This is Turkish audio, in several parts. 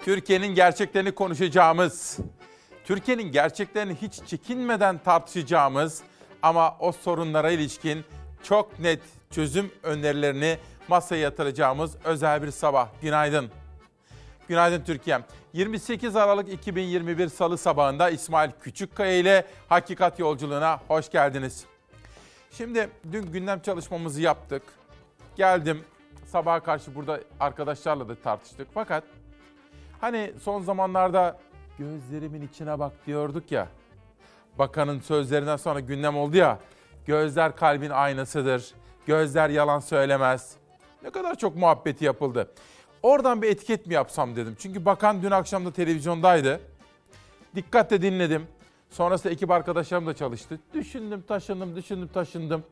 Türkiye'nin gerçeklerini konuşacağımız, Türkiye'nin gerçeklerini hiç çekinmeden tartışacağımız ama o sorunlara ilişkin çok net çözüm önerilerini masaya yatıracağımız özel bir sabah. Günaydın. Günaydın Türkiye'm. 28 Aralık 2021 Salı sabahında İsmail Küçükkaya ile Hakikat Yolculuğuna hoş geldiniz. Şimdi dün gündem çalışmamızı yaptık. Geldim sabaha karşı burada arkadaşlarla da tartıştık. Fakat hani son zamanlarda gözlerimin içine bak diyorduk ya. Bakanın sözlerinden sonra gündem oldu ya. Gözler kalbin aynasıdır. Gözler yalan söylemez. Ne kadar çok muhabbeti yapıldı. Oradan bir etiket mi yapsam dedim. Çünkü bakan dün akşam da televizyondaydı. Dikkatle dinledim. Sonrasında ekip arkadaşlarım da çalıştı. Düşündüm, taşındım.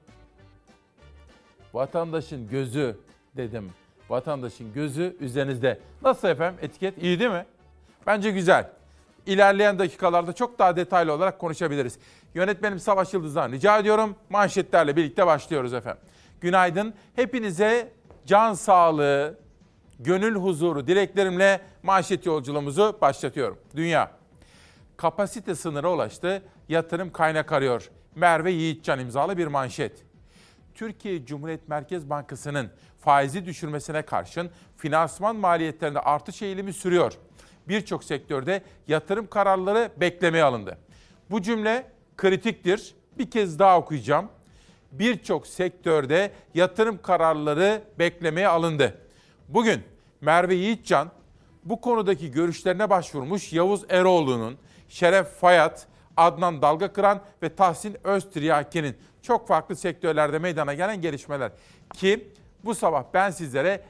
Vatandaşın gözü dedim. Vatandaşın gözü üzerinizde. Nasıl efendim etiket? İyi değil mi? Bence güzel. İlerleyen dakikalarda çok daha detaylı olarak konuşabiliriz. Yönetmenim Savaş Yıldız'dan rica ediyorum. Manşetlerle birlikte başlıyoruz efendim. Günaydın. Hepinize can sağlığı, gönül huzuru dileklerimle manşet yolculuğumuzu başlatıyorum. Dünya. Kapasite sınırı ulaştı. Yatırım kaynak arıyor. Merve Yiğitcan imzalı bir manşet. Türkiye Cumhuriyet Merkez Bankası'nın faizi düşürmesine karşın finansman maliyetlerinde artış eğilimi sürüyor. Birçok sektörde yatırım kararları beklemeye alındı. Bu cümle kritiktir. Bir kez daha okuyacağım. Birçok sektörde yatırım kararları beklemeye alındı. Bugün Merve Yiğitcan bu konudaki görüşlerine başvurmuş Yavuz Eroğlu'nun, Şeref Fayat, Adnan Dalgakıran ve Tahsin Öztiryaki'nin çok farklı sektörlerde meydana gelen gelişmeler. Ki bu sabah ben sizlere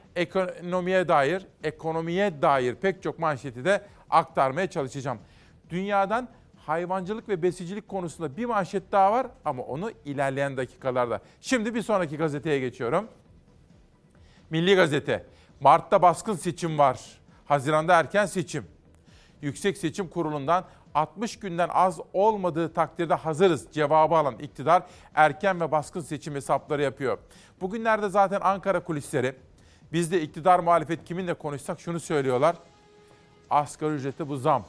ekonomiye dair pek çok manşeti de aktarmaya çalışacağım. Dünyadan hayvancılık ve besicilik konusunda bir manşet daha var ama onu ilerleyen dakikalarda. Şimdi bir sonraki gazeteye geçiyorum. Milli Gazete. Mart'ta baskın seçim var. Haziran'da erken seçim. Yüksek Seçim Kurulu'ndan 60 günden az olmadığı takdirde hazırız cevabı alan iktidar erken ve baskın seçim hesapları yapıyor. Bugünlerde zaten Ankara kulisleri, biz de iktidar muhalefet kiminle konuşsak şunu söylüyorlar. Asgari ücrete bu zam.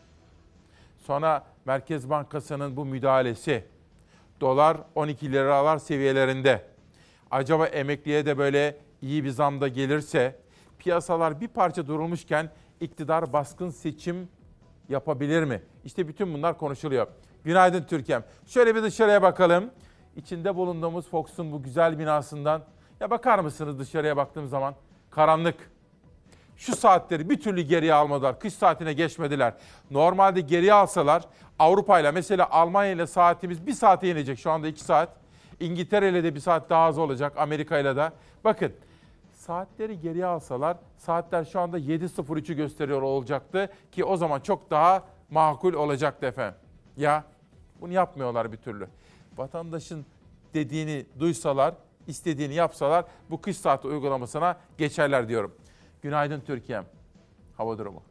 Sonra Merkez Bankası'nın bu müdahalesi. Dolar 12 liralar seviyelerinde. Acaba emekliye de böyle iyi bir zam da gelirse, piyasalar bir parça durulmuşken iktidar baskın seçim yapabilir mi? İşte bütün bunlar konuşuluyor. Günaydın Türkiye'm. Şöyle bir dışarıya bakalım. İçinde bulunduğumuz Fox'un bu güzel binasından. Ya bakar mısınız dışarıya baktığım zaman? Karanlık. Şu saatleri bir türlü geriye almadılar. Kış saatine geçmediler. Normalde geriye alsalar Avrupa'yla mesela Almanya'yla saatimiz bir saate inecek. Şu anda 2 saat. İngiltere'yle de bir saat daha az olacak. Amerika'yla da. Bakın saatleri geriye alsalar saatler şu anda 7.03'ü gösteriyor olacaktı. Ki o zaman çok daha makul olacaktı efendim. Ya bunu yapmıyorlar bir türlü. Vatandaşın dediğini duysalar, istediğini yapsalar bu kış saati uygulamasına geçerler diyorum. Günaydın Türkiye'm. Hava durumu.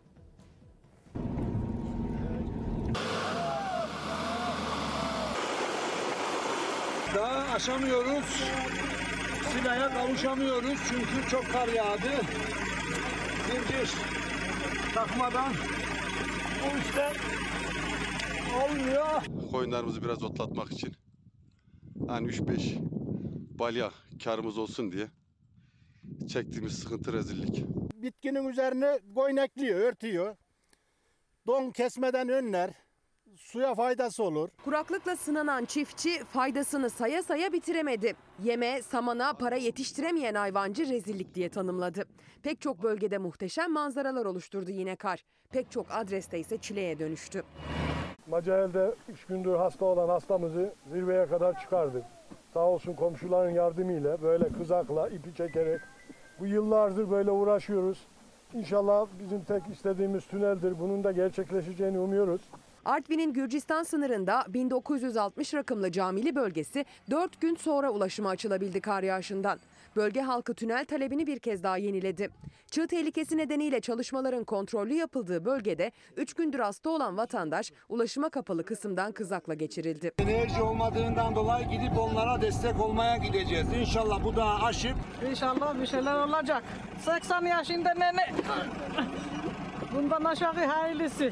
Daha aşamıyoruz. Silaya kavuşamıyoruz çünkü çok kar yağdı. Zincir takmadan bu işte olmuyor. Koyunlarımızı biraz otlatmak için hani 3-5 balya karımız olsun diye çektiğimiz sıkıntı rezillik. Bitkinin üzerine koyun ekliyor, örtüyor. Don kesmeden önler. Suya faydası olur. Kuraklıkla sınanan çiftçi faydasını saya saya bitiremedi. Yeme, samana para yetiştiremeyen hayvancı rezillik diye tanımladı. Pek çok bölgede muhteşem manzaralar oluşturdu yine kar. Pek çok adreste ise çileye dönüştü. Macael'de 3 gündür hasta olan hastamızı zirveye kadar çıkardık. Sağ olsun komşuların yardımıyla böyle kızakla ipi çekerek bu yıllardır böyle uğraşıyoruz. İnşallah bizim tek istediğimiz tüneldir. Bunun da gerçekleşeceğini umuyoruz. Artvin'in Gürcistan sınırında 1960 rakımlı Camili bölgesi 4 gün sonra ulaşıma açılabildi kar yağışından. Bölge halkı tünel talebini bir kez daha yeniledi. Çığ tehlikesi nedeniyle çalışmaların kontrollü yapıldığı bölgede 3 gündür hasta olan vatandaş ulaşıma kapalı kısımdan kızakla geçirildi. Enerji olmadığından dolayı gidip onlara destek olmaya gideceğiz. İnşallah bu dağı aşıp. İnşallah bir şeyler olacak. 80 yaşında nene. Bundan aşağı hayırlısı.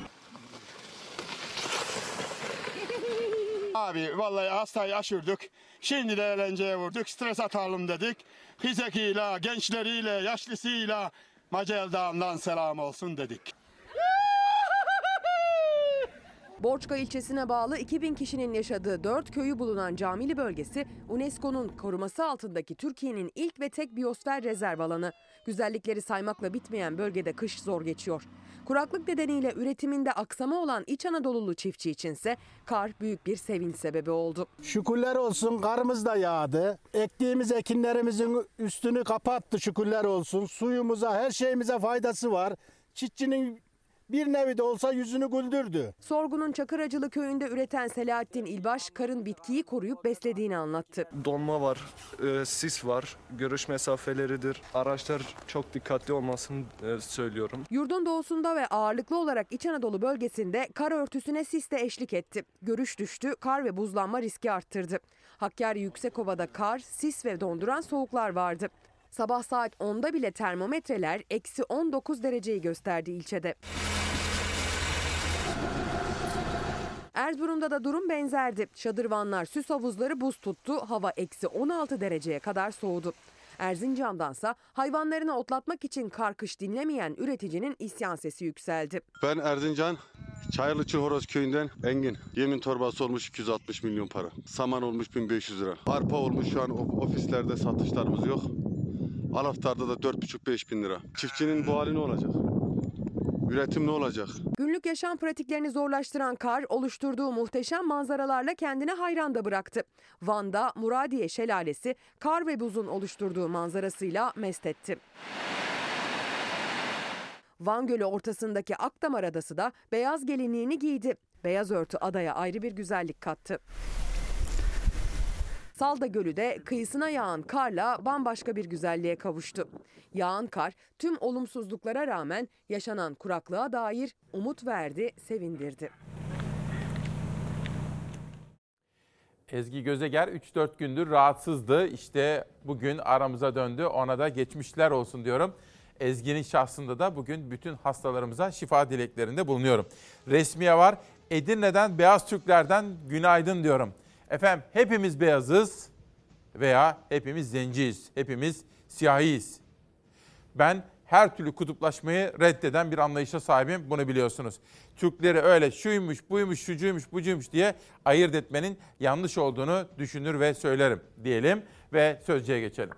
Abi vallahi hastayı aşırdık. Şimdi de eğlenceye vurduk. Stres atalım dedik. Hizekiyle, gençleriyle, yaşlısıyla Macel Dağı'ndan selam olsun dedik. Borçka ilçesine bağlı 2000 kişinin yaşadığı 4 köyü bulunan Camili bölgesi, UNESCO'nun koruması altındaki Türkiye'nin ilk ve tek biyosfer rezerv alanı. Güzellikleri saymakla bitmeyen bölgede kış zor geçiyor. Kuraklık nedeniyle üretiminde aksama olan İç Anadolulu çiftçi içinse kar büyük bir sevinç sebebi oldu. Şükürler olsun, karımız da yağdı. Ektiğimiz ekinlerimizin üstünü kapattı, şükürler olsun. Suyumuza, her şeyimize faydası var. Çiftçinin bir nevi de olsa yüzünü güldürdü. Sorgun'un Çakıracılı köyünde üreten Selahattin İlbaş, karın bitkiyi koruyup beslediğini anlattı. Donma var, sis var, görüş mesafeleridir. Araçlar çok dikkatli olmasını söylüyorum. Yurdun doğusunda ve ağırlıklı olarak İç Anadolu bölgesinde kar örtüsüne sis de eşlik etti. Görüş düştü, kar ve buzlanma riski arttırdı. Hakkari Yüksekova'da kar, sis ve donduran soğuklar vardı. Sabah saat 10'da bile termometreler eksi 19 dereceyi gösterdi ilçede. Erzurum'da da durum benzerdi. Şadırvanlar, süs havuzları buz tuttu. Hava eksi 16 dereceye kadar soğudu. Erzincan'dansa hayvanlarını otlatmak için kar kış dinlemeyen üreticinin isyan sesi yükseldi. Ben Erzincan Çayırlıçı Horoz köyünden Engin. Yemin torbası olmuş 260 milyon para. Saman olmuş 1500 lira. Arpa olmuş, şu an ofislerde satışlarımız yok. Alaftar'da da 4,5-5 bin lira. Çiftçinin bu hali ne olacak? Üretim ne olacak? Günlük yaşam pratiklerini zorlaştıran kar oluşturduğu muhteşem manzaralarla kendine hayran da bıraktı. Van'da Muradiye Şelalesi kar ve buzun oluşturduğu manzarasıyla mest etti. Van Gölü ortasındaki Akdamar Adası da beyaz gelinliğini giydi. Beyaz örtü adaya ayrı bir güzellik kattı. Salda Gölü de kıyısına yağan karla bambaşka bir güzelliğe kavuştu. Yağan kar tüm olumsuzluklara rağmen yaşanan kuraklığa dair umut verdi, sevindirdi. Ezgi Gözeger 3-4 gündür rahatsızdı. İşte bugün aramıza döndü. Ona da geçmişler olsun diyorum. Ezgi'nin şahsında da bugün bütün hastalarımıza şifa dileklerinde bulunuyorum. Resmiye var. Edirne'den Beyaz Türklerden günaydın diyorum. Efendim hepimiz beyazız veya hepimiz zenciyiz, hepimiz siyahiyiz. Ben her türlü kutuplaşmayı reddeden bir anlayışa sahibim, bunu biliyorsunuz. Türkleri öyle şuymuş, buymuş, şucuymuş, bucuymuş diye ayırt etmenin yanlış olduğunu düşünür ve söylerim diyelim ve sözcüye geçelim.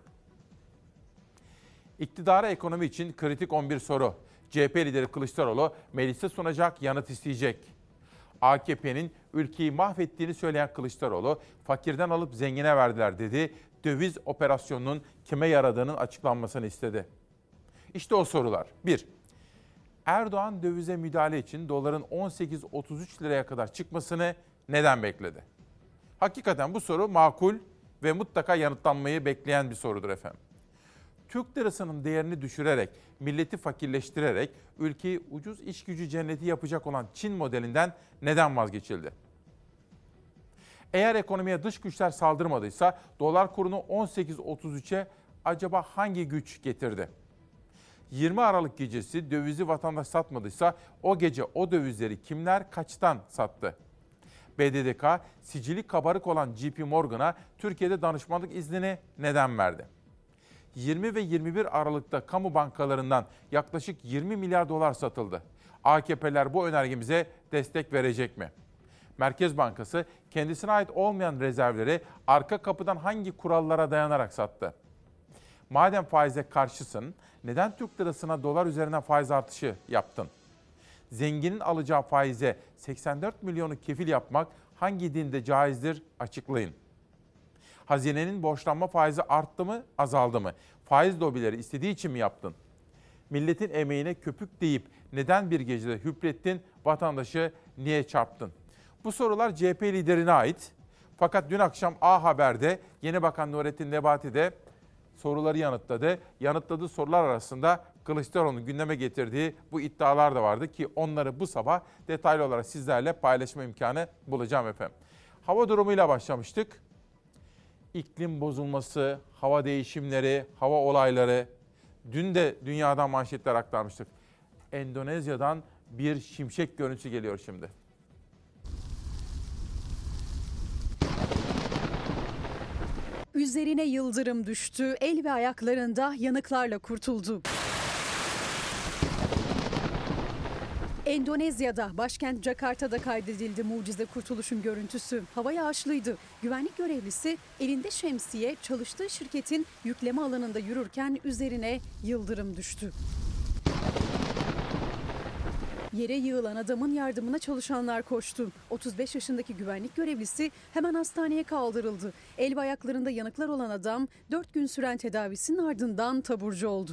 İktidara ekonomi için kritik 11 soru. CHP lideri Kılıçdaroğlu meclise sunacak, yanıt isteyecek. AKP'nin ülkeyi mahvettiğini söyleyen Kılıçdaroğlu, fakirden alıp zengine verdiler dedi. Döviz operasyonunun kime yaradığının açıklanmasını istedi. İşte o sorular. 1. Erdoğan dövize müdahale için doların 18-33 liraya kadar çıkmasını neden bekledi? Hakikaten bu soru makul ve mutlaka yanıtlanmayı bekleyen bir sorudur efendim. Türk lirasının değerini düşürerek, milleti fakirleştirerek ülkeyi ucuz iş gücü cenneti yapacak olan Çin modelinden neden vazgeçildi? Eğer ekonomiye dış güçler saldırmadıysa dolar kurunu 18.33'e acaba hangi güç getirdi? 20 Aralık gecesi dövizi vatandaş satmadıysa o gece o dövizleri kimler kaçtan sattı? BDDK sicili kabarık olan JP Morgan'a Türkiye'de danışmanlık iznini neden verdi? 20 ve 21 Aralık'ta kamu bankalarından yaklaşık 20 milyar dolar satıldı. AKP'ler bu önergemize destek verecek mi? Merkez Bankası kendisine ait olmayan rezervleri arka kapıdan hangi kurallara dayanarak sattı? Madem faize karşısın, neden Türk lirasına dolar üzerinden faiz artışı yaptın? Zenginin alacağı faize 84 milyonu kefil yapmak hangi dinde caizdir? Açıklayın. Hazinenin borçlanma faizi arttı mı, azaldı mı? Faiz lobileri istediği için mi yaptın? Milletin emeğine köpük deyip neden bir gecede hüplettin, vatandaşı niye çarptın? Bu sorular CHP liderine ait. Fakat dün akşam A Haber'de Yeni Bakan Nurettin Nebati de soruları yanıtladı. Yanıtladığı sorular arasında Kılıçdaroğlu'nun gündeme getirdiği bu iddialar da vardı ki onları bu sabah detaylı olarak sizlerle paylaşma imkanı bulacağım efendim. Hava durumuyla başlamıştık. İklim bozulması, hava değişimleri, hava olayları. Dün de dünyadan manşetler aktarmıştık. Endonezya'dan bir şimşek görüntüsü geliyor şimdi. Üzerine yıldırım düştü, el ve ayaklarında yanıklarla kurtuldu. Endonezya'da, başkent Jakarta'da kaydedildi mucize kurtuluşun görüntüsü. Hava yağışlıydı. Güvenlik görevlisi elinde şemsiye çalıştığı şirketin yükleme alanında yürürken üzerine yıldırım düştü. Yere yığılan adamın yardımına çalışanlar koştu. 35 yaşındaki güvenlik görevlisi hemen hastaneye kaldırıldı. El ve ayaklarında yanıklar olan adam 4 gün süren tedavisinin ardından taburcu oldu.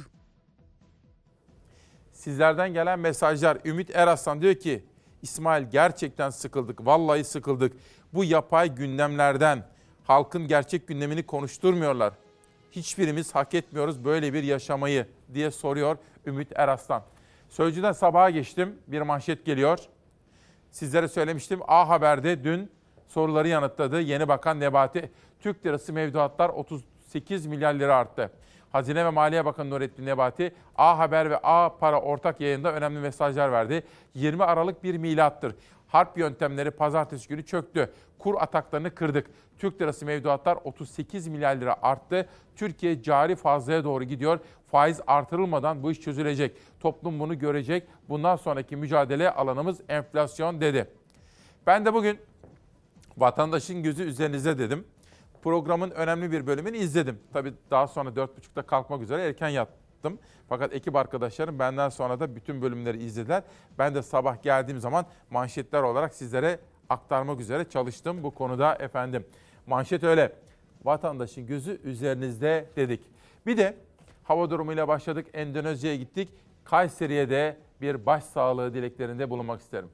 Sizlerden gelen mesajlar. Ümit Eraslan diyor ki İsmail gerçekten sıkıldık. Vallahi sıkıldık. Bu yapay gündemlerden halkın gerçek gündemini konuşturmuyorlar. Hiçbirimiz hak etmiyoruz böyle bir yaşamayı diye soruyor Ümit Eraslan. Sözcü'den sabaha geçtim. Bir manşet geliyor. Sizlere söylemiştim. A Haber'de dün soruları yanıtladı. Yeni Bakan Nebati. Türk lirası mevduatlar 38 milyar lira arttı. Hazine ve Maliye Bakanı Nurettin Nebati, A Haber ve A Para ortak yayında önemli mesajlar verdi. 20 Aralık bir milattır. Harp yöntemleri pazartesi günü çöktü. Kur ataklarını kırdık. Türk lirası mevduatlar 38 milyar lira arttı. Türkiye cari fazlaya doğru gidiyor. Faiz artırılmadan bu iş çözülecek. Toplum bunu görecek. Bundan sonraki mücadele alanımız enflasyon dedi. Ben de bugün vatandaşın gözü üzerinizde dedim. Programın önemli bir bölümünü izledim. Tabii daha sonra 4.30'da kalkmak üzere erken yattım. Fakat ekip arkadaşlarım benden sonra da bütün bölümleri izlediler. Ben de sabah geldiğim zaman manşetler olarak sizlere aktarmak üzere çalıştım bu konuda efendim. Manşet öyle. Vatandaşın gözü üzerinizde dedik. Bir de hava durumuyla başladık. Endonezya'ya gittik. Kayseri'ye de bir başsağlığı dileklerinde bulunmak isterim.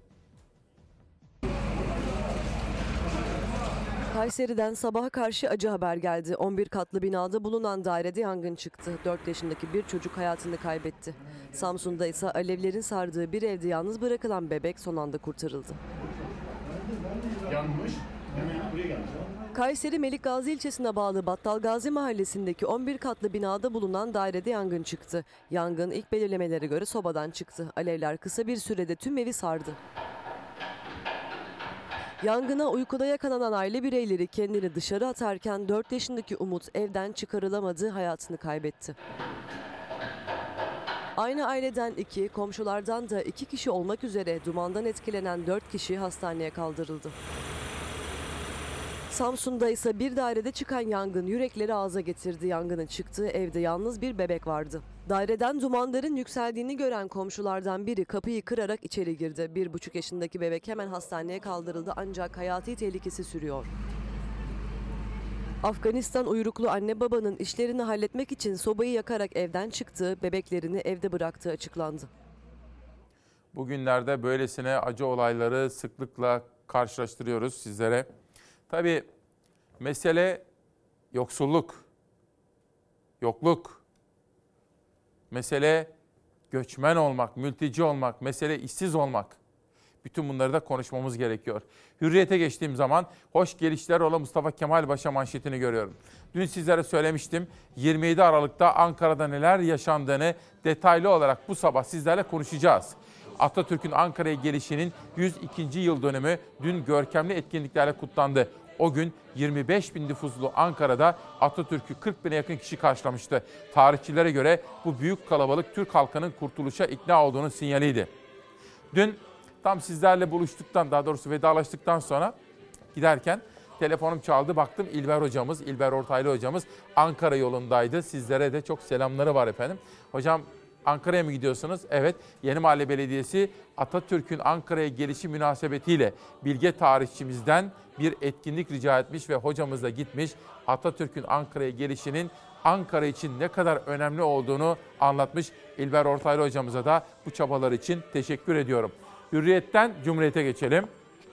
Kayseri'den sabaha karşı acı haber geldi. 11 katlı binada bulunan dairede yangın çıktı. 4 yaşındaki bir çocuk hayatını kaybetti. Samsun'da ise alevlerin sardığı bir evde yalnız bırakılan bebek son anda kurtarıldı. Kayseri Melikgazi ilçesine bağlı Battalgazi mahallesindeki 11 katlı binada bulunan dairede yangın çıktı. Yangın ilk belirlemelere göre sobadan çıktı. Alevler kısa bir sürede tüm evi sardı. Yangına uykuda yakalanan aile bireyleri kendini dışarı atarken 4 yaşındaki Umut evden çıkarılamadı, hayatını kaybetti. Aynı aileden 2, komşulardan da 2 kişi olmak üzere dumandan etkilenen 4 kişi hastaneye kaldırıldı. Samsun'da ise bir dairede çıkan yangın yürekleri ağza getirdi. Yangının çıktığı evde yalnız bir bebek vardı. Daireden dumanların yükseldiğini gören komşulardan biri kapıyı kırarak içeri girdi. 1,5 yaşındaki bebek hemen hastaneye kaldırıldı ancak hayati tehlikesi sürüyor. Afganistan uyruklu anne babanın işlerini halletmek için sobayı yakarak evden çıktığı, bebeklerini evde bıraktığı açıklandı. Bugünlerde böylesine acı olayları sıklıkla karşılaştırıyoruz sizlere. Tabii mesele yoksulluk, yokluk, mesele göçmen olmak, mülteci olmak, mesele işsiz olmak. Bütün bunları da konuşmamız gerekiyor. Hürriyet'e geçtiğim zaman hoş gelişler olan Mustafa Kemal Paşa manşetini görüyorum. Dün sizlere söylemiştim 27 Aralık'ta Ankara'da neler yaşandığını detaylı olarak bu sabah sizlerle konuşacağız. Atatürk'ün Ankara'ya gelişinin 102. yıl dönümü dün görkemli etkinliklerle kutlandı. O gün 25 bin nüfuslu Ankara'da Atatürk'ü 40 bine yakın kişi karşılamıştı. Tarihçilere göre bu büyük kalabalık Türk halkının kurtuluşa ikna olduğunun sinyaliydi. Dün tam sizlerle buluştuktan, daha doğrusu vedalaştıktan sonra giderken telefonum çaldı. Baktım İlber hocamız, İlber Ortaylı hocamız Ankara yolundaydı. Sizlere de çok selamları var efendim. Hocam Ankara'ya mı gidiyorsunuz? Evet. Yenimahalle Belediyesi Atatürk'ün Ankara'ya gelişi münasebetiyle bilge tarihçimizden bir etkinlik rica etmiş ve hocamız da gitmiş. Atatürk'ün Ankara'ya gelişinin Ankara için ne kadar önemli olduğunu anlatmış. İlber Ortaylı hocamıza da bu çabalar için teşekkür ediyorum. Hürriyet'ten Cumhuriyet'e geçelim.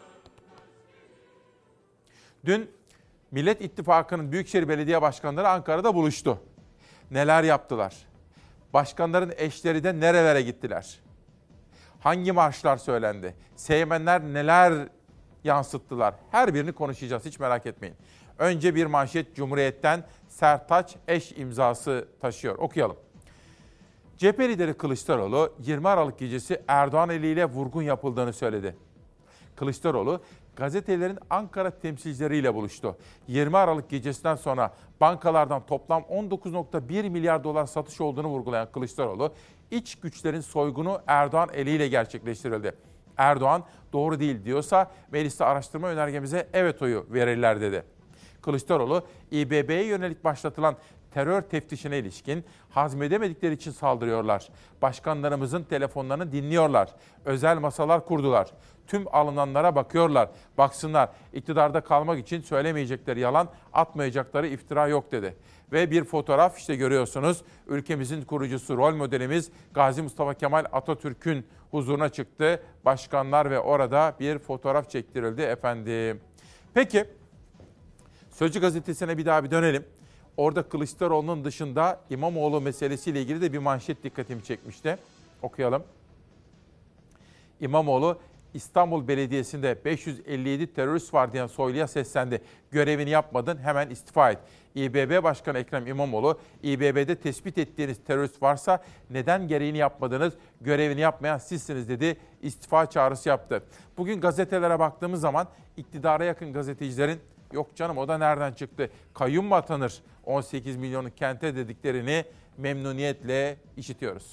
Dün Millet İttifakı'nın Büyükşehir Belediye Başkanları Ankara'da buluştu. Neler yaptılar? Başkanların eşleri de nerelere gittiler? Hangi marşlar söylendi? Seymenler neler yansıttılar? Her birini konuşacağız, hiç merak etmeyin. Önce bir manşet Cumhuriyet'ten Sertaç Eş imzası taşıyor. Okuyalım. CHP lideri Kılıçdaroğlu 20 Aralık gecesi Erdoğan eliyle vurgun yapıldığını söyledi. Kılıçdaroğlu gazetelerin Ankara temsilcileriyle buluştu. 20 Aralık gecesinden sonra bankalardan toplam 19,1 milyar dolar satış olduğunu vurgulayan Kılıçdaroğlu, iç güçlerin soygunu Erdoğan eliyle gerçekleştirildi. Erdoğan doğru değil diyorsa mecliste araştırma önergemize evet oyu verirler dedi. Kılıçdaroğlu, İBB'ye yönelik başlatılan terör teftişine ilişkin hazmedemedikleri için saldırıyorlar. Başkanlarımızın telefonlarını dinliyorlar. Özel masalar kurdular. Tüm alınanlara bakıyorlar. Baksınlar, iktidarda kalmak için söylemeyecekleri yalan, atmayacakları iftira yok dedi. Ve bir fotoğraf işte görüyorsunuz. Ülkemizin kurucusu, rol modelimiz Gazi Mustafa Kemal Atatürk'ün huzuruna çıktı. Başkanlar ve orada bir fotoğraf çektirildi efendim. Peki, Sözcü gazetesine bir daha bir dönelim. Orada Kılıçdaroğlu'nun dışında İmamoğlu meselesiyle ilgili de bir manşet dikkatimi çekmişti. Okuyalım. İmamoğlu, İstanbul Belediyesi'nde 557 terörist var diyen Soylu'ya seslendi. Görevini yapmadın, hemen istifa et. İBB Başkanı Ekrem İmamoğlu, İBB'de tespit ettiğiniz terörist varsa neden gereğini yapmadınız, görevini yapmayan sizsiniz dedi. İstifa çağrısı yaptı. Bugün gazetelere baktığımız zaman iktidara yakın gazetecilerin yok canım o da nereden çıktı, kayyum mu atanır, 18 milyonluk kente dediklerini memnuniyetle işitiyoruz.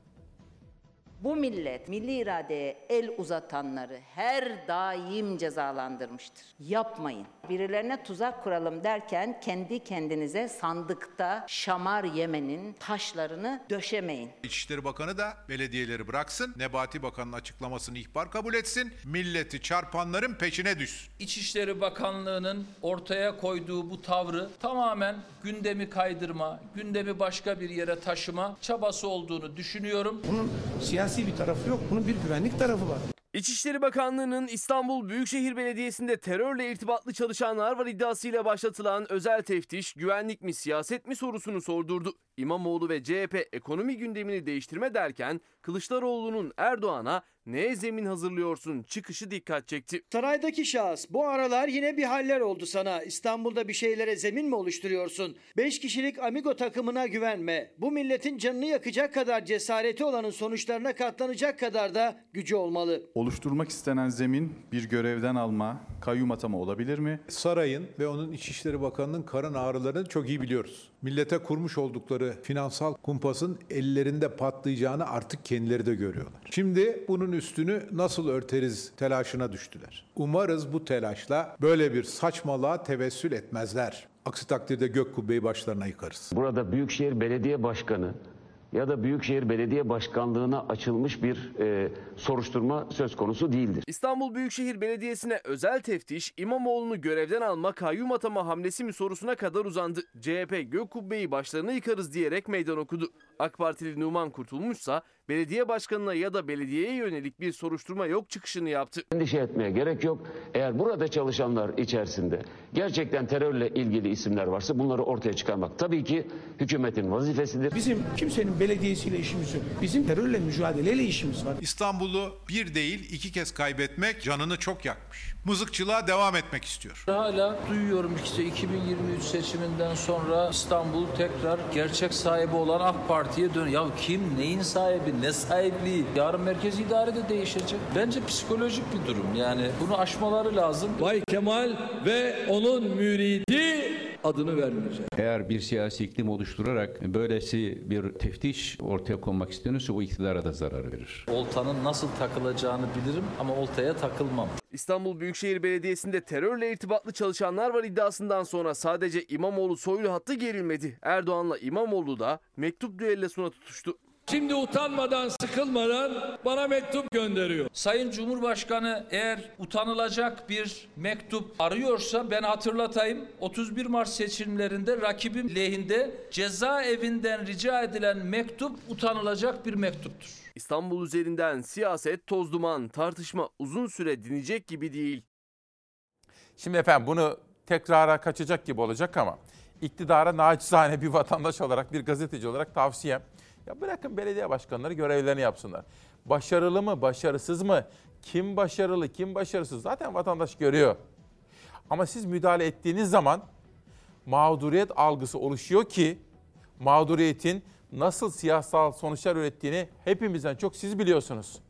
Bu millet milli iradeye el uzatanları her daim cezalandırmıştır. Yapmayın. Birilerine tuzak kuralım derken kendi kendinize sandıkta şamar yemenin taşlarını döşemeyin. İçişleri Bakanı da belediyeleri bıraksın, Nebati Bakan'ın açıklamasını ihbar kabul etsin, milleti çarpanların peşine düşsün. İçişleri Bakanlığı'nın ortaya koyduğu bu tavrı tamamen gündemi kaydırma, gündemi başka bir yere taşıma çabası olduğunu düşünüyorum. Bunun siyasi bir tarafı yok, bunun bir güvenlik tarafı var. İçişleri Bakanlığı'nın İstanbul Büyükşehir Belediyesi'nde terörle irtibatlı çalışanlar var iddiasıyla başlatılan özel teftiş güvenlik mi siyaset mi sorusunu sordurdu. İmamoğlu ve CHP ekonomi gündemini değiştirme derken Kılıçdaroğlu'nun Erdoğan'a neye zemin hazırlıyorsun çıkışı dikkat çekti. Saraydaki şahıs bu aralar yine bir haller oldu sana. İstanbul'da bir şeylere zemin mi oluşturuyorsun? 5 kişilik amigo takımına güvenme. Bu milletin canını yakacak kadar cesareti olanın sonuçlarına katlanacak kadar da gücü olmalı. Oluşturmak istenen zemin bir görevden alma, kayyum atama olabilir mi? Sarayın ve onun İçişleri Bakanı'nın karın ağrılarını çok iyi biliyoruz. Millete kurmuş oldukları finansal kumpasın ellerinde patlayacağını artık kendileri de görüyorlar. Şimdi bunun üstünü nasıl örteriz telaşına düştüler. Umarız bu telaşla böyle bir saçmalığa tevessül etmezler. Aksi takdirde gök kubbeyi başlarına yıkarız. Burada Büyükşehir Belediye Başkanı ya da Büyükşehir Belediye Başkanlığı'na açılmış bir soruşturma söz konusu değildir. İstanbul Büyükşehir Belediyesi'ne özel teftiş, İmamoğlu'nu görevden alma, kayyum atama hamlesi mi sorusuna kadar uzandı. CHP gök kubbeyi başlarına yıkarız diyerek meydan okudu. AK Partili Numan Kurtulmuşsa belediye başkanına ya da belediyeye yönelik bir soruşturma yok çıkışını yaptı. Endişe etmeye gerek yok. Eğer burada çalışanlar içerisinde gerçekten terörle ilgili isimler varsa bunları ortaya çıkarmak tabii ki hükümetin vazifesidir. Bizim kimsenin belediyesiyle işimiz yok. Bizim terörle mücadeleyle işimiz var. İstanbul'u bir değil 2 kez kaybetmek canını çok yakmış. Mızıkçılığa devam etmek istiyor. Hala duyuyorum işte 2023 seçiminden sonra İstanbul tekrar gerçek sahibi olan AK Parti'ye dönüyor. Ya kim neyin sahibi, ne sahipliği? Yarın merkez idare de değişecek. Bence psikolojik bir durum yani bunu aşmaları lazım. Bay Kemal ve onun müridi adını vermeyecek. Eğer bir siyasi iklim oluşturarak böylesi bir teftiş ortaya konmak isteniyorsa o iktidara da zarar verir. Oltanın nasıl takılacağını bilirim ama oltaya takılmam. İstanbul Büyükşehir Belediyesi'nde terörle irtibatlı çalışanlar var iddiasından sonra sadece İmamoğlu-Soylu hattı gerilmedi. Erdoğan'la İmamoğlu da mektup düellosuna tutuştu. Şimdi utanmadan, sıkılmadan bana mektup gönderiyor. Sayın Cumhurbaşkanı eğer utanılacak bir mektup arıyorsa ben hatırlatayım. 31 Mart seçimlerinde rakibim lehinde cezaevinden rica edilen mektup utanılacak bir mektuptur. İstanbul üzerinden siyaset, toz duman, tartışma uzun süre dinecek gibi değil. Şimdi efendim bunu tekrara kaçacak gibi olacak ama iktidara naçizane bir vatandaş olarak, bir gazeteci olarak tavsiyem. Ya bırakın belediye başkanları görevlerini yapsınlar. Başarılı mı, başarısız mı? Kim başarılı, kim başarısız? Zaten vatandaş görüyor. Ama siz müdahale ettiğiniz zaman mağduriyet algısı oluşuyor ki mağduriyetin nasıl siyasal sonuçlar ürettiğini hepimizden çok siz biliyorsunuz.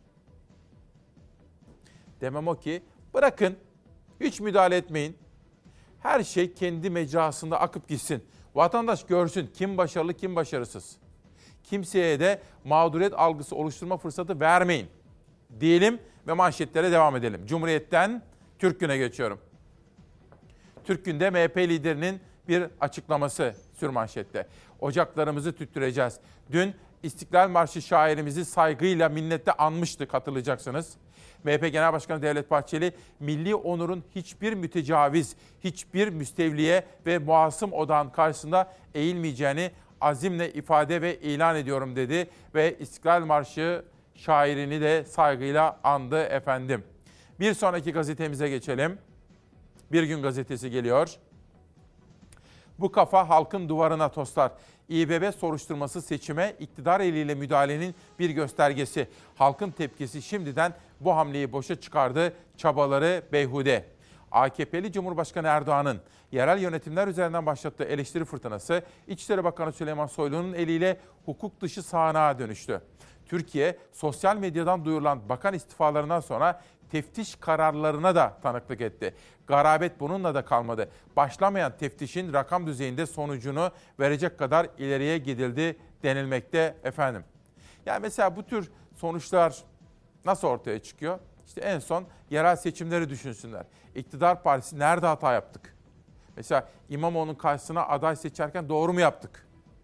Demem o ki bırakın, hiç müdahale etmeyin. Her şey kendi mecrasında akıp gitsin. Vatandaş görsün kim başarılı kim başarısız. Kimseye de mağduriyet algısı oluşturma fırsatı vermeyin diyelim ve manşetlere devam edelim. Cumhuriyet'ten Türk Günü'ne geçiyorum. Türk Günü'nde MHP liderinin bir açıklaması sürmanşette. Ocaklarımızı tüttüreceğiz. Dün İstiklal Marşı şairimizi saygıyla, minnetle anmıştık, hatırlayacaksınız. MHP Genel Başkanı Devlet Bahçeli, milli onurun hiçbir mütecaviz, hiçbir müstevliye ve muasım odağın karşısında eğilmeyeceğini azimle ifade ve ilan ediyorum dedi ve İstiklal Marşı şairini de saygıyla andı efendim. Bir sonraki gazetemize geçelim. Bir Gün Gazetesi geliyor. Bu kafa halkın duvarına toslar. İBB soruşturması seçime iktidar eliyle müdahalenin bir göstergesi. Halkın tepkisi şimdiden bu hamleyi boşa çıkardı, çabaları beyhude. AKP'li Cumhurbaşkanı Erdoğan'ın yerel yönetimler üzerinden başlattığı eleştiri fırtınası, İçişleri Bakanı Süleyman Soylu'nun eliyle hukuk dışı sahanağa dönüştü. Türkiye, sosyal medyadan duyurulan bakan istifalarından sonra teftiş kararlarına da tanıklık etti. Garabet bununla da kalmadı. Başlamayan teftişin rakam düzeyinde sonucunu verecek kadar ileriye gidildi denilmekte efendim. Yani mesela bu tür sonuçlar nasıl ortaya çıkıyor? İşte en son yerel seçimleri düşünsünler. İktidar Partisi nerede hata yaptık? Mesela İmamoğlu'nun karşısına aday seçerken doğru mu yaptık?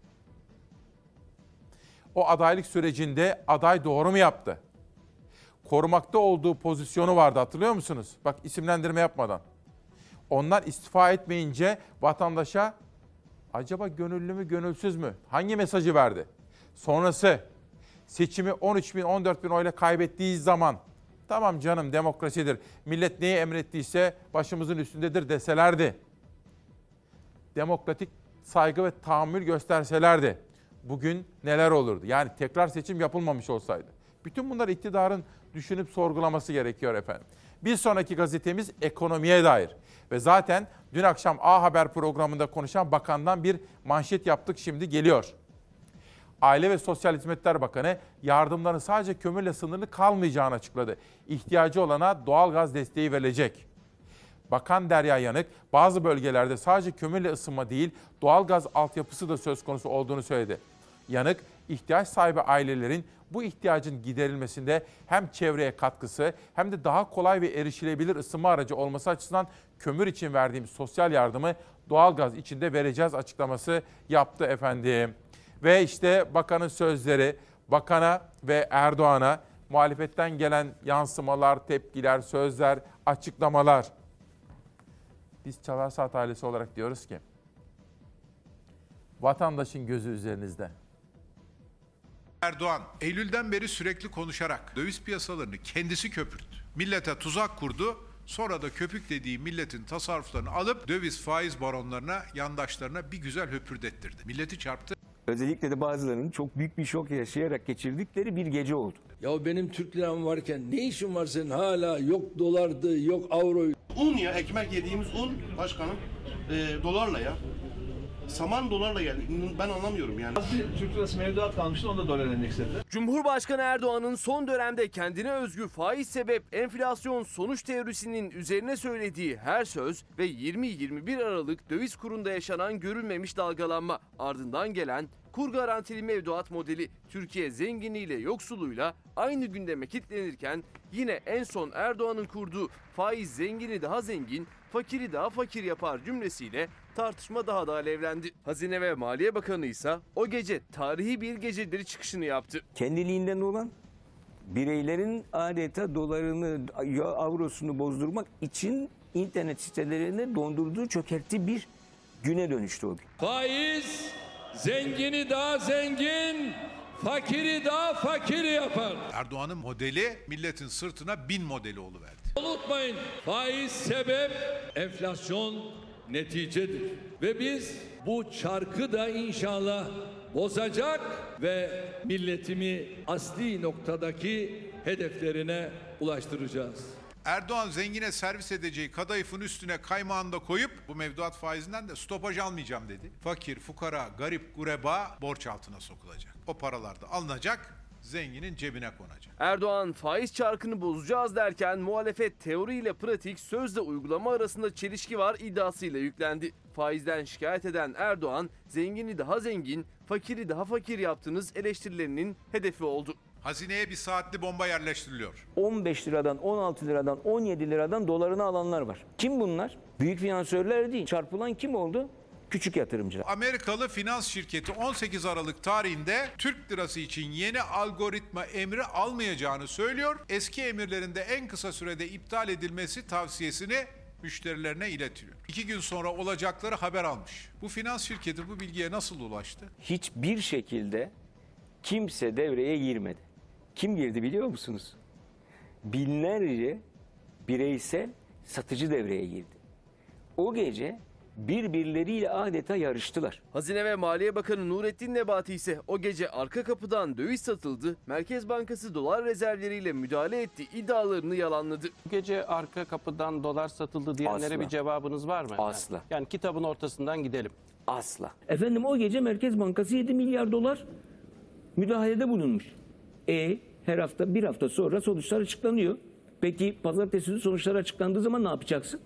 O adaylık sürecinde aday doğru mu yaptı? Korumakta olduğu pozisyonu vardı, hatırlıyor musunuz? Bak, isimlendirme yapmadan. Onlar istifa etmeyince vatandaşa acaba gönüllü mü gönülsüz mü? Hangi mesajı verdi? Sonrası seçimi 13 bin 14 bin oyla kaybettiği zaman tamam canım demokrasidir, millet neyi emrettiyse başımızın üstündedir deselerdi. Demokratik saygı ve tahammül gösterselerdi. Bugün neler olurdu? Yani tekrar seçim yapılmamış olsaydı. Bütün bunlar iktidarın düşünüp sorgulaması gerekiyor efendim. Bir sonraki gazetemiz ekonomiye dair. Ve zaten dün akşam A Haber programında konuşan bakandan bir manşet yaptık, şimdi geliyor. Aile ve Sosyal Hizmetler Bakanı yardımların sadece kömürle sınırlı kalmayacağını açıkladı. İhtiyacı olana doğalgaz desteği verilecek. Bakan Derya Yanık, bazı bölgelerde sadece kömürle ısınma değil, doğalgaz altyapısı da söz konusu olduğunu söyledi. Yanık, ihtiyaç sahibi ailelerin bu ihtiyacın giderilmesinde hem çevreye katkısı hem de daha kolay ve erişilebilir ısınma aracı olması açısından kömür için verdiğimiz sosyal yardımı doğalgaz için de vereceğiz açıklaması yaptı efendim. Ve işte bakanın sözleri, bakana ve Erdoğan'a muhalefetten gelen yansımalar, tepkiler, sözler, açıklamalar. Biz Çalar Saat ailesi olarak diyoruz ki, vatandaşın gözü üzerinizde. Erdoğan Eylül'den beri sürekli konuşarak döviz piyasalarını kendisi köpürttü. Millete tuzak kurdu. Sonra da köpük dediği milletin tasarruflarını alıp döviz faiz baronlarına, yandaşlarına bir güzel höpürdettirdi. Milleti çarptı. Özellikle de bazılarının çok büyük bir şok yaşayarak geçirdikleri bir gece oldu. Ya benim Türk liram varken ne işin var senin hala, yok dolardı, yok avroydu. Un ya, ekmek yediğimiz un başkanım dolarla ya. Saman dolarla geldi. Ben anlamıyorum yani. Türk lirası mevduat kalmıştı, onu da dolar endeksledi. Cumhurbaşkanı Erdoğan'ın son dönemde kendine özgü faiz sebep enflasyon sonuç teorisinin üzerine söylediği her söz ve 20-21 Aralık döviz kurunda yaşanan görülmemiş dalgalanma, ardından gelen kur garantili mevduat modeli Türkiye zenginliğiyle yoksuluyla aynı gündeme kilitlenirken yine en son Erdoğan'ın kurduğu faiz zengini daha zengin, fakiri daha fakir yapar cümlesiyle tartışma daha da alevlendi. Hazine ve Maliye Bakanı ise o gece tarihi bir geceleri çıkışını yaptı. Kendiliğinden olan bireylerin adeta dolarını, avrosunu bozdurmak için internet sitelerine dondurduğu, çökerttiği bir güne dönüştü o gün. Faiz zengini daha zengin, fakiri daha fakir yapar. Erdoğan'ın modeli milletin sırtına bin modeli oluverdi. Unutmayın, faiz sebep, enflasyon neticedir. Ve biz bu çarkı da inşallah bozacak ve milletimi asli noktadaki hedeflerine ulaştıracağız. Erdoğan zengine servis edeceği kadayıfın üstüne kaymağını da koyup bu mevduat faizinden de stopaj almayacağım dedi. Fakir, fukara, garip, gureba borç altına sokulacak. O paralar da alınacak, zenginin cebine konacak. Erdoğan faiz çarkını bozacağız derken muhalefet teoriyle pratik, sözle uygulama arasında çelişki var iddiasıyla yüklendi. Faizden şikayet eden Erdoğan, zengini daha zengin, fakiri daha fakir yaptığınız eleştirilerinin hedefi oldu. Hazineye bir saatli bomba yerleştiriliyor. 15 liradan, 16 liradan, 17 liradan dolarını alanlar var. Kim bunlar? Büyük finansörler değil. Çarpılan kim oldu? Küçük yatırımcılar. Amerikalı finans şirketi 18 Aralık tarihinde Türk lirası için yeni algoritma emri almayacağını söylüyor. Eski emirlerinde en kısa sürede iptal edilmesi tavsiyesini müşterilerine iletiyor. 2 gün sonra olacakları haber almış. Bu finans şirketi bu bilgiye nasıl ulaştı? Hiçbir şekilde kimse devreye girmedi. Kim girdi biliyor musunuz? Binlerce bireysel satıcı devreye girdi. O gece birbirleriyle adeta yarıştılar. Hazine ve Maliye Bakanı Nurettin Nebati ise o gece arka kapıdan döviz satıldı, Merkez Bankası dolar rezervleriyle müdahale etti iddialarını yalanladı. Bu gece arka kapıdan dolar satıldı diyenlere Asla. bir cevabınız var mı? Asla. Yani kitabın ortasından gidelim. Asla. Efendim o gece Merkez Bankası 7 milyar dolar müdahalede bulunmuş. Her hafta bir hafta sonra sonuçlar açıklanıyor. Peki pazartesi günü sonuçlar açıklandığı zaman ne yapacaksın?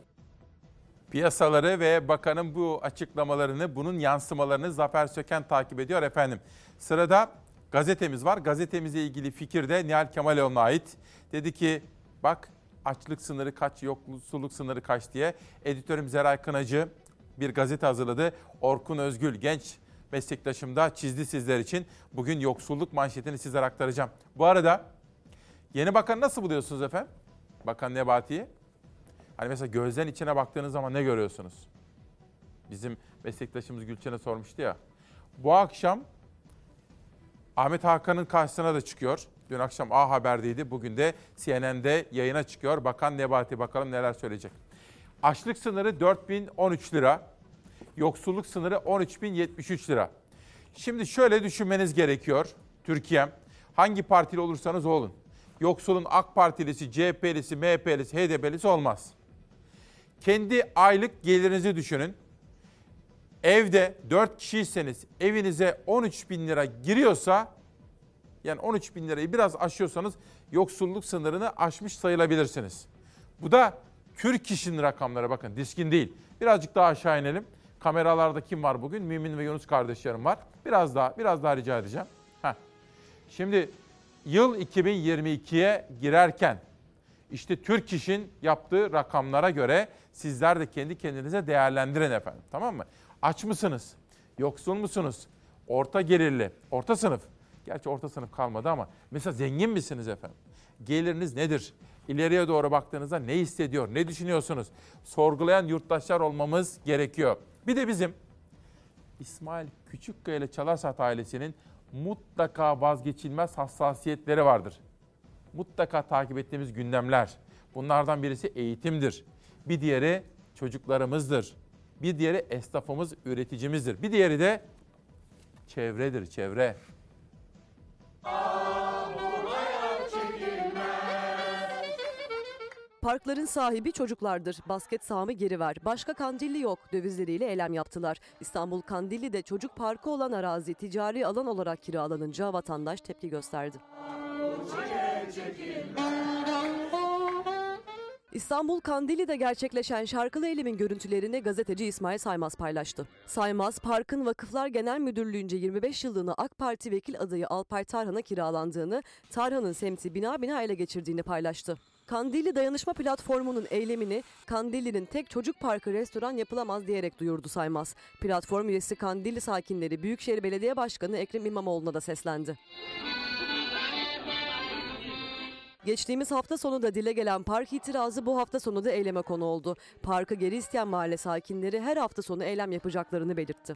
Piyasaları ve bakanın bu açıklamalarını, bunun yansımalarını Zafer Söken takip ediyor efendim. Sırada gazetemiz var. Gazetemizle ilgili fikir de Nihal Kemaloğlu'na ait. Dedi ki bak açlık sınırı kaç, yoksulluk sınırı kaç diye. Editörüm Zeray Kınacı bir gazete hazırladı. Orkun Özgül genç meslektaşım da çizdi sizler için. Bugün yoksulluk manşetini sizlere aktaracağım. Bu arada yeni bakanı nasıl buluyorsunuz efendim? Bakan Nebati'yi. Hani mesela gözden içine baktığınız zaman ne görüyorsunuz? Bizim meslektaşımız Gülçen'e sormuştu ya. Bu akşam Ahmet Hakan'ın karşısına da çıkıyor. Dün akşam A Haber'deydi. Bugün de CNN'de yayına çıkıyor. Bakan Nebati bakalım neler söyleyecek. Açlık sınırı 4.013 lira. Yoksulluk sınırı 13.073 lira. Şimdi şöyle düşünmeniz gerekiyor. Türkiye'm hangi partili olursanız olun. Yoksulun AK Partilisi, CHP'lisi, MHP'lisi, HDP'lisi olmaz. Kendi aylık gelirinizi düşünün. Evde 4 kişiyseniz evinize 13 bin lira giriyorsa, yani 13 bin lirayı biraz aşıyorsanız yoksulluk sınırını aşmış sayılabilirsiniz. Bu da Türk kişinin rakamları, bakın diskin değil. Birazcık daha aşağı inelim. Kameralarda kim var bugün? Mümin ve Yunus kardeşlerim var. Biraz daha rica edeceğim. Şimdi yıl 2022'ye girerken işte Türk İş'in yaptığı rakamlara göre sizler de kendi kendinize değerlendirin efendim. Tamam mı? Aç mısınız? Yoksul musunuz? Orta gelirli, orta sınıf. Gerçi orta sınıf kalmadı ama mesela zengin misiniz efendim? Geliriniz nedir? İleriye doğru baktığınızda ne hissediyor, ne düşünüyorsunuz? Sorgulayan yurttaşlar olmamız gerekiyor. Bir de bizim İsmail Küçükkaya ile Çalarsat ailesinin mutlaka vazgeçilmez hassasiyetleri vardır. Mutlaka takip ettiğimiz gündemler. Bunlardan birisi eğitimdir. Bir diğeri çocuklarımızdır. Bir diğeri esnafımız, üreticimizdir. Bir diğeri de çevredir, çevre. Parkların sahibi çocuklardır. Basket sahamı geri ver. Başka Kandilli yok. Dövizleriyle eylem yaptılar. İstanbul Kandilli'de çocuk parkı olan arazi ticari alan olarak kiralanınca vatandaş tepki gösterdi. İstanbul Kandilli'de gerçekleşen şarkılı eylemin görüntülerini gazeteci İsmail Saymaz paylaştı. Saymaz, parkın Vakıflar Genel Müdürlüğü'nce 25 yıllığına AK Parti vekil adayı Alpay Tarhan'a kiralandığını, Tarhan'ın semti bina ele geçirdiğini paylaştı. Kandilli Dayanışma Platformu'nun eylemini Kandilli'nin tek çocuk parkı restoran yapılamaz diyerek duyurdu Saymaz. Platform üyesi Kandilli sakinleri Büyükşehir Belediye Başkanı Ekrem İmamoğlu'na da seslendi. Geçtiğimiz hafta sonu da dile gelen park itirazı bu hafta sonu da eyleme konu oldu. Parkı geri isteyen mahalle sakinleri her hafta sonu eylem yapacaklarını belirtti.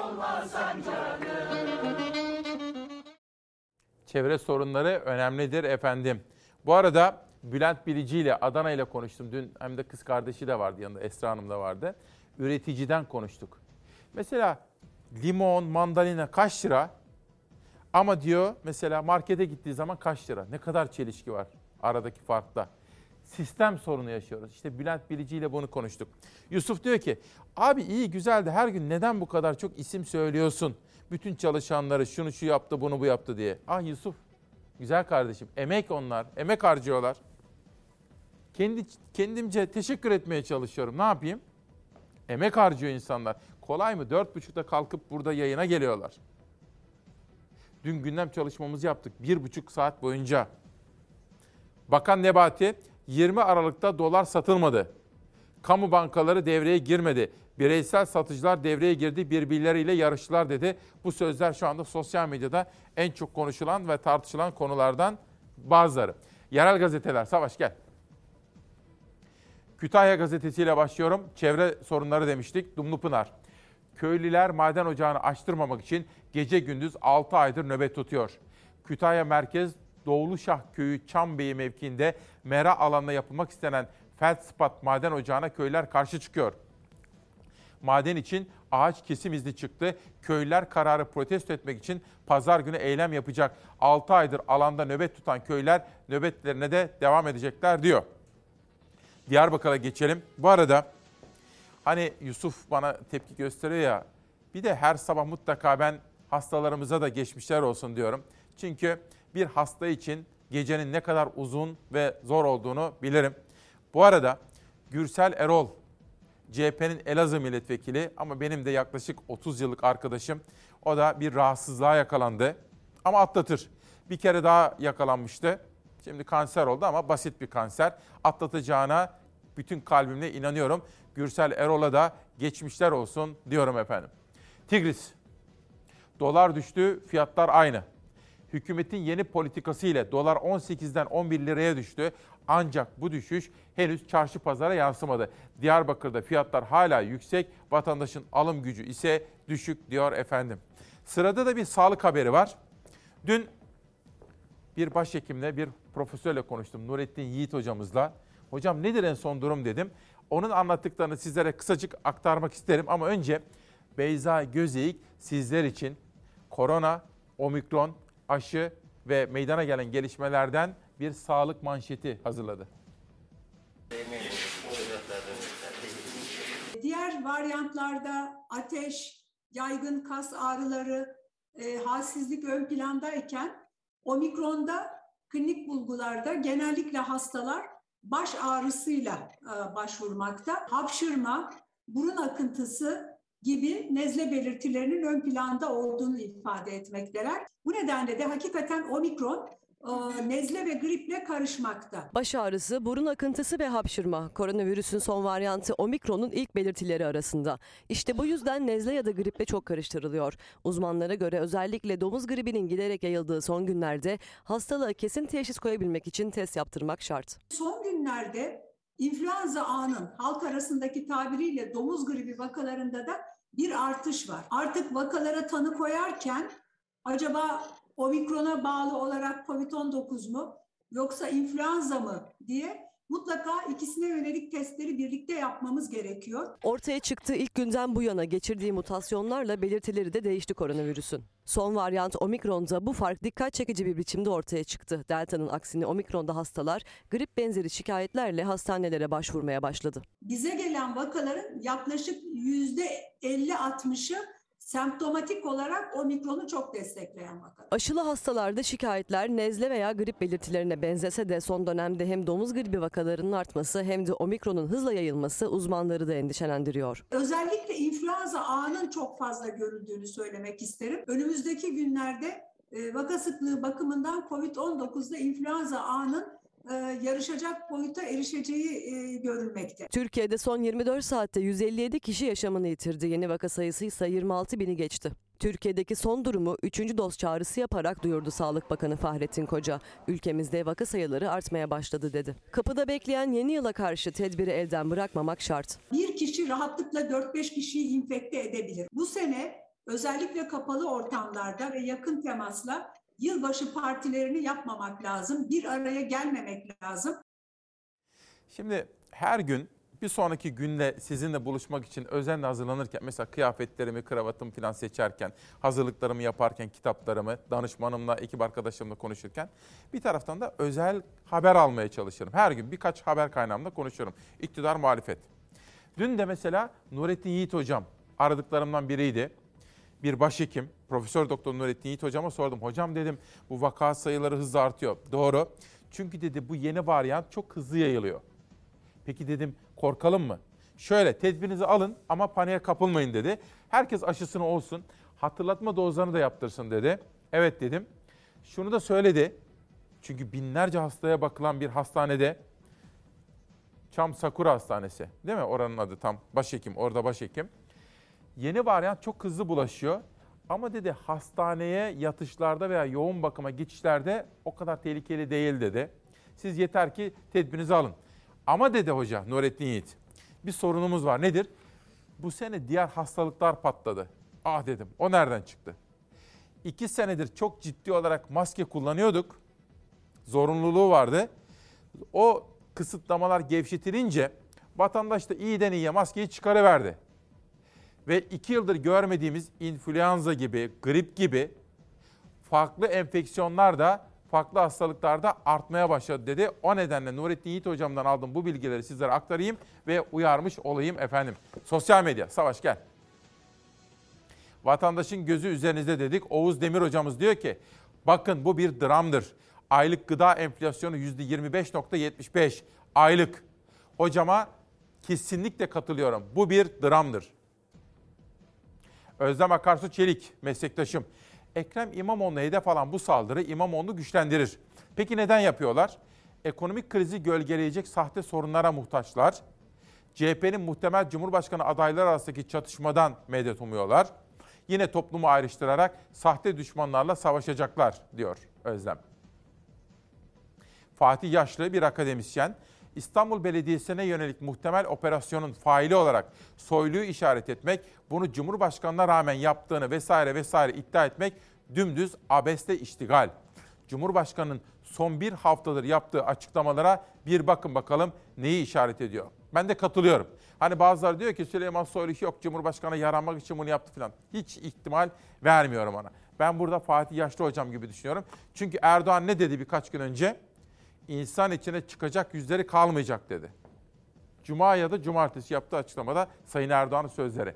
Çevre sorunları önemlidir efendim. Bu arada Bülent Bilici ile Adana ile konuştum. Dün hem de kız kardeşi de vardı yanında, Esra Hanım da vardı. Üreticiden konuştuk. Mesela limon, mandalina kaç lira? Ama diyor mesela markete gittiği zaman kaç lira? Ne kadar çelişki var aradaki farkta. Sistem sorunu yaşıyoruz. İşte Bülent Bilici ile bunu konuştuk. Yusuf diyor ki, abi iyi güzel de her gün neden bu kadar çok isim söylüyorsun? Bütün çalışanları şunu şu yaptı, bunu bu yaptı diye. Ah Yusuf, güzel kardeşim, emek onlar, emek harcıyorlar. Kendimce teşekkür etmeye çalışıyorum. Ne yapayım? Emek harcıyor insanlar. Kolay mı? 4.30'da kalkıp burada yayına geliyorlar. Dün gündem çalışmamızı yaptık 1,5 saat boyunca. Bakan Nebati, 20 Aralık'ta dolar satılmadı. Kamu bankaları devreye girmedi. Bireysel satıcılar devreye girdi, birbirleriyle yarıştılar dedi. Bu sözler şu anda sosyal medyada en çok konuşulan ve tartışılan konulardan bazıları. Yerel gazeteler, Savaş gel. Kütahya gazetesiyle başlıyorum. Çevre sorunları demiştik. Dumlupınar. Köylüler maden ocağını açtırmamak için gece gündüz 6 aydır nöbet tutuyor. Kütahya merkez Doğuluşah köyü Çambeyi mevkiinde mera alanına yapılmak istenen Feldspat maden ocağına köylüler karşı çıkıyor. Maden için ağaç kesim izni çıktı. Köylüler kararı protesto etmek için pazar günü eylem yapacak. 6 aydır alanda nöbet tutan köylüler nöbetlerine de devam edecekler diyor. Diyarbakır'a geçelim. Bu arada hani Yusuf bana tepki gösteriyor ya, bir de her sabah mutlaka ben hastalarımıza da geçmişler olsun diyorum. Çünkü bir hasta için gecenin ne kadar uzun ve zor olduğunu bilirim. Bu arada Gürsel Erol, CHP'nin Elazığ milletvekili ama benim de yaklaşık 30 yıllık arkadaşım. O da bir rahatsızlığa yakalandı ama atlatır. Bir kere daha yakalanmıştı. Şimdi kanser oldu ama basit bir kanser. Atlatacağına bütün kalbimle inanıyorum. Gürsel Erol'a da geçmişler olsun diyorum efendim. Tigris. Dolar düştü, fiyatlar aynı. Hükümetin yeni politikası ile dolar 18'den 11 liraya düştü. Ancak bu düşüş henüz çarşı pazara yansımadı. Diyarbakır'da fiyatlar hala yüksek, vatandaşın alım gücü ise düşük diyor efendim. Sırada da bir sağlık haberi var. Dün bir başhekimle, bir profesörle konuştum. Nurettin Yiğit hocamızla. Hocam nedir en son durum dedim. Onun anlattıklarını sizlere kısacık aktarmak isterim. Ama önce Beyza Gözeyik sizler için korona, omikron, aşı ve meydana gelen gelişmelerden bir sağlık manşeti hazırladı. Diğer varyantlarda ateş, yaygın kas ağrıları, halsizlik ön plandayken omikronda klinik bulgularda genellikle hastalar baş ağrısıyla başvurmakta. Hapşırma, burun akıntısı gibi nezle belirtilerinin ön planda olduğunu ifade etmekteler. Bu nedenle de hakikaten omikron nezle ve griple karışmakta. Baş ağrısı, burun akıntısı ve hapşırma koronavirüsün son varyantı omikronun ilk belirtileri arasında. İşte bu yüzden nezle ya da griple çok karıştırılıyor. Uzmanlara göre özellikle domuz gribinin giderek yayıldığı son günlerde hastalığa kesin teşhis koyabilmek için test yaptırmak şart. Son günlerde influenza A'nın halk arasındaki tabiriyle domuz gribi vakalarında da bir artış var. Artık vakalara tanı koyarken acaba omikrona bağlı olarak COVID-19 mu yoksa influenza mı diye mutlaka ikisine yönelik testleri birlikte yapmamız gerekiyor. Ortaya çıktığı ilk günden bu yana geçirdiği mutasyonlarla belirtileri de değişti koronavirüsün. Son varyant omikronda bu fark dikkat çekici bir biçimde ortaya çıktı. Delta'nın aksine omikronda hastalar grip benzeri şikayetlerle hastanelere başvurmaya başladı. Bize gelen vakaların yaklaşık %50-60'ı semptomatik olarak omikronu çok destekleyen vakalar. Aşılı hastalarda şikayetler nezle veya grip belirtilerine benzese de son dönemde hem domuz gribi vakalarının artması hem de omikronun hızla yayılması uzmanları da endişelendiriyor. Özellikle influenza A'nın çok fazla görüldüğünü söylemek isterim. Önümüzdeki günlerde vaka sıklığı bakımından COVID-19'da influenza A'nın yarışacak boyuta erişeceği görülmekte. Türkiye'de son 24 saatte 157 kişi yaşamını yitirdi. Yeni vaka sayısı ise 26 bini geçti. Türkiye'deki son durumu 3. doz çağrısı yaparak duyurdu Sağlık Bakanı Fahrettin Koca. Ülkemizde vaka sayıları artmaya başladı dedi. Kapıda bekleyen yeni yıla karşı tedbiri elden bırakmamak şart. Bir kişi rahatlıkla 4-5 kişiyi infekte edebilir. Bu sene özellikle kapalı ortamlarda ve yakın temasla yılbaşı partilerini yapmamak lazım. Bir araya gelmemek lazım. Şimdi her gün bir sonraki günde sizinle buluşmak için özenle hazırlanırken, mesela kıyafetlerimi, kravatımı falan seçerken, hazırlıklarımı yaparken, kitaplarımı, danışmanımla, ekip arkadaşlarımla konuşurken bir taraftan da özel haber almaya çalışırım. Her gün birkaç haber kaynağımla konuşuyorum. İktidar, muhalefet. Dün de mesela Nurettin Yiğit hocam aradıklarımdan biriydi. Bir başhekim, Profesör Doktor Nurettin Yiğit hocama sordum. Hocam dedim, bu vaka sayıları hızla artıyor. Doğru. Çünkü dedi bu yeni varyant çok hızlı yayılıyor. Peki dedim, korkalım mı? Şöyle, tedbirinizi alın ama paniğe kapılmayın dedi. Herkes aşısını olsun, hatırlatma dozlarını da yaptırsın dedi. Evet dedim. Şunu da söyledi. Çünkü binlerce hastaya bakılan bir hastanede, Çam Sakura Hastanesi değil mi? Oranın adı tam, başhekim, orada başhekim. Yeni varyant çok hızlı bulaşıyor. Ama dedi hastaneye yatışlarda veya yoğun bakıma geçişlerde o kadar tehlikeli değil dedi. Siz yeter ki tedbirinizi alın. Ama dedi hoca Nurettin Yiğit, bir sorunumuz var. Nedir? Bu sene diğer hastalıklar patladı. Ah dedim, o nereden çıktı? 2 senedir çok ciddi olarak maske kullanıyorduk. Zorunluluğu vardı. O kısıtlamalar gevşetilince vatandaş da iyiden iyiye maskeyi çıkarıverdi. Ve 2 yıldır görmediğimiz influenza gibi, grip gibi farklı enfeksiyonlar da, farklı hastalıklar da artmaya başladı dedi. O nedenle Nurettin Yiğit hocamdan aldığım bu bilgileri sizlere aktarayım ve uyarmış olayım efendim. Sosyal medya, Savaş gel. Vatandaşın gözü üzerinizde dedik. Oğuz Demir hocamız diyor ki, bakın bu bir dramdır. Aylık gıda enflasyonu %25.75. Aylık. Hocama kesinlikle katılıyorum. Bu bir dramdır. Özlem Akarsu Çelik, meslektaşım. Ekrem İmamoğlu'na hedef alan bu saldırı İmamoğlu'nu güçlendirir. Peki neden yapıyorlar? Ekonomik krizi gölgeleyecek sahte sorunlara muhtaçlar. CHP'nin muhtemel Cumhurbaşkanı adayları arasındaki çatışmadan medet umuyorlar. Yine toplumu ayrıştırarak sahte düşmanlarla savaşacaklar, diyor Özlem. Fatih Yaşlı, bir akademisyen, İstanbul Belediyesi'ne yönelik muhtemel operasyonun faili olarak Soylu'yu işaret etmek, bunu Cumhurbaşkanı'na rağmen yaptığını vesaire iddia etmek dümdüz abesle iştigal. Cumhurbaşkanı'nın son bir haftadır yaptığı açıklamalara bir bakın bakalım neyi işaret ediyor. Ben de katılıyorum. Hani bazıları diyor ki Süleyman Soylu yok Cumhurbaşkanı'na yaranmak için bunu yaptı falan. Hiç ihtimal vermiyorum ona. Ben burada Fatih Yaşlı hocam gibi düşünüyorum. Çünkü Erdoğan ne dedi birkaç gün önce? İnsan içine çıkacak yüzleri kalmayacak dedi. Cuma ya da cumartesi yaptığı açıklamada Sayın Erdoğan'ın sözleri.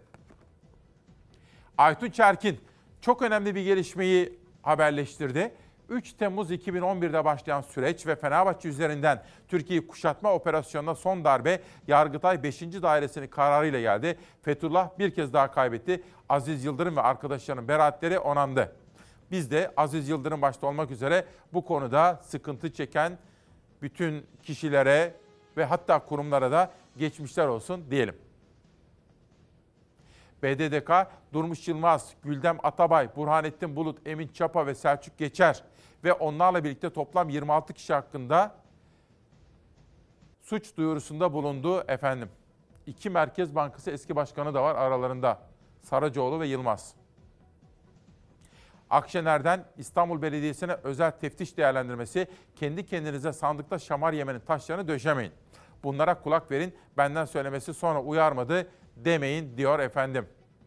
Aytun Çerkin çok önemli bir gelişmeyi haberleştirdi. 3 Temmuz 2011'de başlayan süreç ve Fenerbahçe üzerinden Türkiye'yi kuşatma operasyonuna son darbe Yargıtay 5. Dairesi'nin kararıyla geldi. Fethullah bir kez daha kaybetti. Aziz Yıldırım ve arkadaşlarının beraatleri onandı. Biz de Aziz Yıldırım başta olmak üzere bu konuda sıkıntı çeken bütün kişilere ve hatta kurumlara da geçmişler olsun diyelim. BDDK, Durmuş Yılmaz, Güldem Atabay, Burhanettin Bulut, Emin Çapa ve Selçuk Geçer ve onlarla birlikte toplam 26 kişi hakkında suç duyurusunda bulundu efendim. 2 Merkez Bankası eski başkanı da var aralarında. Saracoğlu ve Yılmaz. Akşener'den İstanbul Belediyesi'ne özel teftiş değerlendirmesi, kendi kendinize sandıkta şamar yemenin taşlarını döşemeyin. Bunlara kulak verin, benden söylemesi sonra uyarmadı demeyin diyor efendim.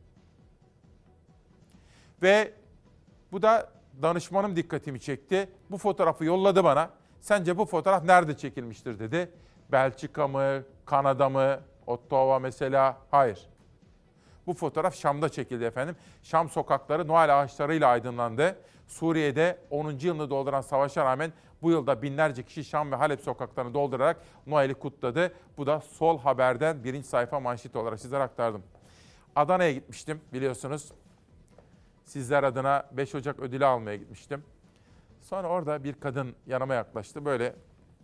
Ve bu da danışmanım dikkatimi çekti. Bu fotoğrafı yolladı bana. Sence bu fotoğraf nerede çekilmiştir dedi. Belçika mı, Kanada mı, Ottawa mesela? Hayır. Bu fotoğraf Şam'da çekildi efendim. Şam sokakları Noel ağaçlarıyla aydınlandı. Suriye'de 10. yılını dolduran savaşa rağmen bu yılda binlerce kişi Şam ve Halep sokaklarını doldurarak Noel'i kutladı. Bu da Sol Haber'den 1. sayfa manşeti olarak sizlere aktardım. Adana'ya gitmiştim biliyorsunuz. Sizler adına 5 Ocak ödülü almaya gitmiştim. Sonra orada bir kadın yanıma yaklaştı. Böyle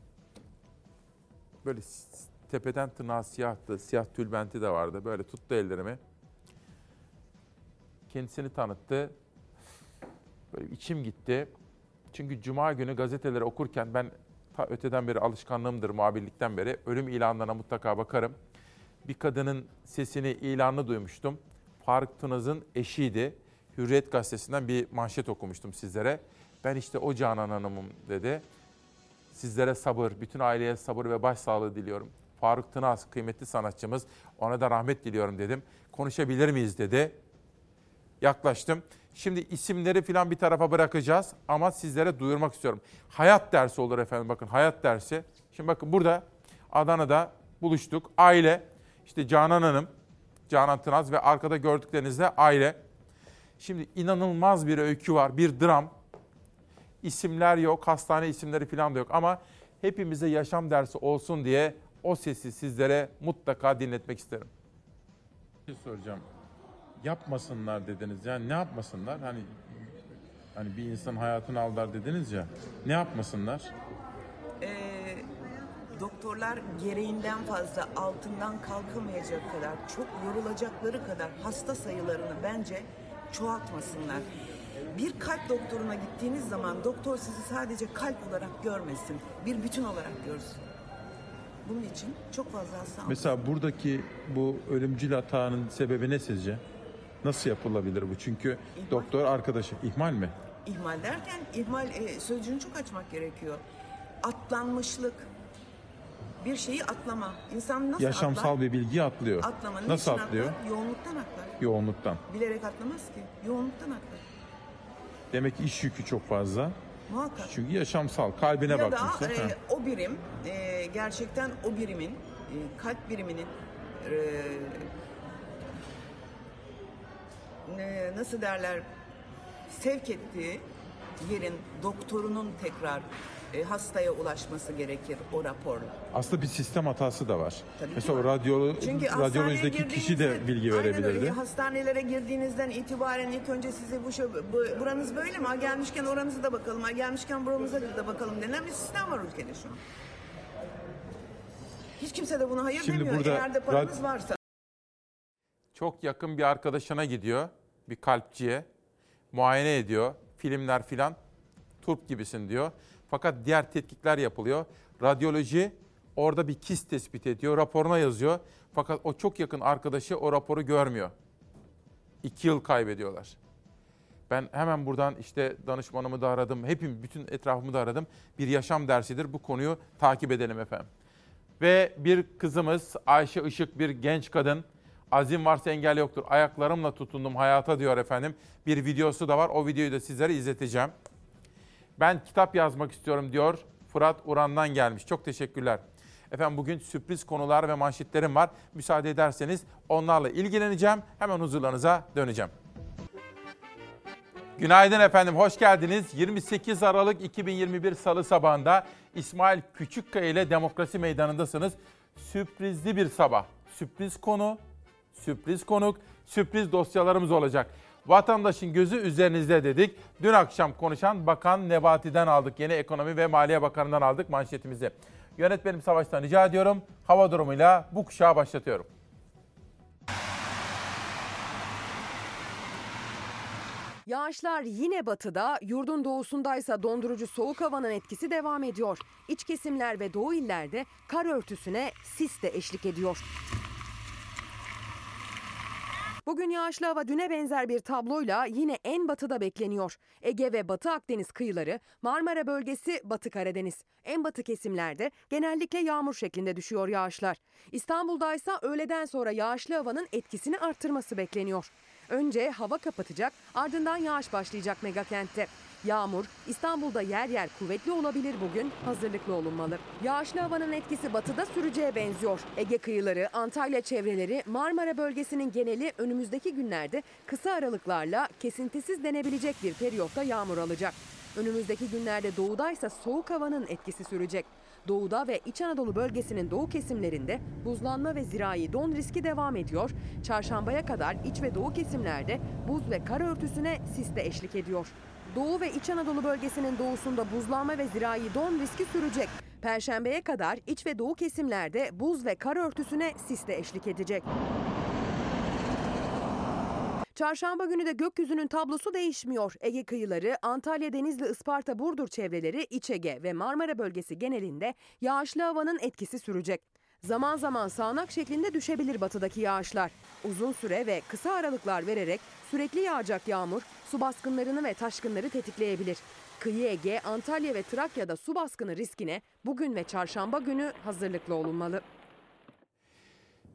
tepeden tırnağı siyahtı. Siyah tülbenti de vardı. Böyle tuttu ellerimi. Kendisini tanıttı. Böyle içim gitti. Çünkü Cuma günü gazeteleri okurken ben ta öteden beri alışkanlığımdır muhabirlikten beri. Ölüm ilanlarına mutlaka bakarım. Bir kadının sesini, ilanını duymuştum. Faruk Tınaz'ın eşiydi. Hürriyet gazetesinden bir manşet okumuştum sizlere. Ben işte o Canan Hanım'ım dedi. Sizlere sabır, bütün aileye sabır ve başsağlığı diliyorum. Faruk Tınaz kıymetli sanatçımız. Ona da rahmet diliyorum dedim. Konuşabilir miyiz dedi. Yaklaştım. Şimdi isimleri falan bir tarafa bırakacağız ama sizlere duyurmak istiyorum. Hayat dersi olur efendim, bakın hayat dersi. Şimdi bakın burada Adana'da buluştuk. Aile, işte Canan Hanım, Canan Tınaz ve arkada gördüklerinizde aile. Şimdi inanılmaz bir öykü var, bir dram. İsimler yok, hastane isimleri falan da yok ama hepimize yaşam dersi olsun diye o sesi sizlere mutlaka dinletmek isterim. Bir şey soracağım. Yapmasınlar dediniz. Yani ne yapmasınlar? Hani bir insan hayatını aldılar dediniz ya. Ne yapmasınlar? Doktorlar gereğinden fazla altından kalkamayacak kadar, çok yorulacakları kadar hasta sayılarını bence çoğaltmasınlar. Bir kalp doktoruna gittiğiniz zaman doktor sizi sadece kalp olarak görmesin, bir bütün olarak görsün. Bunun için çok fazla hasta. Mesela buradaki bu ölümcül hatanın sebebi ne sizce? Nasıl yapılabilir bu? Çünkü İhmal. Doktor arkadaşı. İhmal mi? İhmal derken sözcüğünü çok açmak gerekiyor. Atlanmışlık. Bir şeyi atlama. İnsan nasıl yaşamsal atlar? Bir bilgiyi atlıyor. Atlamanın nasıl atlıyor? Atlar? Yoğunluktan atlar. Yoğunluktan. Bilerek atlamaz ki. Yoğunluktan atlar. Demek ki iş yükü çok fazla. Muhakkak. Çünkü yaşamsal. Kalbine bakmışsın. Ya da o birim gerçekten o birimin kalp biriminin nasıl derler sevk ettiği yerin doktorunun tekrar hastaya ulaşması gerekir o raporla. Aslında bir sistem hatası da var. Tabii mesela radyolojideki kişi de bilgi verebilirdi. Öyle. Hastanelere girdiğinizden itibaren ilk önce size buranız böyle mi? Ha, gelmişken oranızı da bakalım. Ha, gelmişken buramıza da bakalım denen bir sistem var ülkede şu an. Hiç kimse de buna hayır demiyor. Burada eğer de paranız varsa. Çok yakın bir arkadaşına gidiyor. Bir kalpçiye. Muayene ediyor. Filmler filan. Turp gibisin diyor. Fakat diğer tetkikler yapılıyor. Radyoloji orada bir kist tespit ediyor. Raporuna yazıyor. Fakat o çok yakın arkadaşı o raporu görmüyor. 2 yıl kaybediyorlar. Ben hemen buradan işte danışmanımı da aradım. Bütün etrafımı da aradım. Bir yaşam dersidir. Bu konuyu takip edelim efendim. Ve bir kızımız Ayşe Işık, bir genç kadın. Azim varsa engel yoktur. Ayaklarımla tutundum hayata diyor efendim. Bir videosu da var. O videoyu da sizlere izleteceğim. Ben kitap yazmak istiyorum diyor. Fırat Uran'dan gelmiş. Çok teşekkürler. Efendim bugün sürpriz konular ve manşetlerim var. Müsaade ederseniz onlarla ilgileneceğim. Hemen huzurlarınıza döneceğim. Günaydın efendim, hoş geldiniz. 28 Aralık 2021 Salı sabahında İsmail Küçükkaya ile Demokrasi Meydanı'ndasınız. Sürprizli bir sabah. Sürpriz konu, sürpriz konuk, sürpriz dosyalarımız olacak. Vatandaşın gözü üzerinizde dedik. Dün akşam konuşan Bakan Nebati'den aldık. Yeni Ekonomi ve Maliye Bakanı'ndan aldık manşetimizi. Yönetmenim Savaş'tan rica ediyorum. Hava durumuyla bu kuşağı başlatıyorum. Yağışlar yine batıda, yurdun doğusundaysa dondurucu soğuk havanın etkisi devam ediyor. İç kesimler ve doğu illerde kar örtüsüne sis de eşlik ediyor. Bugün yağışlı hava düne benzer bir tabloyla yine en batıda bekleniyor. Ege ve Batı Akdeniz kıyıları, Marmara bölgesi, Batı Karadeniz. En batı kesimlerde genellikle yağmur şeklinde düşüyor yağışlar. İstanbul'da ise öğleden sonra yağışlı havanın etkisini arttırması bekleniyor. Önce hava kapatacak, ardından yağış başlayacak megakentte. Yağmur İstanbul'da yer yer kuvvetli olabilir bugün, hazırlıklı olunmalı. Yağışlı havanın etkisi batıda süreceğe benziyor. Ege kıyıları, Antalya çevreleri, Marmara bölgesinin geneli önümüzdeki günlerde kısa aralıklarla kesintisiz denebilecek bir periyotta yağmur alacak. Önümüzdeki günlerde doğudaysa soğuk havanın etkisi sürecek. Doğuda ve İç Anadolu bölgesinin doğu kesimlerinde buzlanma ve zirai don riski devam ediyor. Çarşambaya kadar iç ve doğu kesimlerde buz ve kar örtüsüne sis de eşlik ediyor. Doğu ve İç Anadolu bölgesinin doğusunda buzlanma ve zirai don riski sürecek. Perşembeye kadar iç ve doğu kesimlerde buz ve kar örtüsüne sis de eşlik edecek. Çarşamba günü de gökyüzünün tablosu değişmiyor. Ege kıyıları, Antalya, Denizli, Isparta, Burdur çevreleri, İç Ege ve Marmara bölgesi genelinde yağışlı havanın etkisi sürecek. Zaman zaman sağanak şeklinde düşebilir batıdaki yağışlar. Uzun süre ve kısa aralıklar vererek sürekli yağacak yağmur su baskınlarını ve taşkınları tetikleyebilir. Kıyı Ege, Antalya ve Trakya'da su baskını riskine bugün ve çarşamba günü hazırlıklı olunmalı.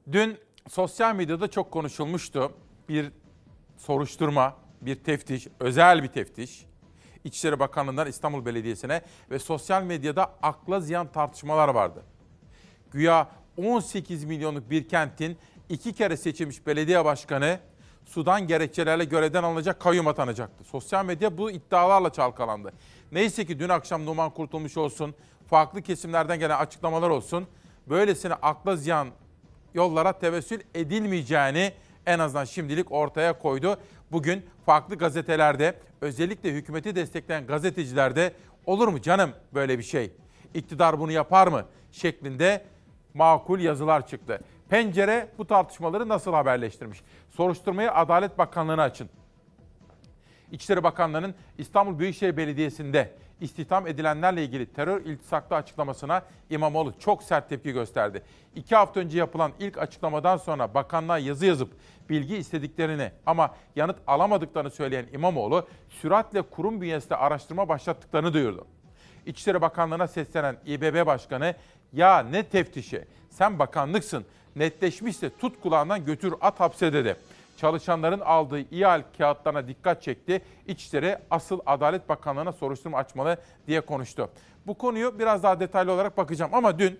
Dün sosyal medyada çok konuşulmuştu. Bir soruşturma, bir teftiş, özel bir teftiş. İçişleri Bakanlığı'ndan İstanbul Belediyesi'ne ve sosyal medyada akla ziyan tartışmalar vardı. Güya 18 milyonluk bir kentin 2 kere seçilmiş belediye başkanı sudan gerekçelerle görevden alınacak, kayyum atanacaktı. Sosyal medya bu iddialarla çalkalandı. Neyse ki dün akşam Numan Kurtulmuş olsun, farklı kesimlerden gelen açıklamalar olsun, böylesine akla ziyan yollara tevessül edilmeyeceğini en azından şimdilik ortaya koydu. Bugün farklı gazetelerde, özellikle hükümeti destekleyen gazetecilerde olur mu canım böyle bir şey? İktidar bunu yapar mı? Şeklinde makul yazılar çıktı. Pencere bu tartışmaları nasıl haberleştirmiş? Soruşturmayı Adalet Bakanlığı'na açın. İçişleri Bakanlığı'nın İstanbul Büyükşehir Belediyesi'nde istihdam edilenlerle ilgili terör iltisaklı açıklamasına İmamoğlu çok sert tepki gösterdi. 2 hafta önce yapılan ilk açıklamadan sonra bakanlığa yazı yazıp bilgi istediklerini ama yanıt alamadıklarını söyleyen İmamoğlu, süratle kurum bünyesinde araştırma başlattıklarını duyurdu. İçişleri Bakanlığı'na seslenen İBB Başkanı, "Ya ne teftişi, sen bakanlıksın, netleşmişse tut kulağından götür at hapse" dedi. Çalışanların aldığı ihale kağıtlarına dikkat çekti. İçişleri asıl Adalet Bakanlığı'na soruşturma açmalı diye konuştu. Bu konuyu biraz daha detaylı olarak bakacağım ama dün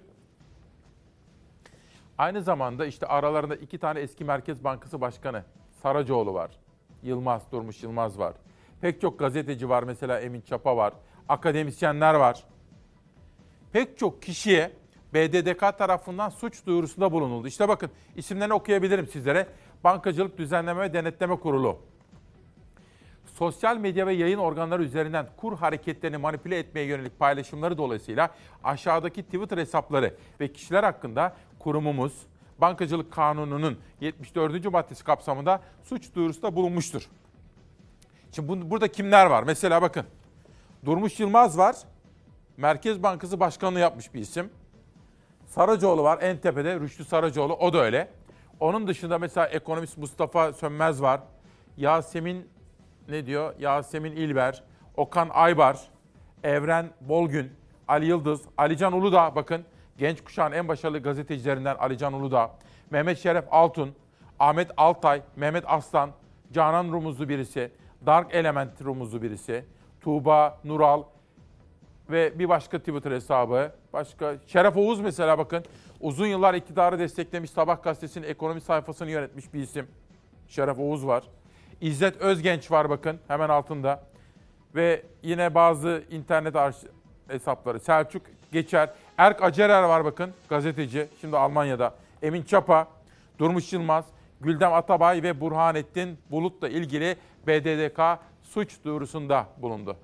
aynı zamanda işte aralarında 2 tane eski Merkez Bankası Başkanı Saracoğlu var. Durmuş Yılmaz var. Pek çok gazeteci var, mesela Emin Çapa var. Akademisyenler var. Pek çok kişiye BDDK tarafından suç duyurusunda bulunuldu. İşte bakın, isimlerini okuyabilirim sizlere. Bankacılık Düzenleme ve Denetleme Kurulu. Sosyal medya ve yayın organları üzerinden kur hareketlerini manipüle etmeye yönelik paylaşımları dolayısıyla aşağıdaki Twitter hesapları ve kişiler hakkında kurumumuz Bankacılık Kanunu'nun 74. maddesi kapsamında suç duyurusunda bulunmuştur. Şimdi burada kimler var? Mesela bakın, Durmuş Yılmaz var. Merkez Bankası Başkanlığı yapmış bir isim. Saracoğlu var en tepede, Rüştü Saracoğlu, o da öyle. Onun dışında mesela ekonomist Mustafa Sönmez var. Yasemin İlber, Okan Aybar, Evren Bolgün, Ali Yıldız, Alican Uludağ, bakın genç kuşağın en başarılı gazetecilerinden Alican Uludağ, Mehmet Şeref Altun, Ahmet Altay, Mehmet Aslan, Canan Rumuzlu birisi, Dark Element Rumuzlu birisi, Tuğba Nural ve bir başka Twitter hesabı, başka Şeref Oğuz mesela, bakın uzun yıllar iktidarı desteklemiş, Sabah gazetesinin ekonomi sayfasını yönetmiş bir isim. Şeref Oğuz var. İzzet Özgenç var bakın hemen altında. Ve yine bazı internet hesapları. Selçuk Geçer. Erk Acerer var bakın, gazeteci. Şimdi Almanya'da. Emin Çapa, Durmuş Yılmaz, Güldem Atabay ve Burhanettin Bulut'la ilgili BDDK suç duyurusunda bulundu.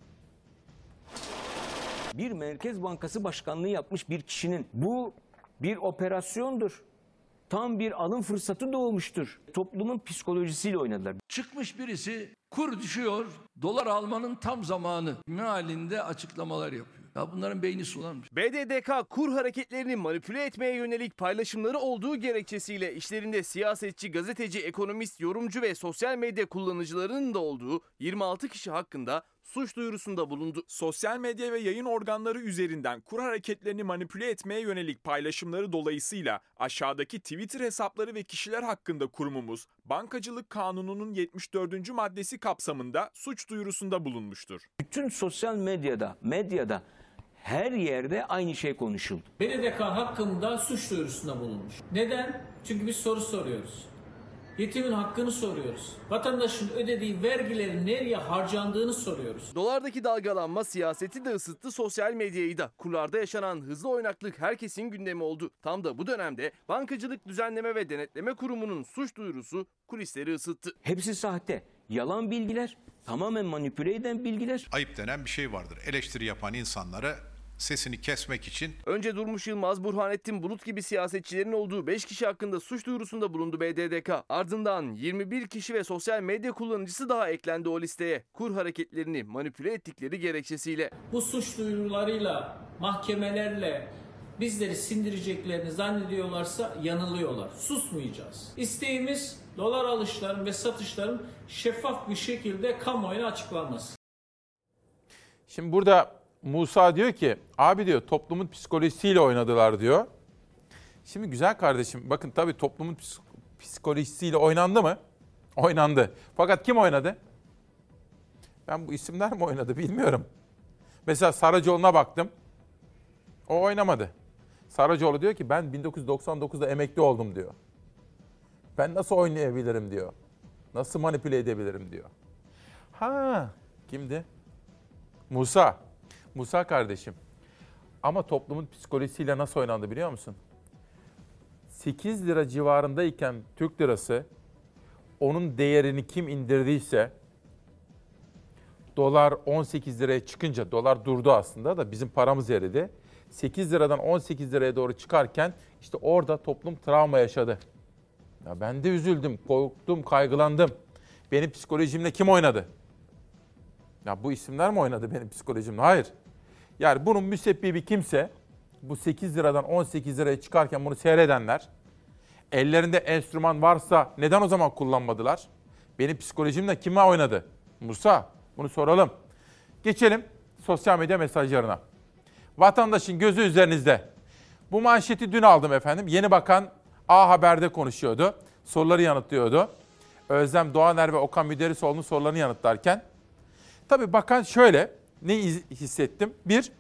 Bir Merkez Bankası Başkanlığı yapmış bir kişinin bu bir operasyondur. Tam bir alım fırsatı doğmuştur. Toplumun psikolojisiyle oynadılar. Çıkmış birisi, kur düşüyor, dolar almanın tam zamanı mealinde açıklamalar yapıyor. Ya bunların beyni sulanmış. BDDK kur hareketlerini manipüle etmeye yönelik paylaşımları olduğu gerekçesiyle işlerinde siyasetçi, gazeteci, ekonomist, yorumcu ve sosyal medya kullanıcılarının da olduğu 26 kişi hakkında suç duyurusunda bulundu. Sosyal medya ve yayın organları üzerinden kur hareketlerini manipüle etmeye yönelik paylaşımları dolayısıyla aşağıdaki Twitter hesapları ve kişiler hakkında kurumumuz Bankacılık Kanunu'nun 74. maddesi kapsamında suç duyurusunda bulunmuştur. Bütün sosyal medyada her yerde aynı şey konuşuldu. BDDK hakkında suç duyurusunda bulunmuş. Neden? Çünkü biz soru soruyoruz. Yetimin hakkını soruyoruz. Vatandaşın ödediği vergilerin nereye harcandığını soruyoruz. Dolardaki dalgalanma siyaseti de ısıttı, sosyal medyayı da. Kurlarda yaşanan hızlı oynaklık herkesin gündemi oldu. Tam da bu dönemde Bankacılık Düzenleme ve Denetleme Kurumu'nun suç duyurusu kulisleri ısıttı. Hepsi sahte, yalan bilgiler, tamamen manipüle eden bilgiler. Ayıp denen bir şey vardır. Eleştiri yapan insanlara sesini kesmek için. Önce Durmuş Yılmaz, Burhanettin Bulut gibi siyasetçilerin olduğu 5 kişi hakkında suç duyurusunda bulundu BDDK. Ardından 21 kişi ve sosyal medya kullanıcısı daha eklendi o listeye. Kur hareketlerini manipüle ettikleri gerekçesiyle. Bu suç duyurularıyla, mahkemelerle bizleri sindireceklerini zannediyorlarsa yanılıyorlar. Susmayacağız. İsteğimiz dolar alışların ve satışların şeffaf bir şekilde kamuoyuna açıklanması. Şimdi burada Musa diyor ki, abi diyor toplumun psikolojisiyle oynadılar diyor. Şimdi güzel kardeşim, bakın tabii toplumun psikolojisiyle oynandı mı? Oynandı. Fakat kim oynadı? Ben bu isimler mi oynadı bilmiyorum. Mesela Saracoğlu'na baktım. O oynamadı. Saracoğlu diyor ki ben 1999'da emekli oldum diyor. Ben nasıl oynayabilirim diyor. Nasıl manipüle edebilirim diyor. Kimdi? Musa. Musa kardeşim. Ama toplumun psikolojisiyle nasıl oynandı biliyor musun? 8 lira civarındayken Türk lirası, onun değerini kim indirdiyse, dolar 18 liraya çıkınca, dolar durdu aslında da bizim paramız eridi. 8 liradan 18 liraya doğru çıkarken işte orada toplum travma yaşadı. Ya ben de üzüldüm, korktum, kaygılandım. Benim psikolojimle kim oynadı? Ya bu isimler mi oynadı benim psikolojimle? Hayır. Yani bunun müsebbibi kimse, bu 8 liradan 18 liraya çıkarken bunu seyredenler, ellerinde enstrüman varsa neden o zaman kullanmadılar? Benim psikolojimle kime oynadı? Musa, bunu soralım. Geçelim sosyal medya mesajlarına. Vatandaşın gözü üzerinizde. Bu manşeti dün aldım efendim. Yeni Bakan A Haber'de konuşuyordu. Soruları yanıtlıyordu. Özlem Doğaner ve Okan Müderrisoğlu'nun sorularını yanıtlarken. Tabii bakan şöyle, ne hissettim? Bir,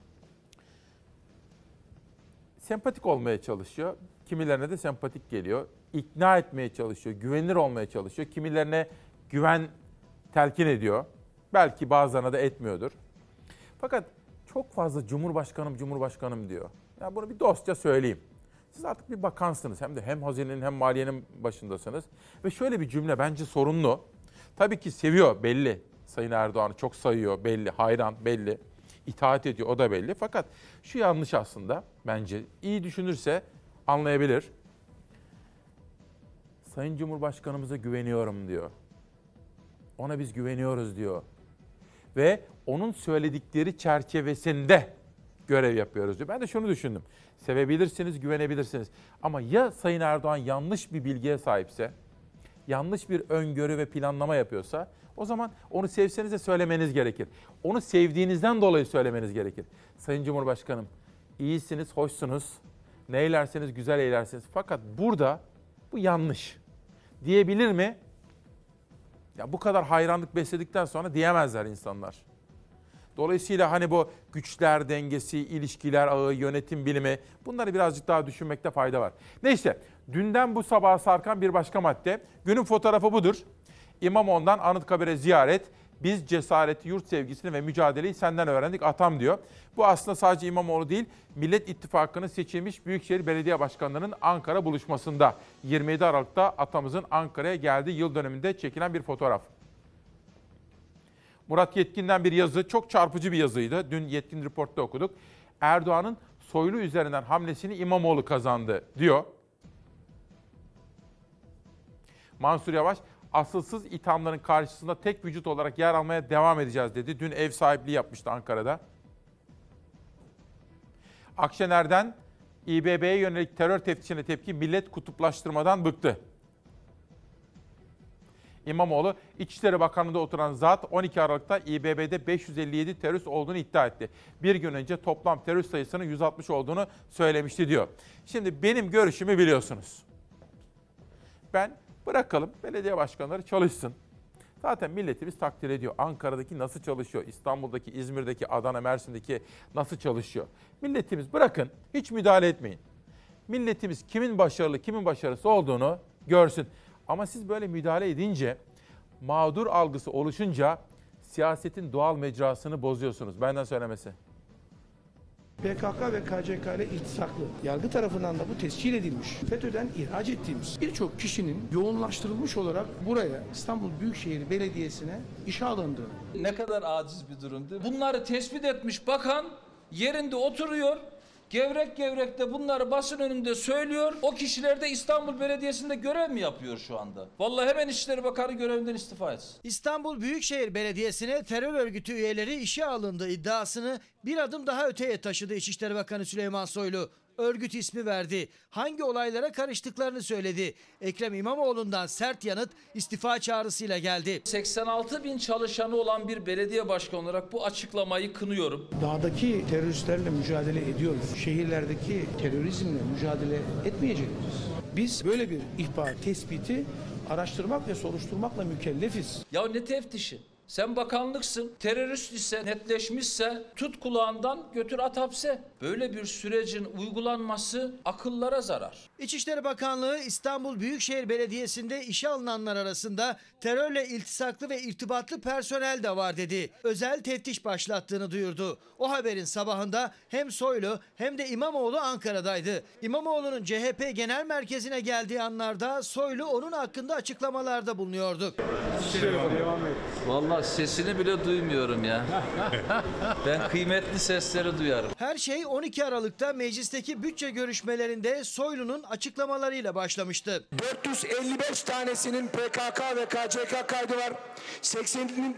sempatik olmaya çalışıyor. Kimilerine de sempatik geliyor. İkna etmeye çalışıyor, güvenilir olmaya çalışıyor. Kimilerine güven telkin ediyor. Belki bazılarına da etmiyordur. Fakat çok fazla Cumhurbaşkanım diyor. Ya bunu bir dostça söyleyeyim. Siz artık bir bakansınız. Hem hazinenin hem maliyenin başındasınız. Ve şöyle bir cümle bence sorunlu. Tabii ki seviyor belli. Sayın Erdoğan'ı çok sayıyor belli. Hayran belli. İtaat ediyor o da belli. Fakat şu yanlış aslında bence. İyi düşünürse anlayabilir. Sayın Cumhurbaşkanımıza güveniyorum diyor. Ona biz güveniyoruz diyor. Ve onun söyledikleri çerçevesinde görev yapıyoruz diyor. Ben de şunu düşündüm. Sevebilirsiniz, güvenebilirsiniz. Ama ya Sayın Erdoğan yanlış bir bilgiye sahipse, yanlış bir öngörü ve planlama yapıyorsa, o zaman onu sevseniz de söylemeniz gerekir. Onu sevdiğinizden dolayı söylemeniz gerekir. Sayın Cumhurbaşkanım, iyisiniz, hoşsunuz, ne eylerseniz güzel eylersiniz. Fakat burada bu yanlış diyebilir mi? Ya bu kadar hayranlık besledikten sonra diyemezler insanlar. Dolayısıyla hani bu güçler dengesi, ilişkiler ağı, yönetim bilimi, bunları birazcık daha düşünmekte fayda var. Neyse, dünden bu sabaha sarkan bir başka madde. Günün fotoğrafı budur. İmamoğlu'ndan Anıtkabir'e ziyaret. Biz cesareti, yurt sevgisini ve mücadeleyi senden öğrendik atam diyor. Bu aslında sadece İmamoğlu değil, Millet İttifakı'nın seçilmiş Büyükşehir Belediye Başkanlarının Ankara buluşmasında 27 Aralık'ta atamızın Ankara'ya geldiği yıl dönümünde çekilen bir fotoğraf. Murat Yetkin'den bir yazı, çok çarpıcı bir yazıydı. Dün Yetkin Report'ta okuduk. Erdoğan'ın Soylu üzerinden hamlesini İmamoğlu kazandı diyor. Mansur Yavaş, asılsız ithamların karşısında tek vücut olarak yer almaya devam edeceğiz dedi. Dün ev sahipliği yapmıştı Ankara'da. Akşener'den İBB'ye yönelik terör teftişine tepki, millet kutuplaştırmadan bıktı. İmamoğlu, İçişleri Bakanlığı'nda oturan zat 12 Aralık'ta İBB'de 557 terörist olduğunu iddia etti. Bir gün önce toplam terörist sayısının 160 olduğunu söylemişti diyor. Şimdi benim görüşümü biliyorsunuz. Ben bırakalım belediye başkanları çalışsın. Zaten milletimiz takdir ediyor. Ankara'daki nasıl çalışıyor, İstanbul'daki, İzmir'deki, Adana, Mersin'deki nasıl çalışıyor. Milletimiz bırakın, hiç müdahale etmeyin. Milletimiz kimin başarılı, kimin başarısız olduğunu görsün. Ama siz böyle müdahale edince, mağdur algısı oluşunca siyasetin doğal mecrasını bozuyorsunuz. Benden söylemesi. PKK ve KCK ile iltisaklı. Yargı tarafından da bu tescil edilmiş. FETÖ'den ihraç ettiğimiz birçok kişinin yoğunlaştırılmış olarak buraya İstanbul Büyükşehir Belediyesi'ne işe alındı. Ne kadar aciz bir durumdu. Bunları tespit etmiş bakan yerinde oturuyor. Gevrek gevrek de bunları basın önünde söylüyor. O kişiler de İstanbul Belediyesi'nde görev mi yapıyor şu anda? Vallahi hemen İçişleri Bakanı görevinden istifa etsin. İstanbul Büyükşehir Belediyesi'ne terör örgütü üyeleri işe alındığı iddiasını bir adım daha öteye taşıdı İçişleri Bakanı Süleyman Soylu. örgüt ismi verdi. Hangi olaylara karıştıklarını söyledi. Ekrem İmamoğlu'ndan sert yanıt istifa çağrısıyla geldi. 86 bin çalışanı olan bir belediye başkanı olarak bu açıklamayı kınıyorum. Dağdaki teröristlerle mücadele ediyoruz. Şehirlerdeki terörizmle mücadele etmeyecek miyiz? Biz böyle bir ihbar tespiti araştırmak ve soruşturmakla mükellefiz. Ya ne teftişi? Sen bakanlıksın. Terörist ise, netleşmişse tut kulağından götür at hapse. Böyle bir sürecin uygulanması akıllara zarar. İçişleri Bakanlığı İstanbul Büyükşehir Belediyesi'nde işe alınanlar arasında terörle iltisaklı ve irtibatlı personel de var dedi. Özel teftiş başlattığını duyurdu. O haberin sabahında hem Soylu hem de İmamoğlu Ankara'daydı. İmamoğlu'nun CHP Genel Merkezi'ne geldiği anlarda Soylu onun hakkında açıklamalarda bulunuyordu. Vallahi sesini bile duymuyorum ya. Ben kıymetli sesleri duyarım. Her şey 12 Aralık'ta meclisteki bütçe görüşmelerinde Soylu'nun açıklamalarıyla başlamıştı. 455 tanesinin PKK ve KCK kaydı var. 80'inin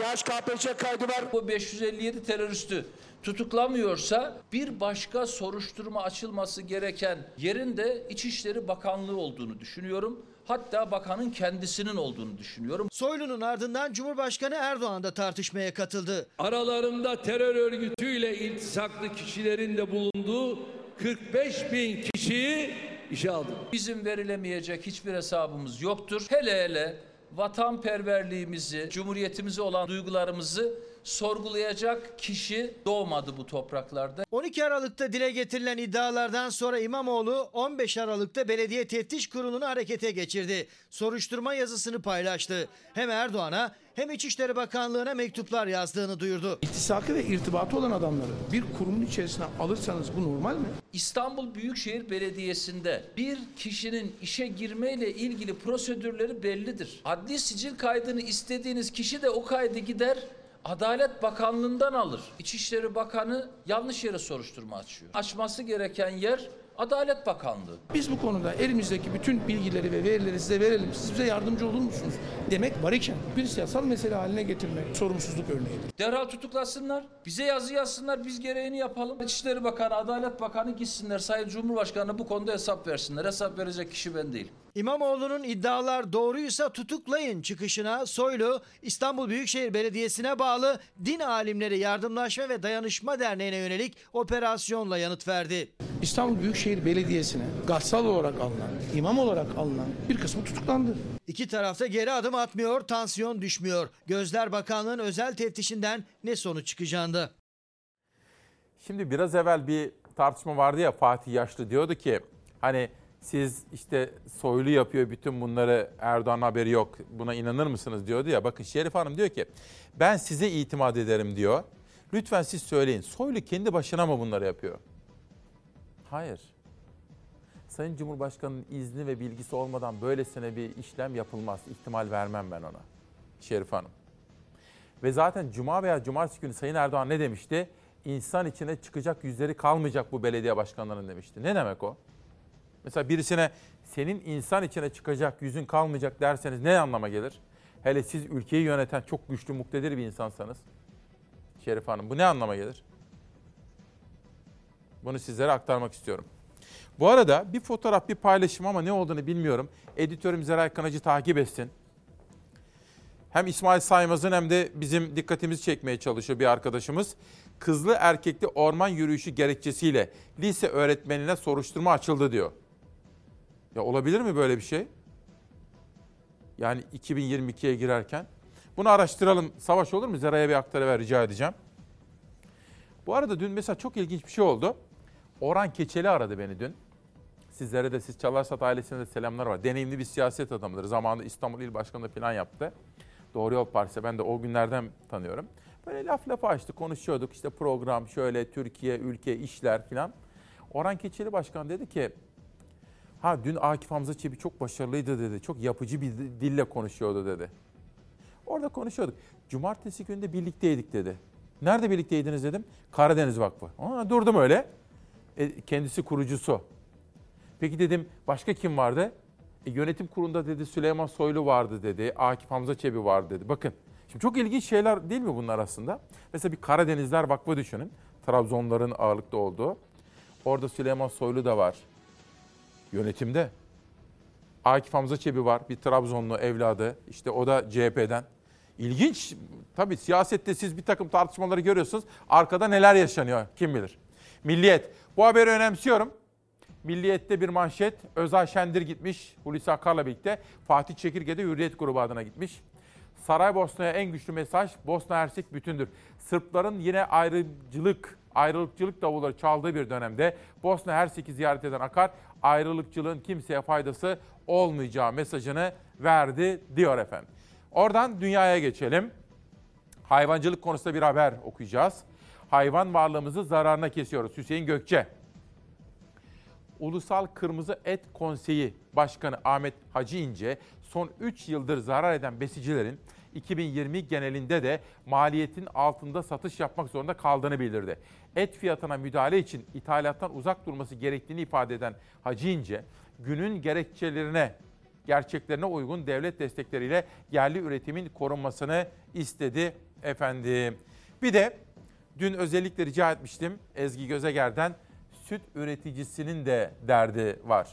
DHKPC kaydı var. Bu 557 teröristi tutuklamıyorsa bir başka soruşturma açılması gereken yerin de İçişleri Bakanlığı olduğunu düşünüyorum. Hatta bakanın kendisinin olduğunu düşünüyorum. Soylu'nun ardından Cumhurbaşkanı Erdoğan da tartışmaya katıldı. Aralarında terör örgütüyle iltisaklı kişilerin de bulunduğu 45 bin kişiyi işe aldı. Bizim verilemeyecek hiçbir hesabımız yoktur. Hele hele vatanperverliğimizi, cumhuriyetimize olan duygularımızı sorgulayacak kişi doğmadı bu topraklarda. 12 Aralık'ta dile getirilen iddialardan sonra İmamoğlu 15 Aralık'ta Belediye Teftiş Kurulu'nu harekete geçirdi. Soruşturma yazısını paylaştı. Hem Erdoğan'a hem İçişleri Bakanlığı'na mektuplar yazdığını duyurdu. İttisakı ve irtibatı olan adamları bir kurumun içerisine alırsanız bu normal mi? İstanbul Büyükşehir Belediyesi'nde bir kişinin işe girmeyle ilgili prosedürleri bellidir. Adli sicil kaydını istediğiniz kişi de o kaydı gider Adalet Bakanlığı'ndan alır. İçişleri Bakanı yanlış yere soruşturma açıyor. Açması gereken yer Adalet Bakanlığı. Biz bu konuda elimizdeki bütün bilgileri ve verileri size verelim. Siz bize yardımcı olur musunuz? Demek var iken bir siyasal mesele haline getirmek sorumsuzluk örneğidir. Derhal tutuklasınlar. Bize yazı yazsınlar. Biz gereğini yapalım. İçişleri Bakanı, Adalet Bakanı gitsinler. Sayın Cumhurbaşkanı bu konuda hesap versinler. Hesap verecek kişi ben değilim. İmamoğlu'nun iddialar doğruysa tutuklayın çıkışına Soylu, İstanbul Büyükşehir Belediyesi'ne bağlı Din Alimleri Yardımlaşma ve Dayanışma Derneği'ne yönelik operasyonla yanıt verdi. İstanbul Büyükşehir Belediyesi'ne gassal olarak alınan, imam olarak alınan bir kısmı tutuklandı. İki tarafta geri adım atmıyor, tansiyon düşmüyor. Gözler bakanlığın özel teftişinden ne sonuç çıkacağında. Şimdi biraz evvel bir tartışma vardı ya, Fatih Yaşlı diyordu ki hani siz işte Soylu yapıyor bütün bunları, Erdoğan haberi yok, buna inanır mısınız diyordu ya. Bakın Şerif Hanım diyor ki ben size itimat ederim diyor. Lütfen siz söyleyin, Soylu kendi başına mı bunları yapıyor? Hayır. Sayın Cumhurbaşkanı'nın izni ve bilgisi olmadan böylesine bir işlem yapılmaz. İhtimal vermem ben ona. Şerif Hanım. Ve zaten Cuma veya Cumartesi günü Sayın Erdoğan ne demişti? İnsan içine çıkacak yüzleri kalmayacak bu belediye başkanlarının demişti. Ne demek o? Mesela birisine senin insan içine çıkacak yüzün kalmayacak derseniz ne anlama gelir? Hele siz ülkeyi yöneten çok güçlü, muktedir bir insansanız. Şerif Hanım, bu ne anlama gelir? Bunu sizlere aktarmak istiyorum. Bu arada bir fotoğraf, bir paylaşım ama ne olduğunu bilmiyorum. Editörüm Zeray Kınacı takip etsin. Hem İsmail Saymaz'ın hem de bizim dikkatimizi çekmeye çalışıyor bir arkadaşımız. Kızlı erkekli orman yürüyüşü gerekçesiyle lise öğretmenine soruşturma açıldı diyor. Ya olabilir mi böyle bir şey? Yani 2022'ye girerken. Bunu araştıralım. Savaş olur mu? Zeray'a bir aktarıver rica edeceğim. Bu arada dün mesela çok ilginç bir şey oldu. Orhan Keçeli aradı beni dün. Sizlere de, siz Çalarsat ailesine de selamlar var. Deneyimli bir siyaset adamıdır. Zamanında İstanbul İl Başkanı'nda falan yaptı. Doğru Yol Partisi, ben de o günlerden tanıyorum. Böyle laf lafa açtık, konuşuyorduk. İşte program şöyle, Türkiye, ülke, işler falan. Orhan Keçeli Başkan dedi ki, dün Akif Hamza Çebi çok başarılıydı dedi. Çok yapıcı bir dille konuşuyordu dedi. Orada konuşuyorduk. Cumartesi günü de birlikteydik dedi. Nerede birlikteydiniz dedim. Karadeniz Vakfı. Durdum öyle. Kendisi kurucusu. Peki dedim başka kim vardı? Yönetim kurulunda dedi Süleyman Soylu vardı dedi. Akif Hamza Çebi vardı dedi. Bakın şimdi çok ilginç şeyler değil mi bunlar aslında? Mesela bir Karadenizler Vakfı düşünün. Trabzonların ağırlıkta olduğu. Orada Süleyman Soylu da var. Yönetimde. Akif Hamza Çebi var. Bir Trabzonlu evladı. İşte o da CHP'den. İlginç. Tabii siyasette siz bir takım tartışmaları görüyorsunuz. Arkada neler yaşanıyor kim bilir. Milliyet. Bu haberi önemsiyorum. Milliyet'te bir manşet. Özay Şendir gitmiş. Hulusi Akar'la birlikte. Fatih Çekirge'de Hürriyet grubu adına gitmiş. Saraybosna'ya en güçlü mesaj. Bosna Hersek bütündür. Sırpların yine ayrılıkçılık davulları çaldığı bir dönemde Bosna Hersek'i ziyaret eden Akar, ayrılıkçılığın kimseye faydası olmayacağı mesajını verdi diyor efendim. Oradan dünyaya geçelim. Hayvancılık konusunda bir haber okuyacağız. Hayvan varlığımızı zararına kesiyoruz. Hüseyin Gökçe. Ulusal Kırmızı Et Konseyi Başkanı Ahmet Hacı İnce, son 3 yıldır zarar eden besicilerin 2020 genelinde de maliyetin altında satış yapmak zorunda kaldığını bildirdi. Et fiyatına müdahale için ithalattan uzak durması gerektiğini ifade eden Hacı İnce, günün gerçeklerine uygun devlet destekleriyle yerli üretimin korunmasını istedi efendim. Bir de dün özellikle rica etmiştim Ezgi Gözeger'den, süt üreticisinin de derdi var.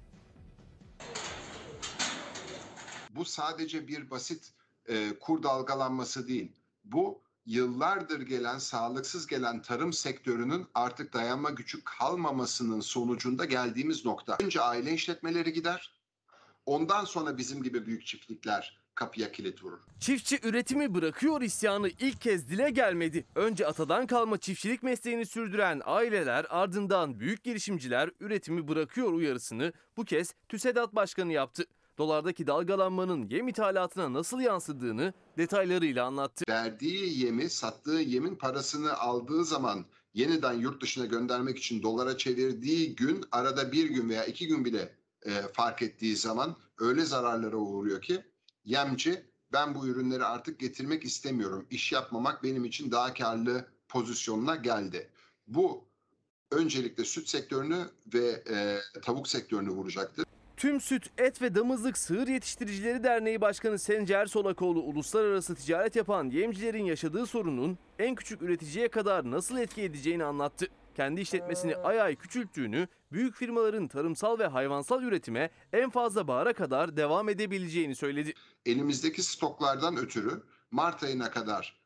Bu sadece bir basit kur dalgalanması değil. Bu yıllardır gelen, sağlıksız gelen tarım sektörünün artık dayanma gücü kalmamasının sonucunda geldiğimiz nokta. Önce aile işletmeleri gider, ondan sonra bizim gibi büyük çiftlikler kapıya kilit vurur. Çiftçi üretimi bırakıyor isyanı ilk kez dile gelmedi. Önce atadan kalma çiftçilik mesleğini sürdüren aileler, ardından büyük girişimciler üretimi bırakıyor uyarısını bu kez TÜSEDAT Başkanı yaptı. Dolardaki dalgalanmanın yem ithalatına nasıl yansıdığını detaylarıyla anlattı. Verdiği yemi, sattığı yemin parasını aldığı zaman yeniden yurt dışına göndermek için dolara çevirdiği gün, arada bir gün veya 2 gün bile fark ettiği zaman öyle zararlara uğruyor ki yemci, ben bu ürünleri artık getirmek istemiyorum. İş yapmamak benim için daha karlı pozisyonuna geldi. Bu öncelikle süt sektörünü ve tavuk sektörünü vuracaktır. Tüm Süt, Et ve Damızlık Sığır Yetiştiricileri Derneği Başkanı Sencer Solakoğlu, uluslararası ticaret yapan yemcilerin yaşadığı sorunun en küçük üreticiye kadar nasıl etki edeceğini anlattı. Kendi işletmesini ay ay küçülttüğünü, büyük firmaların tarımsal ve hayvansal üretime en fazla bahara kadar devam edebileceğini söyledi. Elimizdeki stoklardan ötürü Mart ayına kadar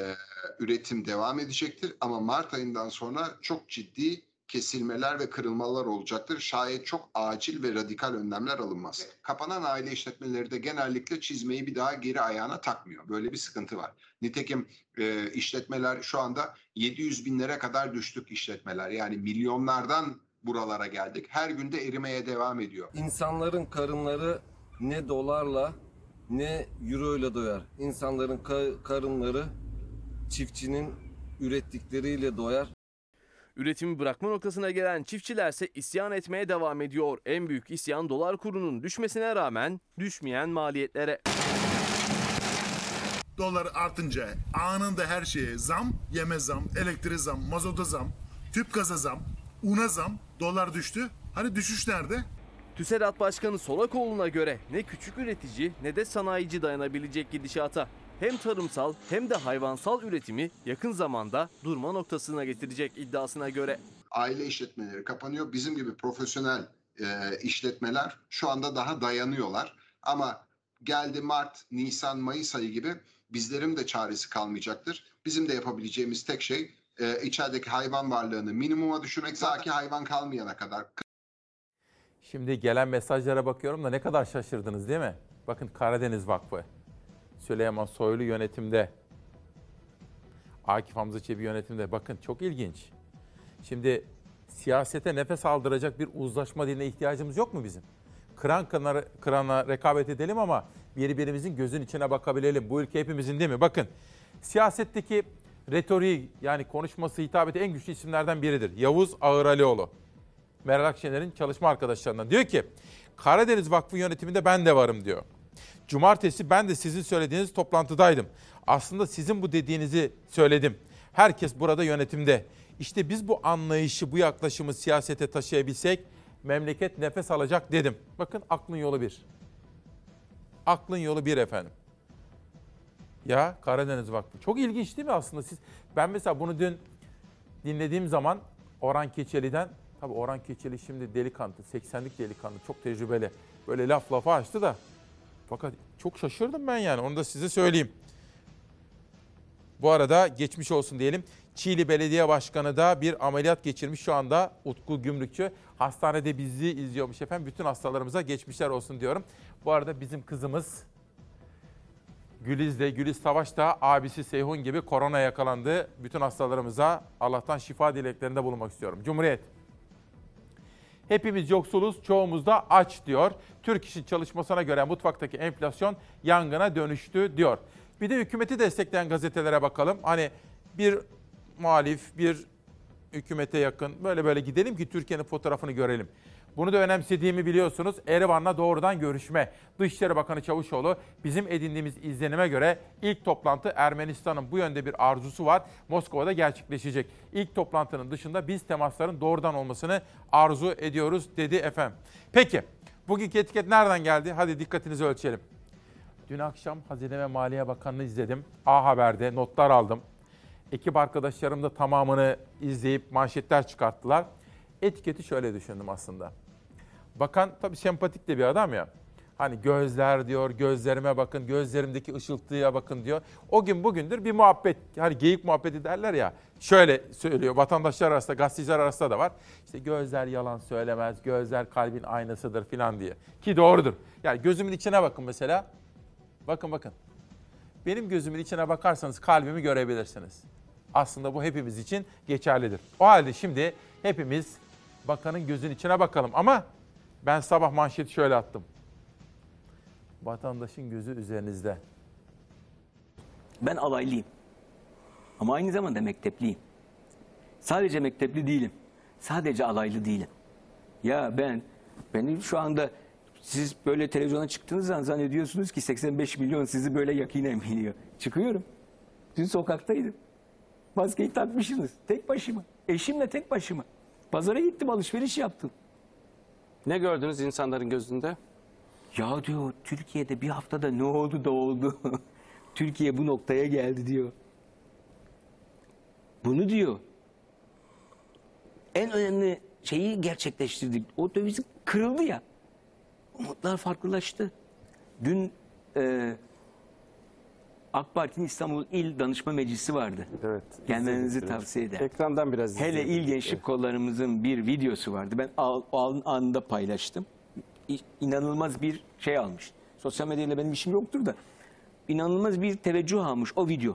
üretim devam edecektir. Ama Mart ayından sonra çok ciddi kesilmeler ve kırılmalar olacaktır. Şayet çok acil ve radikal önlemler alınmaz. Kapanan aile işletmeleri de genellikle çizmeyi bir daha geri ayağına takmıyor. Böyle bir sıkıntı var. Nitekim işletmeler şu anda 700 binlere kadar düştük işletmeler. Yani milyonlardan buralara geldik. Her günde erimeye devam ediyor. İnsanların karınları ne dolarla ne euroyla doyar. İnsanların karınları çiftçinin ürettikleriyle doyar. Üretimi bırakma noktasına gelen çiftçilerse isyan etmeye devam ediyor. En büyük isyan dolar kurunun düşmesine rağmen düşmeyen maliyetlere. Dolar artınca anında her şeye zam, yeme zam, elektriğe zam, mazota zam, tüp gaza zam, una zam, dolar düştü. Hani düşüş nerede? TÜSEDAT Başkanı Solakoğlu'na göre ne küçük üretici ne de sanayici dayanabilecek gidişata. Hem tarımsal hem de hayvansal üretimi yakın zamanda durma noktasına getirecek iddiasına göre. Aile işletmeleri kapanıyor. Bizim gibi profesyonel işletmeler şu anda daha dayanıyorlar. Ama geldi Mart, Nisan, Mayıs ayı gibi bizlerin de çaresi kalmayacaktır. Bizim de yapabileceğimiz tek şey içerideki hayvan varlığını minimuma düşürmek, zaki hayvan kalmayana kadar. Şimdi gelen mesajlara bakıyorum da ne kadar şaşırdınız değil mi? Bakın Karadeniz Vakfı, Süleyman Soylu yönetimde, Akif Hamza Çebi yönetimde. Bakın çok ilginç. Şimdi siyasete nefes aldıracak bir uzlaşma diline ihtiyacımız yok mu bizim? Kırana rekabet edelim ama birbirimizin gözün içine bakabilelim. Bu ülke hepimizin değil mi? Bakın siyasetteki retoriği, yani konuşması, hitabeti en güçlü isimlerden biridir. Yavuz Ağıralioğlu, Meral Akşener'in çalışma arkadaşlarından. Diyor ki Karadeniz Vakfı yönetiminde ben de varım diyor. Cumartesi ben de sizin söylediğiniz toplantıdaydım. Aslında sizin bu dediğinizi söyledim. Herkes burada yönetimde. İşte biz bu anlayışı, bu yaklaşımı siyasete taşıyabilsek memleket nefes alacak dedim. Bakın aklın yolu bir. Aklın yolu bir efendim. Ya Karadeniz Vakfı. Çok ilginç değil mi aslında? Ben mesela bunu dün dinlediğim zaman Orhan Keçeli'den Tabii Orhan Keçeli şimdi delikanlı, 80'lik delikanlı, çok tecrübeli. Böyle lafa açtı da. Fakat çok şaşırdım ben yani, onu da size söyleyeyim. Bu arada geçmiş olsun diyelim. Çiğli Belediye Başkanı da bir ameliyat geçirmiş şu anda, Utku Gümrükçü. Hastanede bizi izliyormuş efendim. Bütün hastalarımıza geçmişler olsun diyorum. Bu arada bizim kızımız Güliz Savaş da abisi Seyhun gibi korona yakalandı. Bütün hastalarımıza Allah'tan şifa dileklerinde bulunmak istiyorum. Cumhuriyet. Hepimiz yoksuluz, çoğumuz da aç diyor. Türk İş'in çalışmasına göre mutfaktaki enflasyon yangına dönüştü diyor. Bir de hükümeti destekleyen gazetelere bakalım. Hani bir muhalif, bir hükümete yakın, böyle gidelim ki Türkiye'nin fotoğrafını görelim. Bunu da önemsediğimi biliyorsunuz. Erivan'la doğrudan görüşme. Dışişleri Bakanı Çavuşoğlu, bizim edindiğimiz izlenime göre ilk toplantı Ermenistan'ın bu yönde bir arzusu var. Moskova'da gerçekleşecek. İlk toplantının dışında biz temasların doğrudan olmasını arzu ediyoruz dedi efendim. Peki, bugünkü etiket nereden geldi? Hadi dikkatinizi ölçelim. Dün akşam Hazine ve Maliye Bakanı'nı izledim. A Haber'de notlar aldım. Ekip arkadaşlarım da tamamını izleyip manşetler çıkarttılar. Etiketi şöyle düşündüm aslında. Bakan tabii sempatik de bir adam ya. Hani gözler diyor, gözlerime bakın, gözlerimdeki ışıltıya bakın diyor. O gün bugündür bir muhabbet, hani geyik muhabbeti derler ya. Şöyle söylüyor, vatandaşlar arasında, gazeteciler arasında da var. İşte gözler yalan söylemez, gözler kalbin aynasıdır falan diye. Ki doğrudur. Yani gözümün içine bakın mesela. Bakın. Benim gözümün içine bakarsanız kalbimi görebilirsiniz. Aslında bu hepimiz için geçerlidir. O halde şimdi hepimiz bakanın gözünün içine bakalım. Ama ben sabah manşeti şöyle attım. Vatandaşın gözü üzerinizde. Ben alaylıyım. Ama aynı zamanda mektepliyim. Sadece mektepli değilim. Sadece alaylı değilim. Ya beni şu anda siz böyle televizyona çıktığınız zaman zannediyorsunuz ki 85 milyon sizi böyle yakinen biliyor. Çıkıyorum. Dün sokaktaydım. Maskeyi takmışsınız. Tek başıma. Eşimle tek başıma. Pazara gittim, alışveriş yaptım. Ne gördünüz insanların gözünde? Ya diyor, Türkiye'de bir haftada ne oldu da oldu. Türkiye bu noktaya geldi diyor. Bunu diyor. En önemli şeyi gerçekleştirdik. O döviz kırıldı ya. Umutlar farklılaştı. Dün AK Parti'nin İstanbul İl Danışma Meclisi vardı. Evet. Gelmenizi tavsiye ederim. Ekrandan biraz Hele İl Gençlik Kollarımızın bir videosu vardı. Ben anında paylaştım. İnanılmaz bir şey almış. Sosyal medyayla benim işim yoktur da. İnanılmaz bir teveccüh almış o video.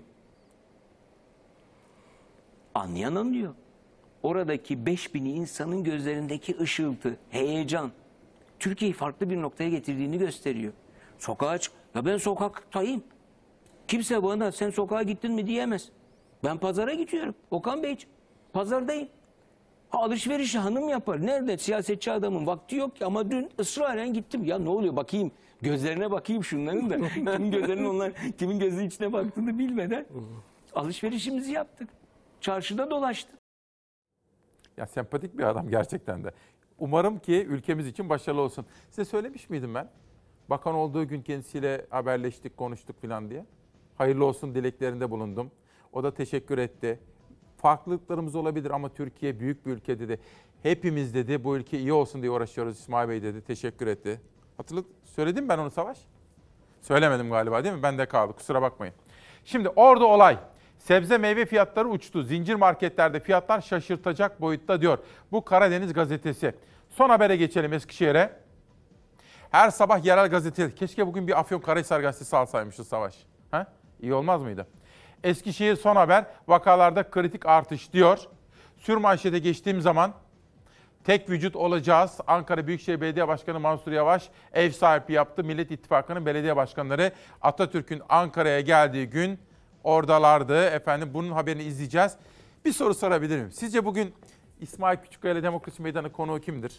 Anlayan anlıyor. Oradaki 5000 insanın gözlerindeki ışıltı, heyecan, Türkiye'yi farklı bir noktaya getirdiğini gösteriyor. Sokağa çık. Ya ben sokaktayım. Kimse bana sen sokağa gittin mi diyemez. Ben pazara gidiyorum. Okan Beyciğim, pazardayım. Alışverişi hanım yapar. Nerede? Siyasetçi adamın vakti yok ki ama dün ısraren gittim. Ya ne oluyor? Bakayım. Gözlerine bakayım şunların da. Kimin gözlerinin kimin gözü içine baktığını bilmeden alışverişimizi yaptık. Çarşıda dolaştık. Ya sempatik bir adam gerçekten de. Umarım ki ülkemiz için başarılı olsun. Size söylemiş miydim ben? Bakan olduğu gün kendisiyle haberleştik, konuştuk falan diye. Hayırlı olsun dileklerinde bulundum. O da teşekkür etti. Farklılıklarımız olabilir ama Türkiye büyük bir ülke dedi. Hepimiz dedi bu ülke iyi olsun diye uğraşıyoruz İsmail Bey dedi. Teşekkür etti. Söyledim ben onu Savaş? Söylemedim galiba değil mi? Bende kaldı, kusura bakmayın. Şimdi orada olay. Sebze meyve fiyatları uçtu. Zincir marketlerde fiyatlar şaşırtacak boyutta diyor. Bu Karadeniz gazetesi. Son habere geçelim Eskişehir'e. Her sabah yerel gazete. Keşke bugün bir Afyonkarahisar gazetesi alsaymışız Savaş. Ha? İyi olmaz mıydı? Eskişehir son haber. Vakalarda kritik artış diyor. Sürmanşete geçtiğim zaman tek vücut olacağız. Ankara Büyükşehir Belediye Başkanı Mansur Yavaş ev sahipliği yaptı. Millet İttifakı'nın belediye başkanları Atatürk'ün Ankara'ya geldiği gün oradalardı. Efendim bunun haberini izleyeceğiz. Bir soru sorabilir miyim? Sizce bugün İsmail Küçükkaya ile Demokrasi Meydanı konuğu kimdir?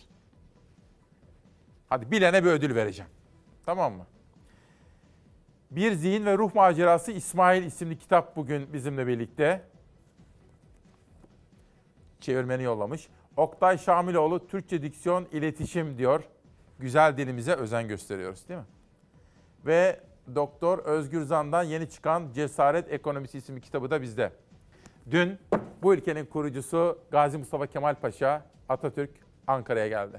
Hadi bilene bir ödül vereceğim. Tamam mı? Bir Zihin ve Ruh Macerası İsmail isimli kitap bugün bizimle birlikte. Çevirmeni yollamış. Oktay Şamiloğlu Türkçe diksiyon iletişim diyor. Güzel dilimize özen gösteriyoruz değil mi? Ve Doktor Özgür Zan'dan yeni çıkan Cesaret Ekonomisi isimli kitabı da bizde. Dün Bu ülkenin kurucusu Gazi Mustafa Kemal Paşa, Atatürk Ankara'ya geldi.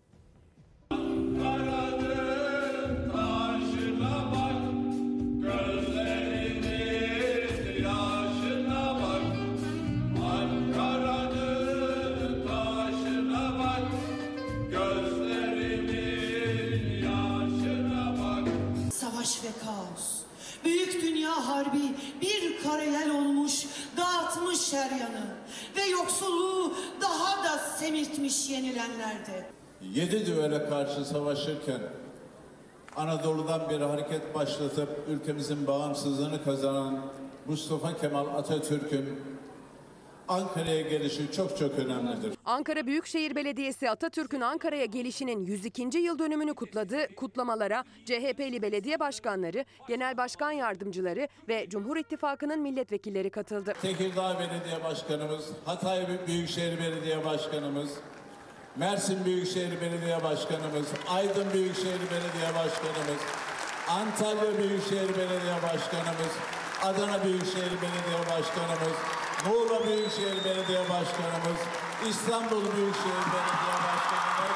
Savaş ve kaos. Büyük dünya harbi bir karayel olmuş, dağıtmış her yanı ve yoksulluğu daha da semirtmiş yenilenlerde. 7 düvele karşı savaşırken Anadolu'dan bir hareket başlatıp ülkemizin bağımsızlığını kazanan Mustafa Kemal Atatürk'ün Ankara'ya gelişi çok çok önemlidir. Ankara Büyükşehir Belediyesi Atatürk'ün Ankara'ya gelişinin 102. yıl dönümünü kutladı. Kutlamalara CHP'li belediye başkanları, genel başkan yardımcıları ve Cumhur İttifakı'nın milletvekilleri katıldı. Tekirdağ Belediye Başkanımız, Hatay Büyükşehir Belediye Başkanımız, Mersin Büyükşehir Belediye Başkanımız, Aydın Büyükşehir Belediye Başkanımız, Antalya Büyükşehir Belediye Başkanımız, Adana Büyükşehir Belediye Başkanımız, Muğla Büyükşehir Belediye Başkanımız, İstanbul Büyükşehir Belediye Başkanımız.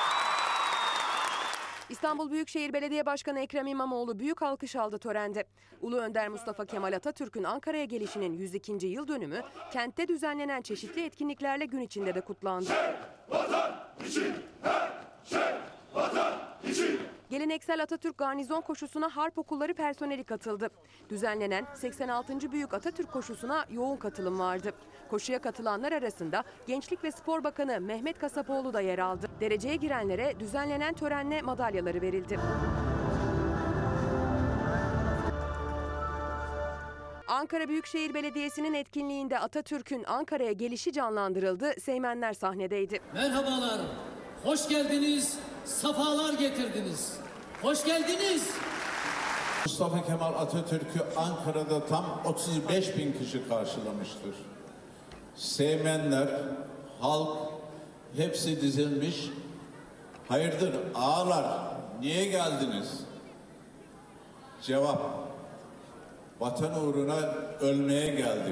İstanbul Büyükşehir Belediye Başkanı Ekrem İmamoğlu büyük alkış aldı törende. Ulu Önder Mustafa Kemal Atatürk'ün Ankara'ya gelişinin 102. yıl dönümü kentte düzenlenen çeşitli etkinliklerle gün içinde de kutlandı. Vatan için her şey, vatan için. Geleneksel Atatürk Garnizon Koşusu'na harp okulları personeli katıldı. Düzenlenen 86. Büyük Atatürk Koşusu'na yoğun katılım vardı. Koşuya katılanlar arasında Gençlik ve Spor Bakanı Mehmet Kasapoğlu da yer aldı. Dereceye girenlere düzenlenen törenle madalyaları verildi. Ankara Büyükşehir Belediyesi'nin etkinliğinde Atatürk'ün Ankara'ya gelişi canlandırıldı. Seymenler sahnedeydi. Merhabalar, hoş geldiniz, safalar getirdiniz. Hoş geldiniz. Mustafa Kemal Atatürk'ü Ankara'da tam 35.000 kişi karşılamıştır. Seymenler, halk hepsi dizilmiş. Hayırdır ağalar, niye geldiniz? Cevap, vatan uğruna ölmeye geldik.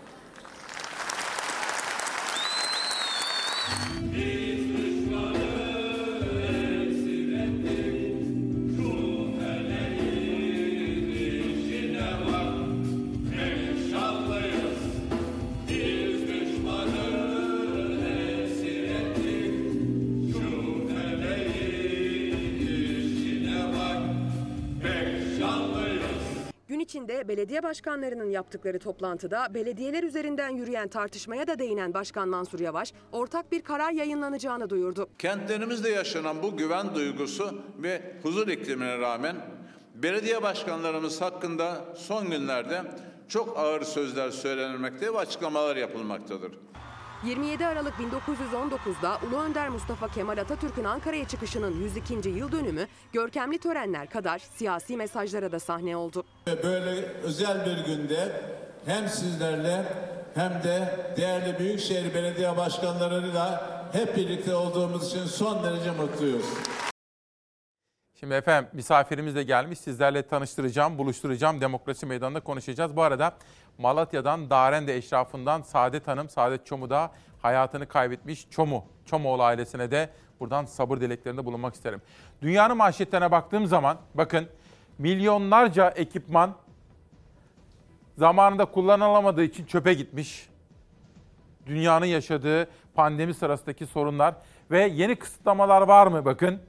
Gün içinde belediye başkanlarının yaptıkları toplantıda belediyeler üzerinden yürüyen tartışmaya da değinen Başkan Mansur Yavaş, ortak bir karar yayınlanacağını duyurdu. Kentlerimizde yaşanan bu güven duygusu ve huzur iklimine rağmen belediye başkanlarımız hakkında son günlerde çok ağır sözler söylenmekte ve açıklamalar yapılmaktadır. 27 Aralık 1919'da Ulu Önder Mustafa Kemal Atatürk'ün Ankara'ya çıkışının 102. yıl dönümü görkemli törenler kadar siyasi mesajlara da sahne oldu. Böyle özel bir günde hem sizlerle hem de değerli Büyükşehir Belediye Başkanlarıyla hep birlikte olduğumuz için son derece mutluyuz. Şimdi efendim misafirimiz de gelmiş. Sizlerle tanıştıracağım, buluşturacağım. Demokrasi Meydanı'nda konuşacağız. Bu arada Malatya'dan, Darende eşrafından Saadet Hanım, Saadet Çomu da hayatını kaybetmiş. Çomoğlu ailesine de buradan sabır dileklerinde bulunmak isterim. Dünyanın manşetlerine baktığım zaman bakın milyonlarca ekipman zamanında kullanılamadığı için çöpe gitmiş. Dünyanın yaşadığı pandemi sırasındaki sorunlar ve yeni kısıtlamalar var mı? Bakın.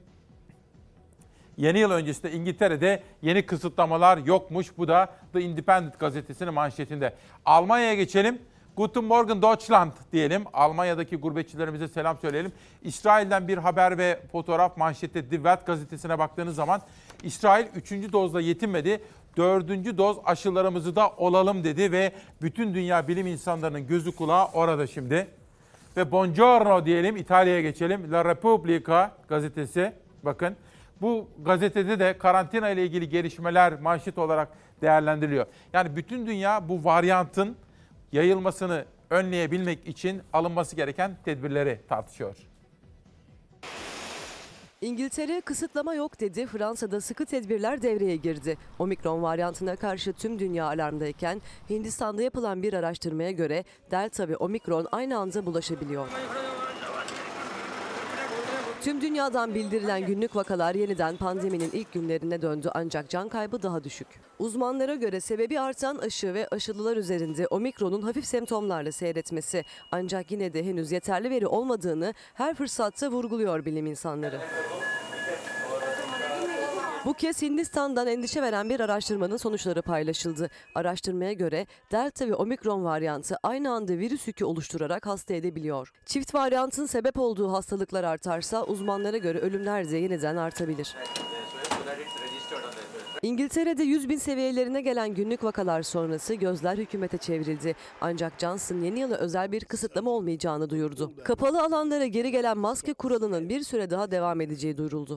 Yeni yıl öncesinde İngiltere'de yeni kısıtlamalar yokmuş. Bu da The Independent gazetesinin manşetinde. Almanya'ya geçelim. Guten Morgen Deutschland diyelim. Almanya'daki gurbetçilerimize selam söyleyelim. İsrail'den bir haber ve fotoğraf manşette Die Welt gazetesine baktığınız zaman İsrail 3. dozla yetinmedi. 4. doz aşılarımızı da olalım dedi ve bütün dünya bilim insanlarının gözü kulağı orada şimdi. Ve buongiorno diyelim, İtalya'ya geçelim. La Repubblica gazetesi. Bakın. Bu gazetede de karantina ile ilgili gelişmeler manşet olarak değerlendiriliyor. Yani bütün dünya bu varyantın yayılmasını önleyebilmek için alınması gereken tedbirleri tartışıyor. İngiltere kısıtlama yok dedi. Fransa'da sıkı tedbirler devreye girdi. Omikron varyantına karşı tüm dünya alarmdayken Hindistan'da yapılan bir araştırmaya göre Delta ve Omikron aynı anda bulaşabiliyor. Tüm dünyadan bildirilen günlük vakalar yeniden pandeminin ilk günlerine döndü ancak can kaybı daha düşük. Uzmanlara göre sebebi artan aşı ve aşılılar üzerinde Omikron'un hafif semptomlarla seyretmesi. Ancak yine de henüz yeterli veri olmadığını her fırsatta vurguluyor bilim insanları. Bu kez Hindistan'dan endişe veren bir araştırmanın sonuçları paylaşıldı. Araştırmaya göre Delta ve Omikron varyantı aynı anda virüs yükü oluşturarak hasta edebiliyor. Çift varyantın sebep olduğu hastalıklar artarsa uzmanlara göre ölümler de yeniden artabilir. İngiltere'de 100.000 seviyelerine gelen günlük vakalar sonrası gözler hükümete çevrildi. Ancak Johnson yeni yıla özel bir kısıtlama olmayacağını duyurdu. Kapalı alanlara geri gelen maske kuralının bir süre daha devam edeceği duyuruldu.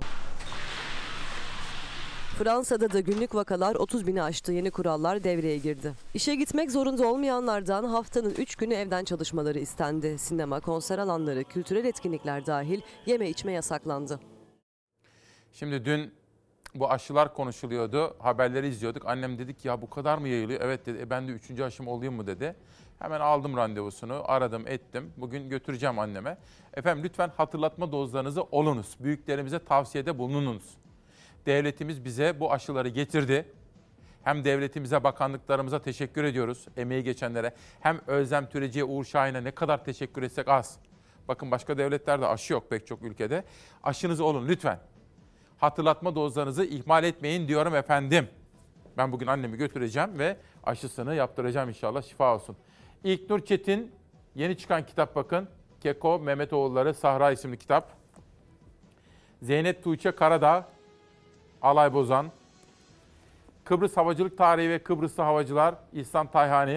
Fransa'da da günlük vakalar 30.000'i aştı, yeni kurallar devreye girdi. İşe gitmek zorunda olmayanlardan haftanın 3 günü evden çalışmaları istendi. Sinema, konser alanları, kültürel etkinlikler dahil yeme içme yasaklandı. Şimdi dün bu aşılar konuşuluyordu, haberleri izliyorduk. Annem dedi ki ya bu kadar mı yayılıyor? Evet dedi, ben de 3. aşım olayım mı dedi. Hemen aldım randevusunu, aradım ettim. Bugün götüreceğim anneme. Efendim lütfen hatırlatma dozlarınızı olunuz. Büyüklerimize tavsiyede bulununuz. Devletimiz bize bu aşıları getirdi. Hem devletimize, bakanlıklarımıza teşekkür ediyoruz, emeği geçenlere. Hem Özlem Türeci'ye, Uğur Şahin'e ne kadar teşekkür etsek az. Bakın başka devletlerde aşı yok pek çok ülkede. Aşınız olun lütfen. Hatırlatma dozlarınızı ihmal etmeyin diyorum efendim. Ben bugün annemi götüreceğim ve aşısını yaptıracağım inşallah, şifa olsun. İlknur Çetin, yeni çıkan kitap bakın. Keko, Mehmetoğulları, Sahra isimli kitap. Zeynep Tuğçe Karadağ, Alay Bozan. Kıbrıs Havacılık Tarihi ve Kıbrıslı Havacılar, İhsan Tayhani.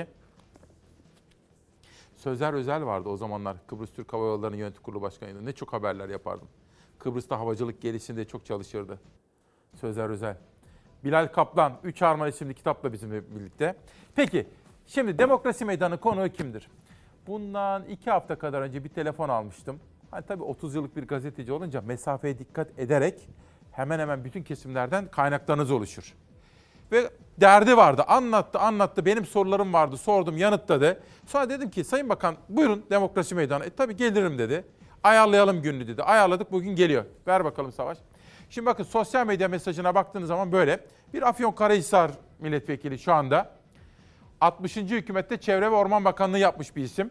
Sözer Özel vardı o zamanlar. Kıbrıs Türk Hava Yolları'nın yönetim kurulu başkanıydı. Ne çok haberler yapardım. Kıbrıs'ta havacılık gelişinde çok çalışırdı. Sözer Özel. Bilal Kaplan, Üç Harman isimli kitapla bizimle birlikte. Peki, şimdi Demokrasi Meydanı konuğu kimdir? Bundan 2 hafta kadar önce bir telefon almıştım. Hani tabii 30 yıllık bir gazeteci olunca mesafeye dikkat ederek hemen hemen bütün kesimlerden kaynaklarınız oluşur. Ve derdi vardı, anlattı. Benim sorularım vardı, sordum, yanıtladı. Sonra dedim ki Sayın Bakan buyurun Demokrasi Meydanı. Tabii gelirim dedi. Ayarlayalım gününü dedi. Ayarladık, bugün geliyor. Ver bakalım Savaş. Şimdi bakın sosyal medya mesajına baktığınız zaman böyle. Bir Afyonkarahisar milletvekili şu anda. 60. hükümette Çevre ve Orman Bakanlığı yapmış bir isim.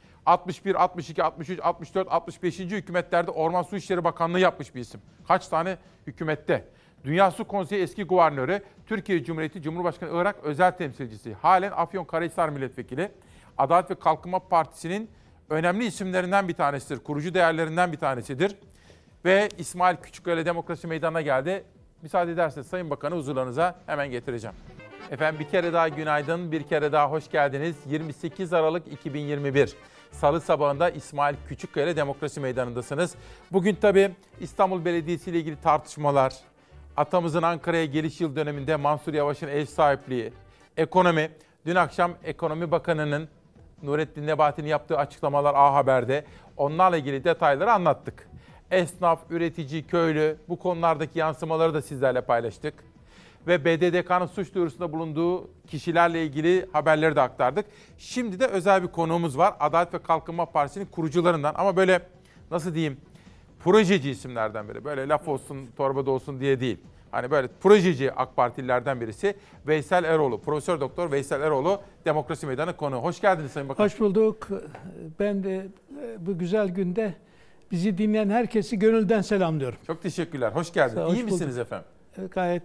61, 62, 63, 64, 65. hükümetlerde Orman Su İşleri Bakanlığı yapmış bir isim. Kaç tane hükümette? Dünya Su Konseyi eski guvernörü, Türkiye Cumhuriyeti Cumhurbaşkanı Irak özel temsilcisi, halen Afyonkarahisar milletvekili, Adalet ve Kalkınma Partisi'nin önemli isimlerinden bir tanesidir, kurucu değerlerinden bir tanesidir. Ve İsmail Küçükkaya Demokrasi Meydanı'na geldi. Müsaade ederseniz Sayın Bakan'ı huzurlarınıza hemen getireceğim. Efendim bir kere daha günaydın, bir kere daha hoş geldiniz. 28 Aralık 2021. Salı sabahında İsmail Küçükkaya Demokrasi Meydanı'ndasınız. Bugün tabii İstanbul Belediyesi ile ilgili tartışmalar, atamızın Ankara'ya geliş yıl döneminde Mansur Yavaş'ın ev sahipliği, ekonomi. Dün akşam Ekonomi Bakanı'nın Nurettin Nebati'nin yaptığı açıklamalar A Haber'de. Onlarla ilgili detayları anlattık. Esnaf, üretici, köylü bu konulardaki yansımaları da sizlerle paylaştık. Ve BDDK'nın suç duyurusunda bulunduğu kişilerle ilgili haberleri de aktardık. Şimdi de özel bir konuğumuz var. Adalet ve Kalkınma Partisi'nin kurucularından ama böyle nasıl diyeyim projeci isimlerden biri. Böyle laf olsun, torbada olsun diye değil. Hani böyle projeci AK Partililerden birisi Veysel Eroğlu. Profesör Doktor Veysel Eroğlu Demokrasi Meydanı konuğu. Hoş geldiniz Sayın Bakan. Hoş bulduk. Ben de bu güzel günde bizi dinleyen herkesi gönülden selamlıyorum. Çok teşekkürler. Hoş geldiniz. İyi misiniz efendim? Gayet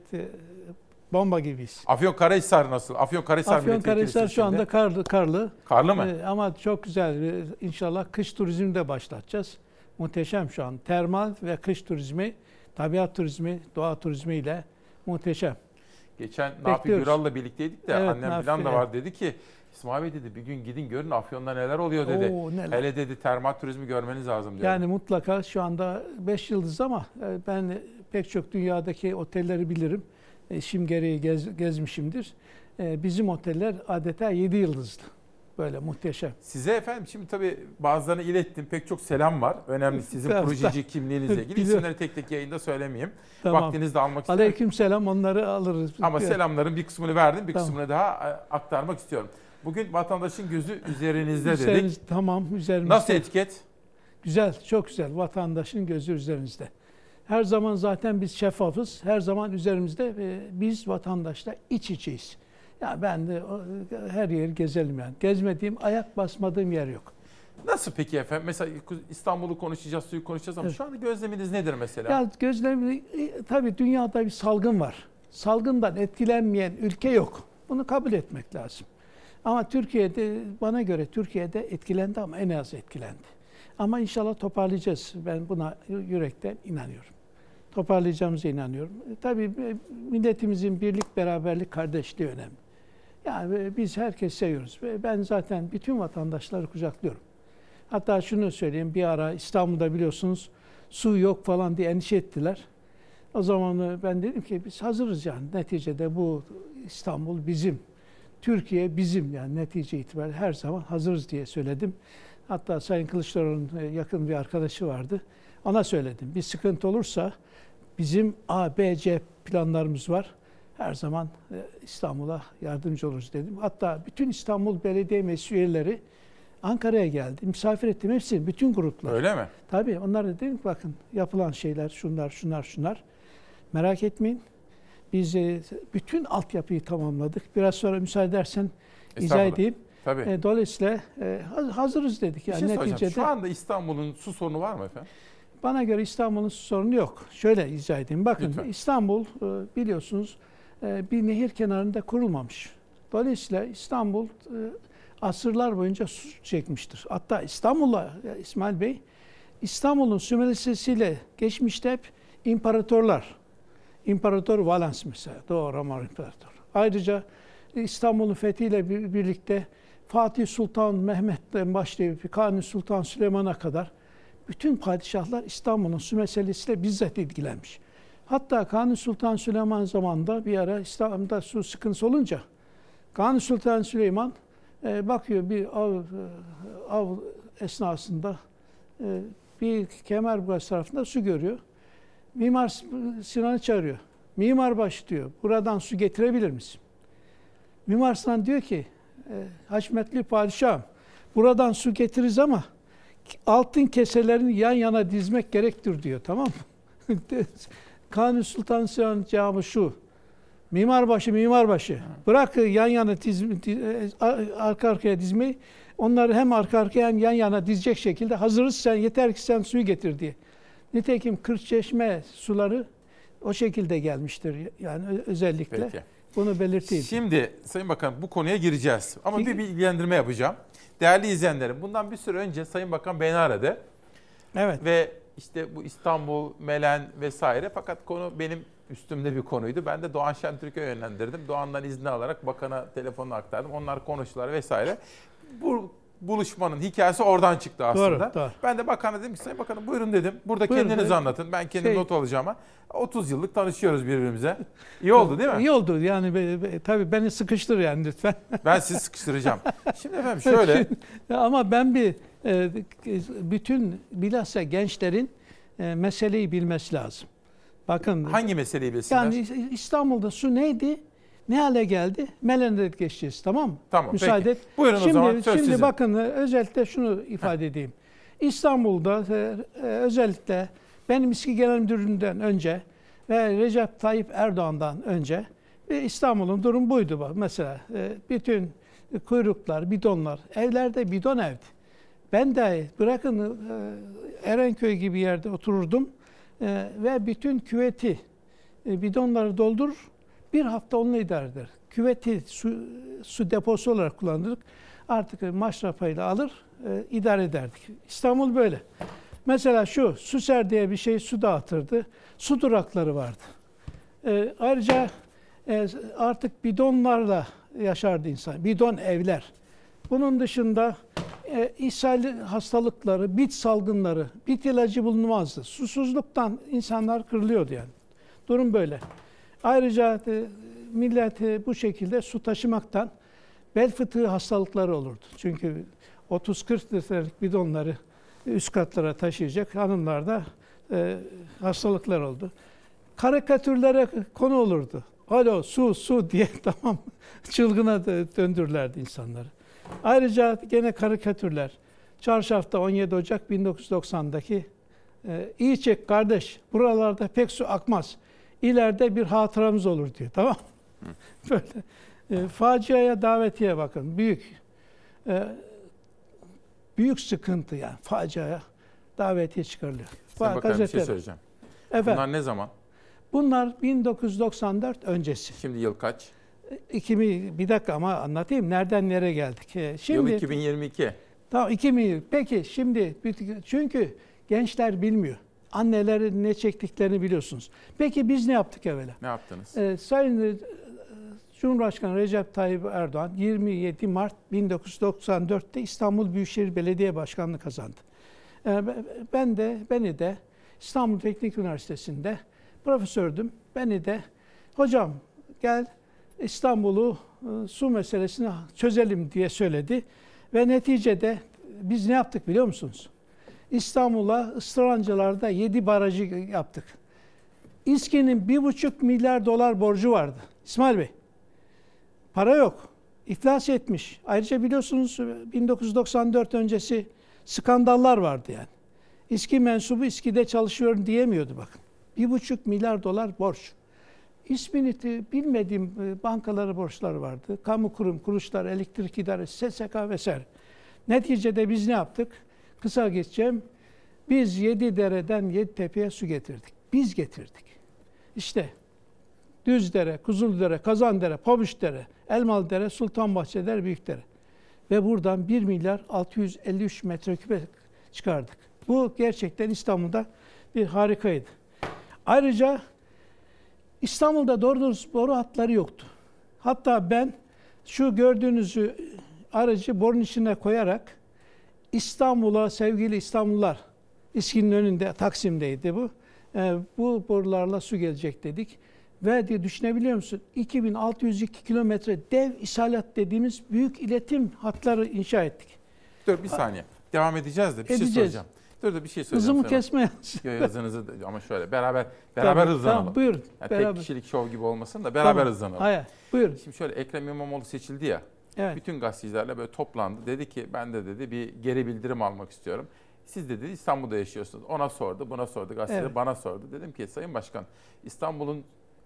bomba gibiyiz. Afyonkarahisar nasıl? Afyonkarahisar şu anda karlı. Karlı mı? Ama çok güzel. İnşallah kış turizmini de başlatacağız. Muhteşem şu an. Termal ve kış turizmi, tabiat turizmi, doğa turizmi ile muhteşem. Geçen Nafi Güral'la birlikteydik de evet, annem falan da var dedi ki İsmail Bey dedi bir gün gidin görün Afyon'da neler oluyor dedi. Hele dedi termal turizmi görmeniz lazım diyor. Yani mutlaka şu anda 5 yıldız ama ben pek çok dünyadaki otelleri bilirim. İşim gereği gezmişimdir. Bizim oteller adeta 7 yıldızlı. böyle muhteşem. Size efendim şimdi tabii bazılarını ilettim. Pek çok selam var. Önemli sizin Tamam. projeci kimliğinizle ilgili. Biliyorum. İsimleri tek tek yayında söylemeyeyim. Tamam. Vaktinizi de almak isterim. Aleykümselam, onları alırız. Ama selamların bir kısmını verdim. Bir Tamam. kısmını daha aktarmak istiyorum. Bugün vatandaşın gözü üzerinizde dedik. Tamam, üzerimizde. Nasıl etiket? Güzel, çok güzel. Vatandaşın gözü üzerimizde. Her zaman zaten biz şeffafız. Her zaman üzerimizde ve biz vatandaşla iç içeyiz. Ya ben de her yeri gezelim yani. Gezmediğim, ayak basmadığım yer yok. Nasıl peki efendim? Mesela İstanbul'u konuşacağız, suyu konuşacağız ama Evet. şu anda gözleminiz nedir mesela? Ya gözlemimiz, tabii dünyada bir salgın var. Salgından etkilenmeyen ülke yok. Bunu kabul etmek lazım. Ama Türkiye'de, bana göre Türkiye'de etkilendi ama en az etkilendi. Ama inşallah toparlayacağız. Ben buna yürekten inanıyorum. Toparlayacağımıza inanıyorum. Tabii milletimizin birlik, beraberlik, kardeşliği önemli. Yani biz herkes seviyoruz. Ben zaten bütün vatandaşları kucaklıyorum. Hatta şunu söyleyeyim, bir ara İstanbul'da biliyorsunuz su yok falan diye endişe ettiler. O zaman ben dedim ki biz hazırız yani. Neticede bu İstanbul bizim. Türkiye bizim yani netice itibariyle her zaman hazırız diye söyledim. Hatta Sayın Kılıçdaroğlu'nun yakın bir arkadaşı vardı. Ona söyledim. Bir sıkıntı olursa bizim A, B, C planlarımız var. Her zaman İstanbul'a yardımcı oluruz dedim. Hatta bütün İstanbul Belediye Meclisi üyeleri Ankara'ya geldi. Misafir ettim hepsini, bütün gruplar. Öyle mi? Tabii. Onlar da dedim ki bakın yapılan şeyler şunlar. Merak etmeyin. Biz bütün altyapıyı tamamladık. Biraz sonra müsaade edersen izah edeyim. Tabii. Dolayısıyla hazırız dedik. Yani Bir şey soracağım. neticede Şu anda İstanbul'un su sorunu var mı efendim? bana göre İstanbul'un su sorunu yok. Şöyle izah edeyim. Bakın Lütfen. İstanbul biliyorsunuz bir nehir kenarında kurulmamış. Dolayısıyla İstanbul asırlar boyunca su çekmiştir. Hatta İstanbul'la İsmail Bey, İstanbul'un sümelesesiyle geçmişte hep imparatorlar. İmparator Valens mesela, Doğu Roma İmparatoru. Ayrıca İstanbul'un fethiyle birlikte Fatih Sultan Mehmet'ten başlayıp Kanuni Sultan Süleyman'a kadar bütün padişahlar İstanbul'un su meselesiyle bizzat ilgilenmiş. Hatta Kanuni Sultan Süleyman zamanında bir ara İstanbul'da su sıkıntısı olunca Kanuni Sultan Süleyman bakıyor bir av esnasında bir Kemerburgaz tarafında su görüyor. Mimar Sinan'ı çağırıyor. Mimarbaşı diyor, buradan su getirebilir misin? Mimar Sinan diyor ki, Haşmetli Padişahım, buradan su getiririz ama altın keselerini yan yana dizmek gerektir diyor, tamam mı? Kanuni Sultan Sinan'ın cevabı şu, mimarbaşı, bırak yan yana arka arkaya dizmeyi, onları hem arka arkaya hem yan yana dizecek şekilde hazırız, sen yeter ki sen suyu getir diye. Nitekim Kırkçeşme suları o şekilde gelmiştir. Yani özellikle Peki. bunu belirteyim. Şimdi Sayın Bakan bu konuya gireceğiz. Ama bir bilgilendirme yapacağım. Değerli izleyenlerim, bundan bir süre önce Sayın Bakan beni aradı. Evet. Ve işte bu İstanbul, Melen vesaire. Fakat konu benim üstümde bir konuydu. Ben de Doğan Şentürk'e yönlendirdim. Doğan'dan izni alarak bakana telefonunu aktardım. Onlar konuştular vesaire. Bu buluşmanın hikayesi oradan çıktı aslında. Doğru. Ben de bakana dedim ki Sayın Bakanım buyurun dedim. Burada Buyurun, kendiniz anlatın. Ben kendim not alacağım ama 30 yıllık tanışıyoruz birbirimize. İyi oldu değil mi? İyi oldu. Yani tabii beni sıkıştır yani lütfen. Ben sizi sıkıştıracağım. Şimdi efendim şöyle. Ama ben bütün bilhassa gençlerin meseleyi bilmesi lazım. Bakın. Hangi meseleyi bilsinler? Yani İstanbul'da su neydi? Ne hale geldi? Melen'de geçeceğiz, tamam mı? Tamam, müsaade peki. et. Buyurun o zaman, söz Şimdi sizin. bakın özellikle şunu ifade edeyim. İstanbul'da özellikle benim İSKİ Genel Müdürlüğü'nden önce ve Recep Tayyip Erdoğan'dan önce İstanbul'un durum buydu. Mesela bütün kuyruklar, bidonlar, evlerde bidon evdi. Ben de bırakın Erenköy gibi yerde otururdum ve bütün küveti bidonları doldurur. Bir hafta onunla idare eder. Küveti su deposu olarak kullanırdık. Artık maşrapayla alır, idare ederdik. İstanbul böyle. Mesela şu, Süser diye bir şey su dağıtırdı. Su durakları vardı. Ayrıca artık bidonlarla yaşardı insan. Bidon evler. Bunun dışında ishal hastalıkları, bit salgınları, bit ilacı bulunmazdı. Susuzluktan insanlar kırılıyordu yani. Durum böyle. Ayrıca millet bu şekilde su taşımaktan bel fıtığı hastalıkları olurdu. Çünkü 30-40 litrelik bidonları üst katlara taşıyacak hanımlarda hastalıklar oldu. Karikatürlere konu olurdu. Alo su diye tamam çılgına döndürürlerdi insanları. Ayrıca gene karikatürler. Çarşafta 17 Ocak 1990'daki iyi çek kardeş, buralarda pek su akmaz. İleride bir hatıramız olur diyor, tamam mı? Böyle. Faciaya davetiye bakın, büyük sıkıntı yani, faciaya davetiye çıkarılıyor. Sayın Bakanım bir şey söyleyeceğim. Efendim, bunlar ne zaman? Bunlar 1994 öncesi. Şimdi yıl kaç? Bir dakika ama anlatayım, nereden nereye geldik. Şimdi, yıl 2022. Tamam 2000. Peki şimdi çünkü gençler bilmiyor. Annelerin ne çektiklerini biliyorsunuz. Peki biz ne yaptık evvela? Ne yaptınız? Sayın Cumhurbaşkanı Recep Tayyip Erdoğan 27 Mart 1994'te İstanbul Büyükşehir Belediye Başkanlığı kazandı. Beni de İstanbul Teknik Üniversitesi'nde profesördüm. Beni de hocam gel İstanbul'u su meselesini çözelim diye söyledi. Ve neticede biz ne yaptık biliyor musunuz? İstanbul'a Istırancılar'da 7 barajı yaptık. İSKİ'nin 1,5 milyar dolar borcu vardı. İsmail Bey, para yok. İflas etmiş. Ayrıca biliyorsunuz 1994 öncesi skandallar vardı yani. İSKİ mensubu İSKİ'de çalışıyorum diyemiyordu bakın. 1,5 milyar dolar borç. İsmini bilmediğim bankalara borçları vardı. Kamu kurum, kuruluşlar, elektrik idaresi, SSK vesaire. Neticede biz ne yaptık? Kısa geçeceğim. Biz Yedidere'den Yeditepe'ye su getirdik. Biz getirdik. İşte Düzdere, Kuzuldere, Kazandere, Pabuçdere, Elmalıdere, Sultanbahçedere, Büyükdere. Ve buradan 1 milyar 653 metreküp çıkardık. Bu gerçekten İstanbul'da bir harikaydı. Ayrıca İstanbul'da doğru dürüst boru hatları yoktu. Hatta ben şu gördüğünüzü aracı borun içine koyarak İstanbul'a, sevgili İstanbullular, İSKİ'nin önünde, Taksim'deydi bu. Bu borularla su gelecek dedik. Ve diye düşünebiliyor musun? 2602 kilometre dev ishalat dediğimiz büyük iletim hatları inşa ettik. Dur bir saniye. Devam edeceğiz de bir şey soracağım. Dur bir şey söyleyeceğim. Hızımı kesme. Hızınızı ama şöyle beraber hızlanalım. Tamam, buyurun. Yani tek kişilik şov gibi olmasın da beraber hızlanalım. Hayır, buyurun. Şimdi şöyle Ekrem İmamoğlu seçildi ya. Evet. Bütün gazetecilerle böyle toplandı. Dedi ki ben de dedi bir geri bildirim almak istiyorum. Siz de dedi İstanbul'da yaşıyorsunuz. Ona sordu, buna sordu. Gazeteler evet. Bana sordu. Dedim ki Sayın Başkan İstanbul'un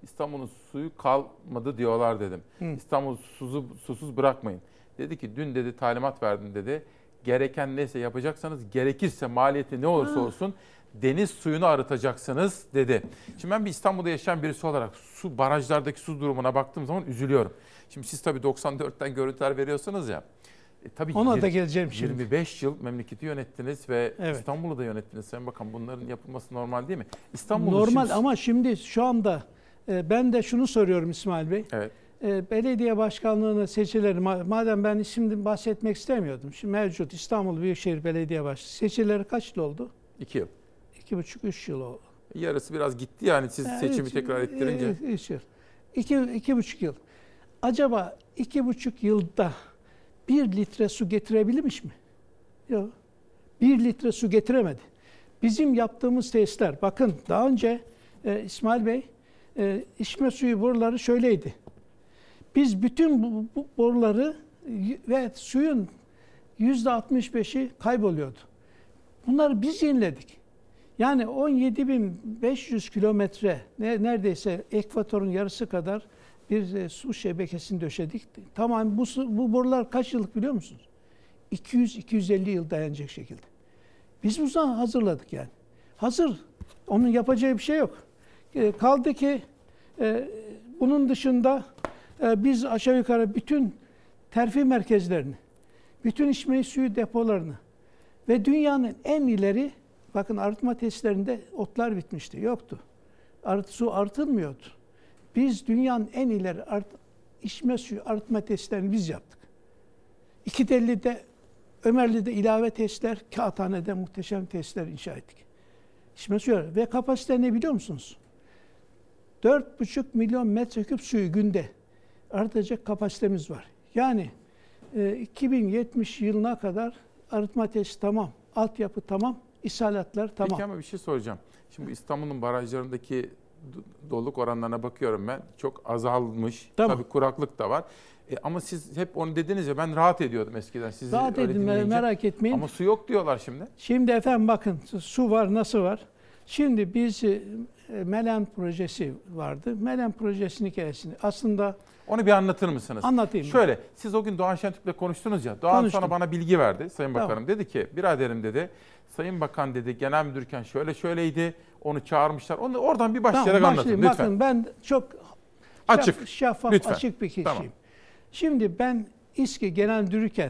suyu kalmadı diyorlar dedim. İstanbul'u susuz bırakmayın. Dedi ki dün dedi talimat verdim dedi. Gereken neyse yapacaksanız gerekirse maliyeti ne olursa olsun deniz suyunu arıtacaksınız dedi. Şimdi ben bir İstanbul'da yaşayan birisi olarak barajlardaki su durumuna baktığım zaman üzülüyorum. Şimdi siz tabii 94'ten görüntüler veriyorsunuz ya. Tabii ona da geleceğim şimdi. 25 yıl memleketi yönettiniz ve evet. İstanbul'u da yönettiniz Sayın Bakan. Bunların yapılması normal değil mi? Normal ama şimdi şu anda ben de şunu soruyorum İsmail Bey. Evet. Belediye başkanlığına seçileri, madem ben şimdi bahsetmek istemiyordum. Şimdi mevcut İstanbul Büyükşehir Belediye Başkanı seçileri kaç yıl oldu? 2 yıl. 2,5-3 yıl oldu. Yarısı biraz gitti yani siz seçimi tekrar ettirince. 3 yıl. 2,5 yıl. Acaba 2,5 yılda 1 litre su getirebilmiş mi? Yok. 1 litre su getiremedi. Bizim yaptığımız tesisler, bakın daha önce İsmail Bey, içme suyu boruları şöyleydi. Biz bütün bu boruları ve suyun %65'i kayboluyordu. Bunları biz yeniledik. Yani 17.500 kilometre, neredeyse ekvatorun yarısı kadar bir su şebekesini döşedik. Tamam bu borular kaç yıllık biliyor musunuz? 200-250 yıl dayanacak şekilde. Biz bunu hazırladık yani. Hazır. Onun yapacağı bir şey yok. Kaldı ki bunun dışında biz aşağı yukarı bütün terfi merkezlerini, bütün içme suyu depolarını ve dünyanın en ileri, bakın arıtma tesislerinde otlar bitmişti, yoktu. Su arıtılmıyordu. Biz dünyanın en ileri içme suyu arıtma tesislerini biz yaptık. İkidelli'de, Ömerli'de ilave tesisler, Kağıthane'de muhteşem tesisler inşa ettik. İçme suyu ve kapasite ne biliyor musunuz? 4,5 milyon metreküp suyu günde arıtacak kapasitemiz var. Yani 2070 yılına kadar arıtma tesisi tamam, altyapı tamam, ishalatlar tamam. Peki ama bir şey soracağım. Şimdi İstanbul'un barajlarındaki doluluk oranlarına bakıyorum ben. Çok azalmış. Tamam. Tabii kuraklık da var. Ama siz hep onu dediniz ya, ben rahat ediyordum eskiden. Sizi Rahat öyle edin, dinleyince. merak etmeyin. Ama su yok diyorlar şimdi. Şimdi efendim bakın, su var, nasıl var? Şimdi biz Melen projesi vardı. Melen projesinin hikayesini aslında... Onu bir anlatır mısınız? Anlatayım. Şöyle, siz o gün Doğan Şentürk'le konuştunuz ya. Doğan Konuştum. sonra bana bilgi verdi Sayın Bakanım. Tamam. Dedi ki, biraderim dedi, Sayın Bakan dedi, genel müdürken şöyleydi, onu çağırmışlar. Onu oradan bir başlayarak anlatın lütfen. Bakın ben çok açık, şeffaf, lütfen. açık bir kişiyim. Tamam. Şimdi ben İSKİ genel müdürüken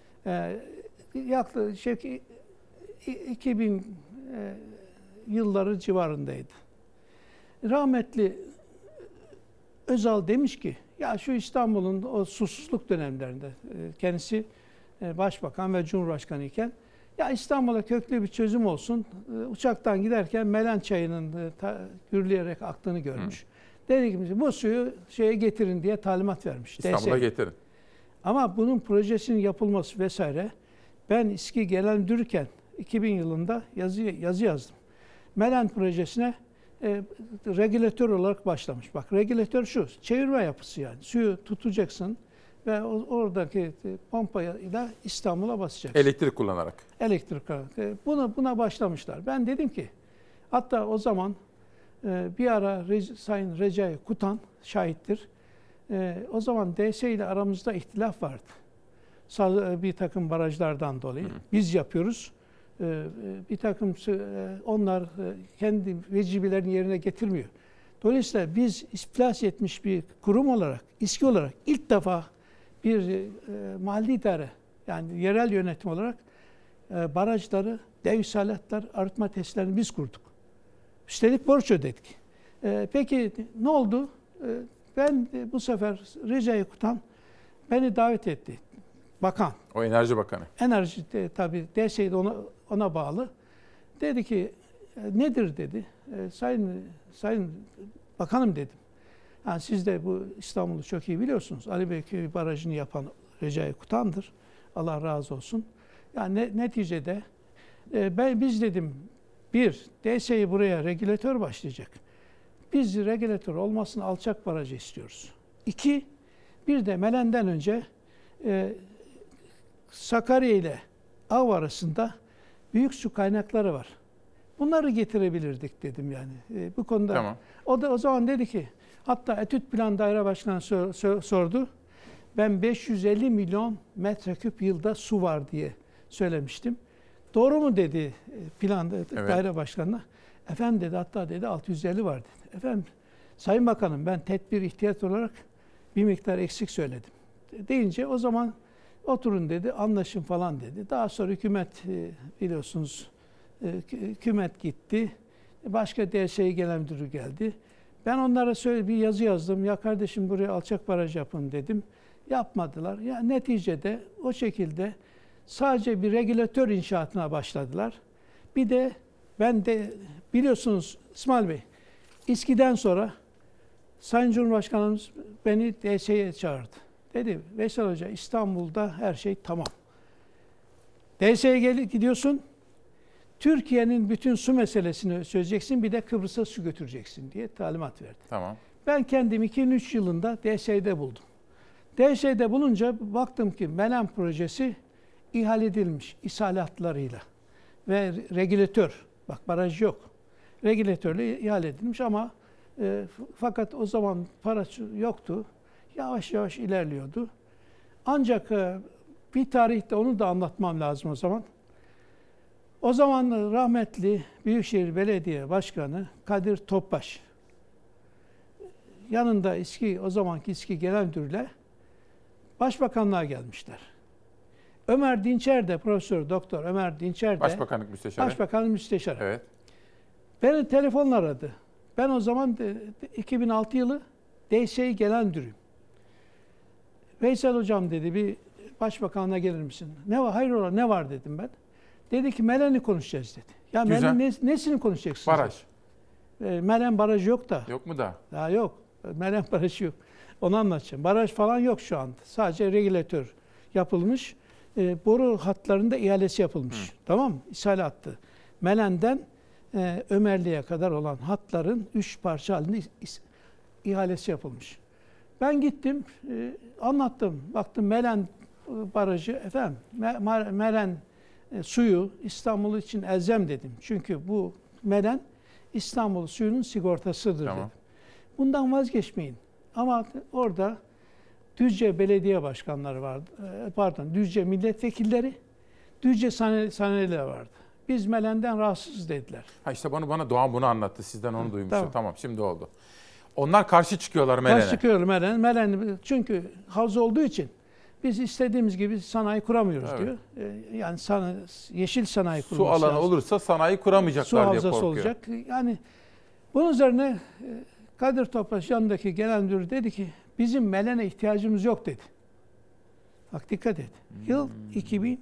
yaklaşık 2000 yılları civarındaydı. Rahmetli Özal demiş ki, ya şu İstanbul'un o susuzluk dönemlerinde kendisi başbakan ve cumhurbaşkanı iken, ya İstanbul'a köklü bir çözüm olsun. Uçaktan giderken Melen çayının gürleyerek aktığını görmüş. Dedi ki bu suyu şeye getirin diye talimat vermiş. İstanbul'a getirin. Ama bunun projesinin yapılması vesaire, ben İSKİ genel müdürken 2000 yılında yazı yazdım. Melen projesine regülatör olarak başlamış. Bak, regülatör çevirme yapısı yani. Suyu tutacaksın ve oradaki pompayla İstanbul'a basacaksın. Elektrik kullanarak. Elektrik kullanarak. Buna başlamışlar. Ben dedim ki, hatta o zaman bir ara Sayın Recai Kutan şahittir. O zaman DS ile aramızda ihtilaf vardı. Bir takım barajlardan dolayı. Biz yapıyoruz. Bir takım onlar kendi vecibelerini yerine getirmiyor. Dolayısıyla biz iflas etmiş bir kurum olarak, İSKİ olarak ilk defa bir mahalli idare, yani yerel yönetim olarak barajları, dev ishalatlar, arıtma tesislerini biz kurduk. Üstelik borç ödedik. Peki ne oldu? Ben bu sefer Recai Kutan beni davet etti. Bakan. O Enerji Bakanı. Enerji tabii DSİ de ona bağlı. Dedi ki nedir dedi. Sayın Bakanım dedim. Yani siz de bu İstanbul'u çok iyi biliyorsunuz. Ali Beyköy Barajı'nı yapan Recai Kutan'dır. Allah razı olsun. Yani neticede biz dedim, bir, DSİ buraya regülatör başlayacak. Biz regülatör olmasını alçak barajı istiyoruz. İki, bir de Melen'den önce Sakarya ile Av arasında büyük su kaynakları var. Bunları getirebilirdik dedim yani. Bu konuda. Tamam. O da o zaman dedi ki, hatta Etüt Plan Daire Başkanı sordu. Ben 550 milyon metreküp yılda su var diye söylemiştim. Doğru mu dedi daire başkanına. Efendim dedi, hatta dedi 650 var dedi. Efendim Sayın Bakanım, ben tedbir ihtiyat olarak bir miktar eksik söyledim. Deyince o zaman oturun dedi, anlaşın falan dedi. Daha sonra hükümet biliyorsunuz hükümet gitti. Başka DSİ genel müdürü geldi. Ben onlara bir yazı yazdım. Ya kardeşim buraya alçak baraj yapın dedim. Yapmadılar. Ya neticede o şekilde sadece bir regülatör inşaatına başladılar. Bir de ben de biliyorsunuz İsmail Bey, İSKİ'den sonra Sayın Cumhurbaşkanımız beni DSİ'ye çağırdı. Dedi Veysel Hoca, İstanbul'da her şey tamam. DSİ'ye gidiyorsun, Türkiye'nin bütün su meselesini çözeceksin, bir de Kıbrıs'a su götüreceksin diye talimat verdi. Tamam. Ben kendim 2003 yılında DSİ'de buldum. DSİ'de bulunca baktım ki Melen projesi ihale edilmiş ishalatlarıyla ve regülatör, bak baraj yok, regülatörle ihale edilmiş ama fakat o zaman para yoktu. Yavaş yavaş ilerliyordu. Ancak bir tarihte onu da anlatmam lazım o zaman. O zaman rahmetli Büyükşehir Belediye Başkanı Kadir Topbaş, yanında o zamanki İSKİ Genel Müdürü'yle Başbakanlığa gelmişler. Ömer Dinçer de, Profesör Doktor Ömer Dinçer de Başbakanlık Müsteşarı. Başbakanlık Müsteşarı. Evet. Beni telefonla aradı. Ben o zaman 2006 yılı DSİ Genel Müdürüyüm. Veysel Hocam dedi, bir Başbakanlığa gelir misin? Ne var? Hayrola, ne var dedim ben. Dedi ki Melen'i konuşacağız dedi. Ya Melen nesini konuşacaksınız? Baraj. Melen barajı yok da. Yok mu da? Daha yok. Melen barajı yok. Onu anlatacağım. Baraj falan yok şu anda. Sadece regülatör yapılmış. Boru hatlarında ihalesi yapılmış. Tamam mı? İhale hattı. Melen'den Ömerli'ye kadar olan hatların 3 parça halinde ihalesi yapılmış. Ben gittim, anlattım. Baktım Melen barajı, efendim Melen suyu İstanbul için elzem dedim. Çünkü bu Melen İstanbul suyunun sigortasıdır dedim. Bundan vazgeçmeyin. Ama orada Düzce belediye başkanları vardı. Düzce milletvekilleri, Düzce saneleri vardı. Biz Melen'den rahatsız dediler. Ha işte bana Doğan bunu anlattı. Sizden onu duymuştum. Tamam şimdi oldu. Onlar karşı çıkıyorlar Melen'e. Karşı çıkıyorlar Melen'e. Melen çünkü havza olduğu için biz istediğimiz gibi sanayi kuramıyoruz diyor. Yani yeşil sanayi kurulması Su alanı lazım. olursa sanayi kuramayacaklar su diye korkuyor. Su havzası olacak. Yani bunun üzerine Kadir Topbaş yanındaki genel müdür dedi ki bizim Melen'e ihtiyacımız yok dedi. Bak dikkat et. Yıl 2005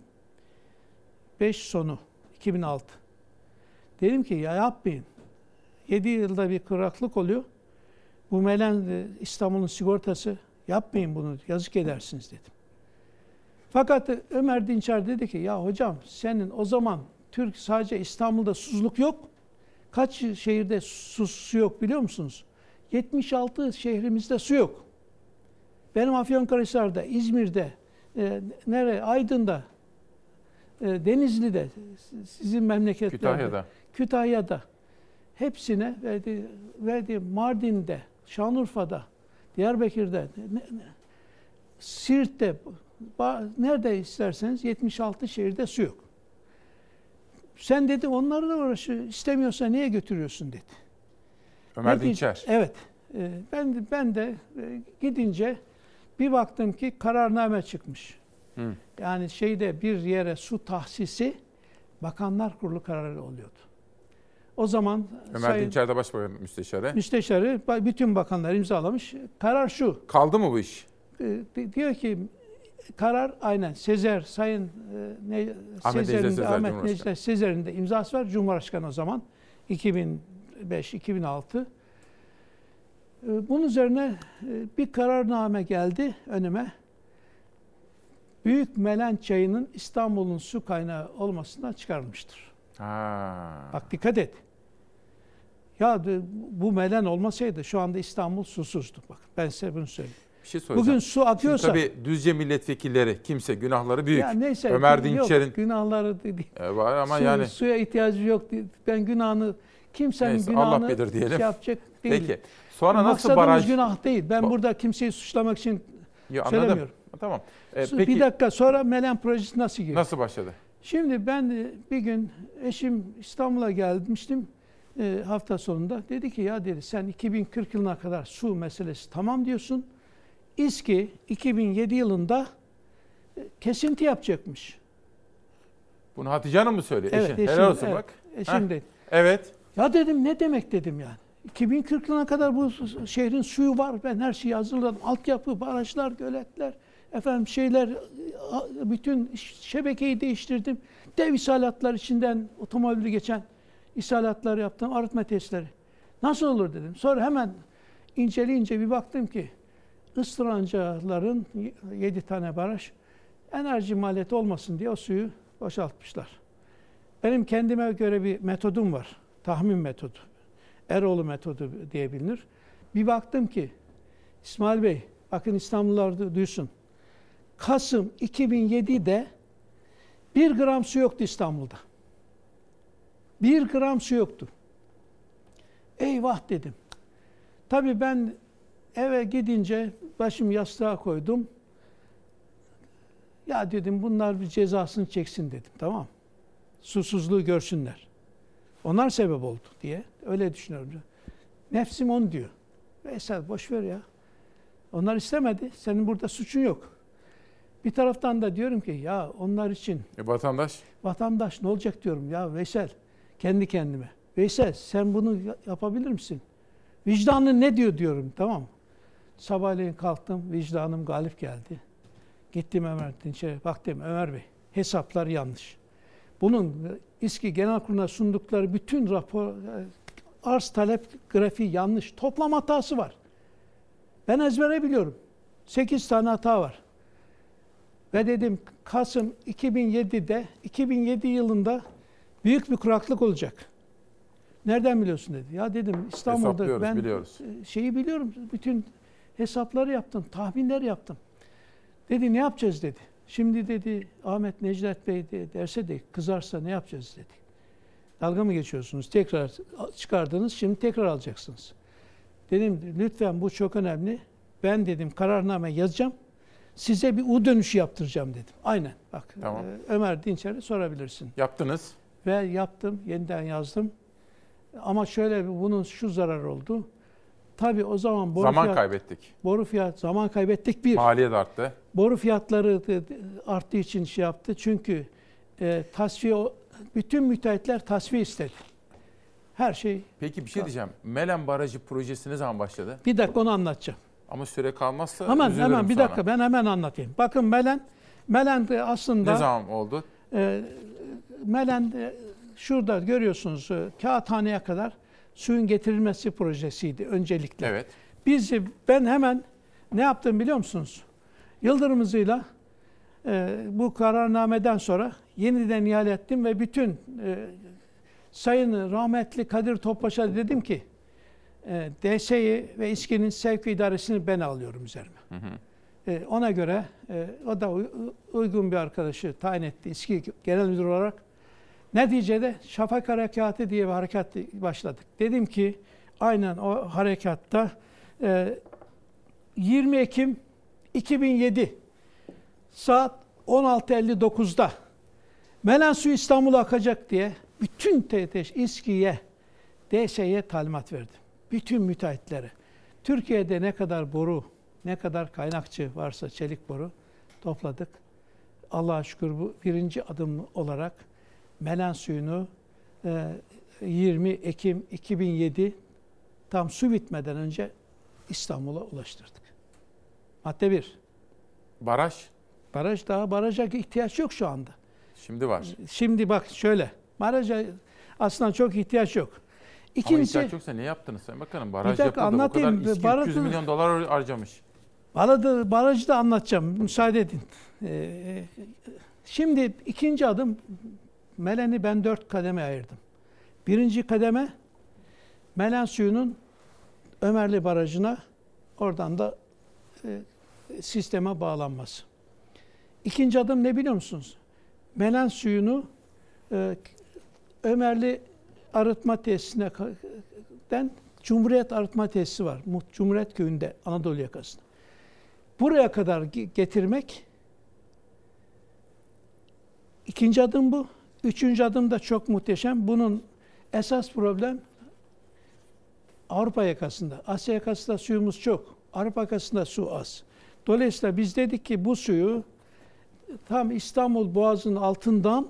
sonu, 2006. Dedim ki ya yapmayın. 7 yılda bir kuraklık oluyor. Bu Melen İstanbul'un sigortası. Yapmayın bunu. Yazık edersiniz dedim. Fakat Ömer Dinçer dedi ki ya hocam senin o zaman sadece İstanbul'da susuzluk yok. Kaç şehirde su yok biliyor musunuz? 76 şehrimizde su yok. Benim Afyonkarahisar'da, İzmir'de, Aydın'da, Denizli'de, sizin memleketlerde, Kütahya'da hepsine verdi Mardin'de, Şanlıurfa'da, Diyarbakır'da, Siirt'te, nerede isterseniz 76 şehirde su yok. Sen dedi onlarla uğraşıyor, istemiyorsa niye götürüyorsun dedi. Ömer Dinçer. Evet. Ben de gidince bir baktım ki kararname çıkmış. Yani bir yere su tahsisi Bakanlar Kurulu kararı oluyordu. O zaman Ömer Dinçer de Başbakan Müsteşarı. Müsteşarı bütün bakanlar imzalamış. Karar şu. Kaldı mı bu iş? Diyor ki karar aynen Sayın Ahmet Necdet Sezer'in de imzası var. Cumhurbaşkanı o zaman 2005-2006. Bunun üzerine bir kararname geldi önüme. Büyük Melen Çayı'nın İstanbul'un su kaynağı olmasından çıkarılmıştır. Bak dikkat et. Ya bu Melen olmasaydı şu anda İstanbul susuzdu. Bak ben size bunu söyleyeyim. Bir şey söyleyeceğim. Bugün su akıyorsa... Şimdi tabii Düzce milletvekilleri kimse günahları büyük. Ya neyse, Ömer Dinçer'in... Yok, günahları değil. Var ama yani... Suya ihtiyacı yok. Ben günahını... Kimsenin neyse, günahını yapacak değilim. Peki. Sonra nasıl maksadımız baraj... günah değil. Ben burada kimseyi suçlamak için söylemiyorum. Tamam. Peki, bir dakika sonra Melen projesi nasıl girdi? Nasıl başladı? Şimdi ben bir gün eşim İstanbul'a gelmiştim hafta sonunda. Dedi ki ya dedi sen 2040 yılına kadar su meselesi tamam diyorsun. İSKİ 2007 yılında kesinti yapacakmış. Bunu Hatice Hanım mı söylüyor? Evet, eşin. Helal olsun bak. Eşim dedi. Evet. Ya dedim ne demek dedim yani. 2040 yılına kadar bu şehrin suyu var. Ben her şeyi hazırladım. Altyapı, barajlar, göletler, bütün şebekeyi değiştirdim. Dev ishalatlar içinden otomobili geçen ishalatlar yaptım. Arıtma testleri. Nasıl olur dedim. Sonra hemen inceleyince bir baktım ki Istırancaların 7 tane baraj enerji maliyeti olmasın diye o suyu boşaltmışlar. Benim kendime göre bir metodum var. Tahmin metodu. Eroğlu metodu diye bilinir. Bir baktım ki İsmail Bey, bakın İstanbullular duysun. Kasım 2007'de 1 gram su yoktu İstanbul'da. 1 gram su yoktu. Eyvah dedim. Tabii ben eve gidince başım yastığa koydum. Ya dedim bunlar bir cezasını çeksin dedim. Tamam. Susuzluğu görsünler. Onlar sebep oldu diye. Öyle düşünüyorum. Nefsim onu diyor. Veysel boş ver ya. Onlar istemedi. Senin burada suçun yok. Bir taraftan da diyorum ki ya onlar için. Vatandaş? Vatandaş ne olacak diyorum ya Veysel. Kendi kendime. Veysel sen bunu yapabilir misin? Vicdanın ne diyor diyorum, tamam mı? Sabahleyin kalktım, vicdanım galip geldi. Gittim Ömer Dinçer'e, baktım Ömer Bey hesaplar yanlış. Bunun İSKİ Genel Kurulu'na sundukları bütün rapor, arz talep grafiği yanlış. Toplam hatası var. Ben ezbere biliyorum. 8 tane hata var. Ve dedim Kasım 2007 yılında büyük bir kuraklık olacak. Nereden biliyorsun dedi. Ya dedim İstanbul'da ben biliyoruz. Şeyi biliyorum. Bütün hesapları yaptım, tahminler yaptım. Dedi ne yapacağız dedi. Şimdi dedi Ahmet Necdet Bey derse de kızarsa ne yapacağız dedi. Dalga mı geçiyorsunuz? Tekrar çıkardınız, şimdi tekrar alacaksınız. Dedim lütfen bu çok önemli. Ben dedim kararname yazacağım. Size bir U dönüşü yaptıracağım dedim. Aynen bak Tamam. Ömer Dinçer'e sorabilirsin. Yaptınız. Ve yaptım, yeniden yazdım. Ama şöyle bunun şu zararı oldu. Tabii o zaman kaybettik. Zaman kaybettik bir. Maliyet arttı. Boru fiyatları arttığı için şey yaptı. Çünkü bütün müteahhitler tasfiye istedi. Her şey. Peki bir şey diyeceğim. Melen Barajı projesi ne zaman başladı? Bir dakika onu anlatacağım. Ama süre kalmazsa Hemen bir dakika ben hemen anlatayım. Bakın Melen de aslında. Ne zaman oldu? Melen şurada görüyorsunuz Kağıthane'ye kadar suyun getirilmesi projesiydi öncelikle. Evet. Ben hemen ne yaptım biliyor musunuz? Yıldırım hızıyla bu kararnameden sonra yeniden ihale ettim ve bütün Sayın rahmetli Kadir Topbaş'a dedim ki DS'yi ve İSKİ'nin sevk idaresini ben alıyorum üzerime. Ona göre o da uygun bir arkadaşı tayin etti İSKİ Genel Müdür olarak. Neticede Şafak Harekatı diye bir harekat başladık. Dedim ki aynen o harekatta 20 Ekim 2007 saat 16.59'da Melen suyu İstanbul'a akacak diye bütün İSKİ'ye, DS'ye talimat verdim. Bütün müteahhitlere. Türkiye'de ne kadar boru, ne kadar kaynakçı varsa çelik boru topladık. Allah'a şükür bu birinci adım olarak Melen suyunu 20 Ekim 2007 tam su bitmeden önce İstanbul'a ulaştırdık. Madde 1. Baraj? Baraja ihtiyaç yok şu anda. Şimdi var. Şimdi bak şöyle. Baraja aslında çok ihtiyaç yok. Ama ihtiyaç yoksa ne yaptınız Sayın Bakanım? Baraj yapıldı. Anlatayım. Bu kadar 300 milyon dolar harcamış. Barajı da anlatacağım. Müsaade edin. Şimdi ikinci adım Melen'i ben 4 kademe ayırdım. Birinci kademe Melen suyunun Ömerli Barajı'na oradan da sisteme bağlanması. İkinci adım ne biliyor musunuz? Melen suyunu Ömerli arıtma tesisinden Cumhuriyet arıtma tesisi var. Cumhuriyet köyünde Anadolu yakasında. Buraya kadar getirmek ikinci adım bu. Üçüncü adım da çok muhteşem. Bunun esas problem Avrupa yakasında. Asya yakasında suyumuz çok. Avrupa yakasında su az. Dolayısıyla biz dedik ki bu suyu tam İstanbul Boğazı'nın altından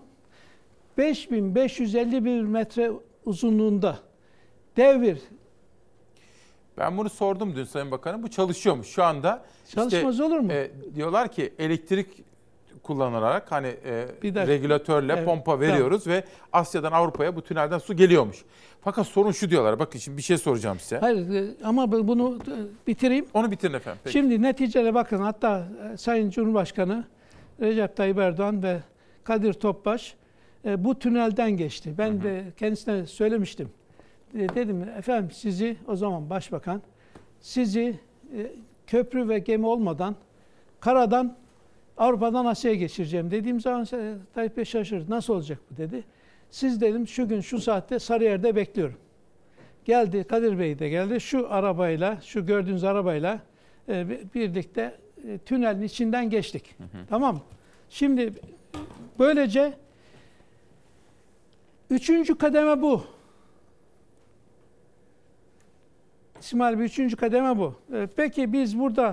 5551 metre uzunluğunda dev bir. Ben bunu sordum dün Sayın Bakanım. Bu çalışıyormuş şu anda. Çalışmaz olur mu? Diyorlar ki elektrik kullanılarak hani regülatörle evet, pompa veriyoruz ve Asya'dan Avrupa'ya bu tünelden su geliyormuş. Fakat sorun şu diyorlar. Bakın şimdi bir şey soracağım size. Hayır ama bunu bitireyim. Onu bitirin efendim. Peki. Şimdi neticede bakın hatta Sayın Cumhurbaşkanı Recep Tayyip Erdoğan ve Kadir Topbaş bu tünelden geçti. Ben de kendisine söylemiştim. Dedim efendim sizi o zaman Başbakan sizi köprü ve gemi olmadan karadan Avrupa'dan Asya'ya geçireceğim dediğim zaman Tayyip Bey şaşırdı. Nasıl olacak bu dedi. Siz dedim şu gün şu saatte Sarıyer'de bekliyorum. Geldi Kadir Bey de geldi. Şu arabayla, şu gördüğünüz arabayla birlikte tünelin içinden geçtik. Tamam mı? Şimdi böylece üçüncü kademe bu. İsmail Bey üçüncü kademe bu. Peki biz burada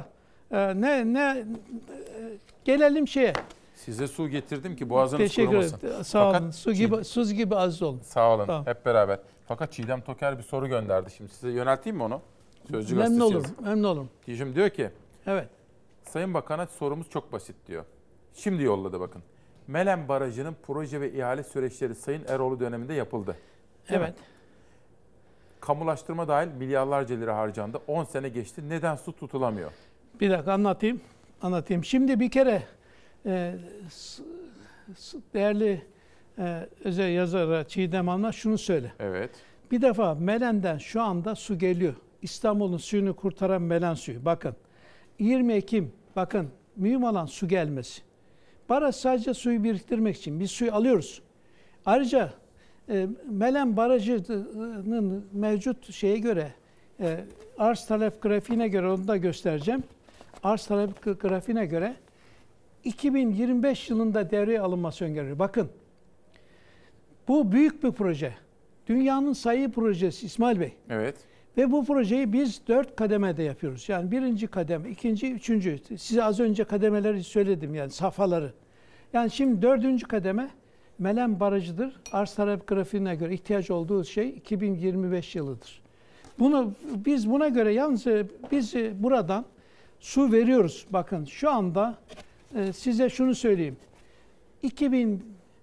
gelelim şeye. Size su getirdim ki boğazınız teşekkür kurumasın. ederim. Sağ olun. Su gibi aziz olun. Sağ olun. Tamam. Hep beraber. Fakat Çiğdem Toker bir soru gönderdi. Şimdi size yönelteyim mi onu? Sözcü Memnun gazetesi olurum. Memnun olurum. Şimdi diyor ki. Evet. Sayın Bakan'a sorumuz çok basit diyor. Şimdi yolladı bakın. Melen Barajı'nın proje ve ihale süreçleri Sayın Eroğlu döneminde yapıldı. Evet. Kamulaştırma dahil milyarlarca lira harcandı. 10 sene geçti. Neden su tutulamıyor? Bir dakika anlatayım. Şimdi bir kere Değerli özel yazara Çiğdem Hanım'a şunu söyle. Evet. Bir defa Melen'den şu anda su geliyor. İstanbul'un suyunu kurtaran Melen suyu. Bakın 20 Ekim bakın mühim olan su gelmesi. Baraj sadece suyu biriktirmek için. Biz suyu alıyoruz. Ayrıca Melen Barajı'nın mevcut şeye göre arz talep grafiğine göre onu da göstereceğim. Arz talep grafiğine göre 2025 yılında devreye alınması öngörülüyor. Bakın bu büyük bir proje. Dünyanın sayı projesi İsmail Bey. Evet. Ve bu projeyi biz 4 kademede yapıyoruz. Yani 1. kademe, 2. 3. Size az önce kademeleri söyledim yani safhaları. Yani şimdi 4. kademe Melen Barajı'dır. Arz talep grafiğine göre ihtiyaç olduğu şey 2025 yılıdır. Biz buna göre yalnız biz buradan su veriyoruz. Bakın şu anda size şunu söyleyeyim. 2007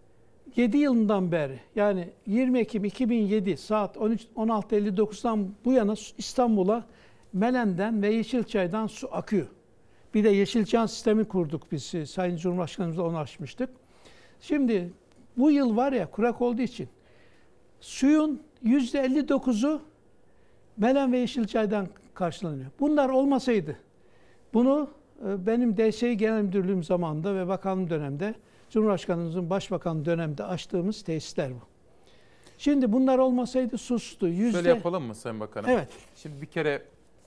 yılından beri yani 20 Ekim 2007 saat 16.59'dan bu yana İstanbul'a Melen'den ve Yeşilçay'dan su akıyor. Bir de Yeşilçay sistemi kurduk biz. Sayın Cumhurbaşkanımızla onu açmıştık. Şimdi bu yıl var ya kurak olduğu için suyun %59'u Melen ve Yeşilçay'dan karşılanıyor. Bunlar olmasaydı bunu benim DSİ Genel Müdürlüğüm zamanında ve bakanlığım dönemde Cumhurbaşkanımızın başbakan döneminde açtığımız tesisler bu. Şimdi bunlar olmasaydı sustu. Şöyle yapalım mı Sayın Bakanım? Evet. Şimdi bir kere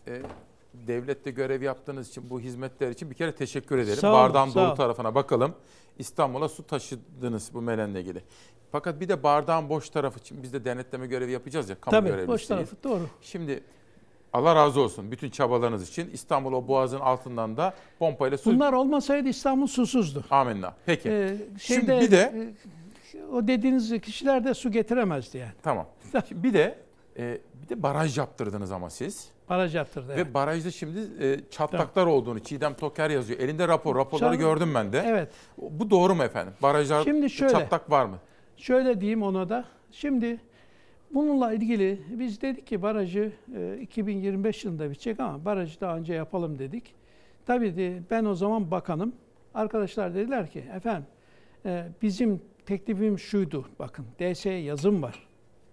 devlette görev yaptığınız için bu hizmetler için bir kere teşekkür ederim. Sağ olun, Bardağın sağ dolu olun. tarafına bakalım. İstanbul'a su taşıdınız bu Melen'le ilgili. Fakat bir de bardağın boş tarafı için biz de denetleme görevi yapacağız ya. Kamu Tabii görevlisiyiz. boş tarafı doğru. Şimdi Allah razı olsun bütün çabalarınız için. İstanbul o boğazın altından da pompayla su... Bunlar olmasaydı İstanbul susuzdu. Amenna. Peki. Şimdi bir de... o dediğiniz kişiler de su getiremezdi yani. Tamam. Şimdi bir de baraj yaptırdınız ama siz. Baraj yaptırdı. Ve barajda şimdi çatlaklar olduğunu Çiğdem Toker yazıyor. Elinde raporları gördüm ben de. Evet. Bu doğru mu efendim? Barajlarda şimdi şöyle, çatlak var mı? Şöyle diyeyim ona da. Şimdi bununla ilgili biz dedik ki barajı 2025 yılında bitecek ama barajı daha önce yapalım dedik. Tabii ben o zaman bakanım. Arkadaşlar dediler ki efendim bizim teklifimiz şuydu. Bakın DS'ye yazım var.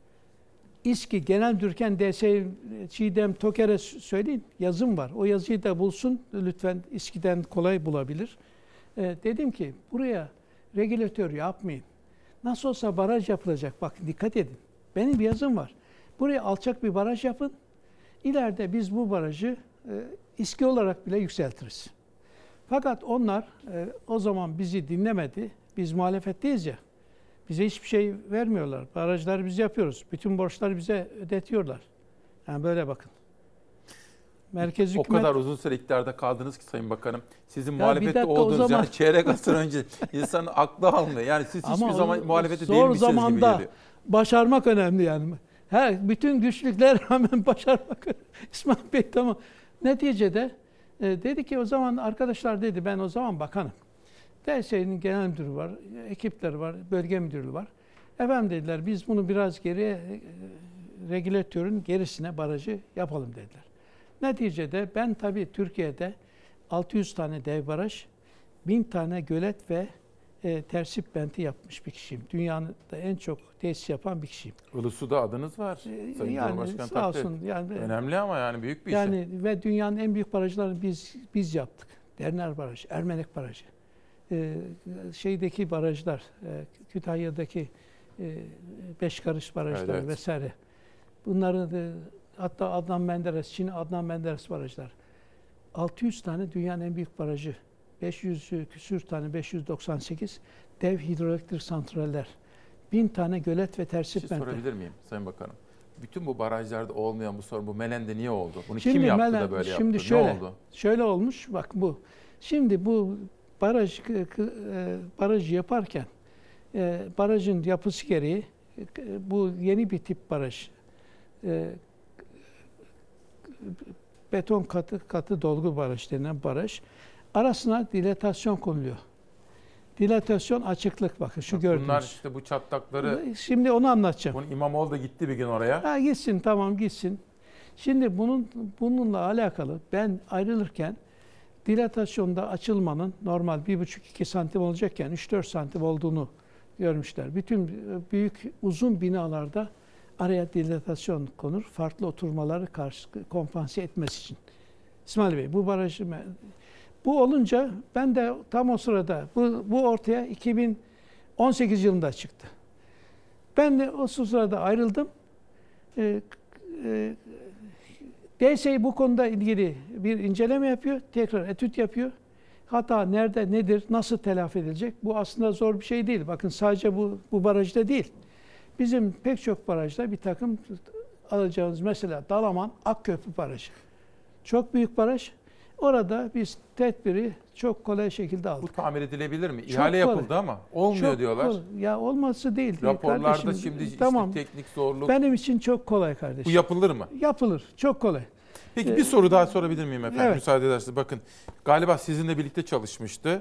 İSKİ Genel Müdürken DS'ye Çiğdem Toker'e söyleyin yazım var. O yazıyı da bulsun lütfen İSKİ'den kolay bulabilir. Dedim ki buraya regülatör yapmayın. Nasıl olsa baraj yapılacak. Bak dikkat edin. Benim bir yazım var. Buraya alçak bir baraj yapın. İleride biz bu barajı İSKİ olarak bile yükseltiriz. Fakat onlar o zaman bizi dinlemedi. Biz muhalefetteyiz ya. Bize hiçbir şey vermiyorlar. Barajları biz yapıyoruz. Bütün borçları bize ödetiyorlar. Yani böyle bakın. Merkez hükümet... O kadar uzun süre iktidarda kaldınız ki Sayın Bakanım. Sizin Ya muhalefette olduğunuz yani çeyrek asır önce insanın aklı almıyor. Yani siz hiçbir zaman muhalefette değilmişsiniz gibi geliyor. Zor zamanda başarmak önemli yani. Bütün güçlüklere rağmen başarmak önemli. İsmail Bey tamam. Neticede dedi ki o zaman arkadaşlar dedi ben o zaman bakanım. DSİ'nin genel müdürü var, ekipleri var, bölge müdürü var. Efendim dediler biz bunu biraz geriye regülatörün gerisine barajı yapalım dediler. Neticede ben tabii Türkiye'de 600 tane dev baraj, 1000 tane gölet ve tersip benti yapmış bir kişiyim. Dünyanın da en çok tesis yapan bir kişiyim. Ilısu'da adınız var. Sayın yani Cumhurbaşkanı sağ olsun. Yani, önemli ama yani büyük bir iş. Yani ve dünyanın en büyük barajlarını biz yaptık. Derner Barajı, Ermenek Barajı. Şeydeki barajlar, Kütahya'daki Beşkarış barajları vesaire. Bunları hatta Adnan Menderes, Çin Adnan Menderes barajlar. 600 tane dünyanın en büyük barajı. 500 küsür tane, 598 dev hidroelektrik santraller. 1000 tane gölet ve tersip bentler. Sorabilir miyim Sayın Bakanım? Bütün bu barajlarda olmayan bu sorun bu Melen'de niye oldu? Bunu şimdi kim yaptı da böyle şimdi yaptı? Şöyle, ne oldu? Şöyle olmuş, bak bu. Şimdi bu barajı yaparken barajın yapısı gereği bu yeni bir tip baraj. Beton katı dolgu baraj denilen baraj. Arasına dilatasyon konuluyor. Dilatasyon açıklık bakın şu gördüğünüz. Bunlar işte bu çatlakları. Şimdi onu anlatacağım. Bunun İmamoğlu da gitti bir gün oraya. Ha, gitsin tamam gitsin. Şimdi bununla alakalı ben ayrılırken dilatasyonda açılmanın normal 1,5-2 santim olacakken 3-4 santim olduğunu görmüşler. Bütün büyük uzun binalarda araya dilatasyon konur. Farklı oturmaları kompanse etmesi için. İsmail Bey bu barajı bu olunca ben de tam o sırada bu ortaya 2018 yılında çıktı. Ben de o sırada ayrıldım. DSİ bu konuda ilgili bir inceleme yapıyor, tekrar etüt yapıyor. Hata nerede, nedir, nasıl telafi edilecek? Bu aslında zor bir şey değil. Bakın sadece bu barajda değil. Bizim pek çok barajda bir takım alacağımız mesela Dalaman Akköprü Barajı. Çok büyük baraj. Orada biz tedbiri çok kolay şekilde aldık. Bu tamir edilebilir mi? İhale yapıldı ama olmuyor çok diyorlar. Kolay. Ya olması değil. Raporlarda kardeşim. şimdi Tamam. işte teknik zorluk. Benim için çok kolay kardeşim. Bu yapılır mı? Yapılır. Çok kolay. Peki bir soru daha sorabilir miyim efendim? Evet. Müsaade ederseniz. Bakın galiba sizinle birlikte çalışmıştı.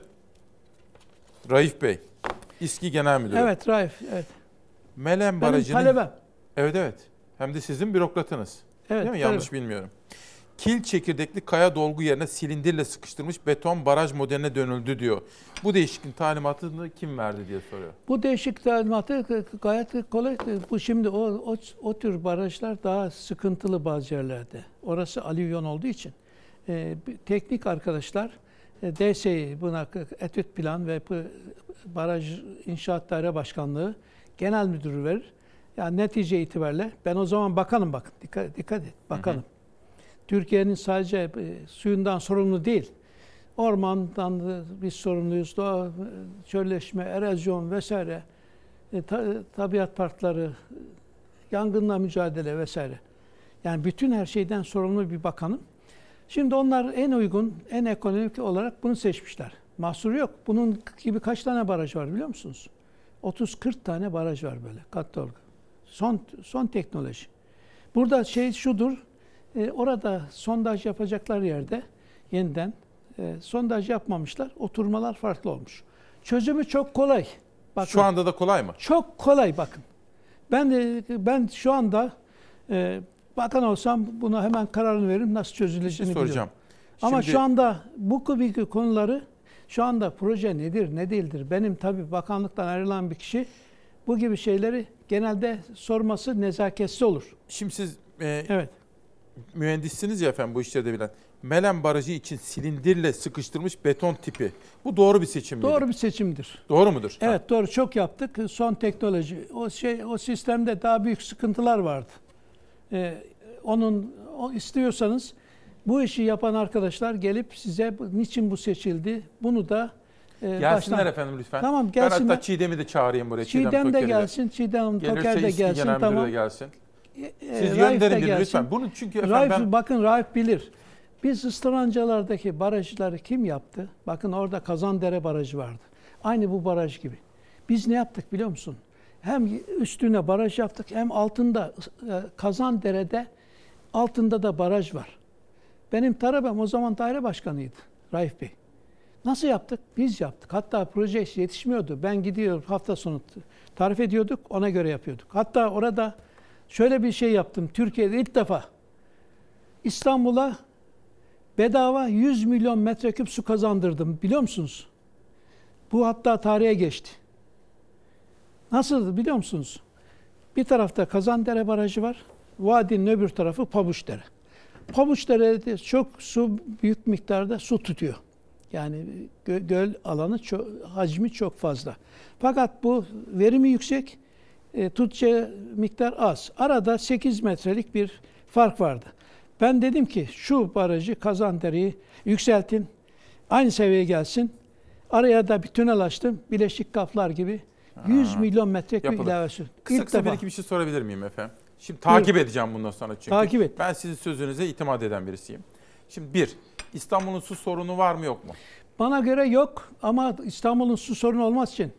Raif Bey. İSKİ Genel Müdürü. Evet Raif. Evet. Melen Benim Barajı'nın... talebem. Evet. Hem de sizin bürokratınız. Evet. Değil mi? Yanlış bilmiyorum. Kil çekirdekli kaya dolgu yerine silindirle sıkıştırılmış beton baraj modeline dönüldü diyor. Bu değişikliğin talimatını kim verdi diye soruyor. Bu değişik talimatı gayet kolay. Bu şimdi o tür barajlar daha sıkıntılı bazı yerlerde. Orası alüvyon olduğu için. Teknik arkadaşlar DSİ buna etüt plan ve baraj inşaat daire başkanlığı genel müdürü verir. Yani netice itibariyle ben o zaman bakanım bakın. Dikkat et bakanım. Hı hı. Türkiye'nin sadece suyundan sorumlu değil. Ormandan biz sorumluyuz. Doğa, çölleşme, erozyon vesaire. Tabiat parkları, yangınla mücadele vesaire. Yani bütün her şeyden sorumlu bir bakanım. Şimdi onlar en uygun, en ekonomik olarak bunu seçmişler. Mahsuru yok. Bunun gibi kaç tane baraj var biliyor musunuz? 30-40 tane baraj var böyle kat dolgu. Son teknoloji. Burada şudur. Orada sondaj yapacaklar yerde yeniden sondaj yapmamışlar. Oturmalar farklı olmuş. Çözümü çok kolay. Bakın, şu anda da kolay mı? Çok kolay bakın. Ben şu anda bakan olsam buna hemen kararını veririm. Nasıl çözüleceğini biliyorum. Ama şu anda bu gibi konuları şu anda proje nedir, ne değildir? Benim tabii bakanlıktan ayrılan bir kişi bu gibi şeyleri genelde sorması nezaketsiz olur. Şimdi siz evet. Mühendissiniz ya efendim bu işleri bilen. Melen Barajı için silindirle sıkıştırılmış beton tipi. Bu doğru bir seçim midir? Doğru bir seçimdir. Doğru mudur? Evet doğru. Çok yaptık. Son teknoloji. O sistemde daha büyük sıkıntılar vardı. İstiyorsanız bu işi yapan arkadaşlar gelip size niçin bu seçildi? Bunu da gelsinler efendim lütfen. Tamam gelsinler. Ben hatta Çiğdem'i de çağırayım buraya. Çiğdem de gelsin. Çiğdem Toker de gelsin. Genel tamam. Müdürü de gelsin. Siz gönderin bir lütfen. Bunu çünkü efendim bakın Raif bilir. Biz Istırancalardaki barajları kim yaptı? Bakın orada Kazandere Barajı vardı. Aynı bu baraj gibi. Biz ne yaptık biliyor musun? Hem üstüne baraj yaptık hem altında Kazandere'de altında da baraj var. Benim talebem o zaman daire başkanıydı Raif Bey. Nasıl yaptık? Biz yaptık. Hatta proje yetişmiyordu. Ben gidiyorum hafta sonu tarif ediyorduk, ona göre yapıyorduk. Hatta orada şöyle bir şey yaptım. Türkiye'de ilk defa İstanbul'a bedava 100 milyon metreküp su kazandırdım. Biliyor musunuz? Bu hatta tarihe geçti. Nasıldı biliyor musunuz? Bir tarafta Kazandere Barajı var. Vadinin öbür tarafı Pabuçdere. Pabuçdere'de çok büyük miktarda su tutuyor. Yani göl alanı hacmi çok fazla. Fakat bu verimi yüksek, tutacağı miktar az. Arada 8 metrelik bir fark vardı. Ben dedim ki şu barajı Kazandere'yi yükseltin, aynı seviyeye gelsin. Araya da bir tünel açtım, Birleşik Kaplar gibi 100 milyon metreküp ilavesi. Kısa bir şey sorabilir miyim efendim? Şimdi takip edeceğim bundan sonra çünkü. Takip et. Ben sizin sözünüze itimat eden birisiyim. Şimdi İstanbul'un su sorunu var mı yok mu? Bana göre yok ama İstanbul'un su sorunu olmaz için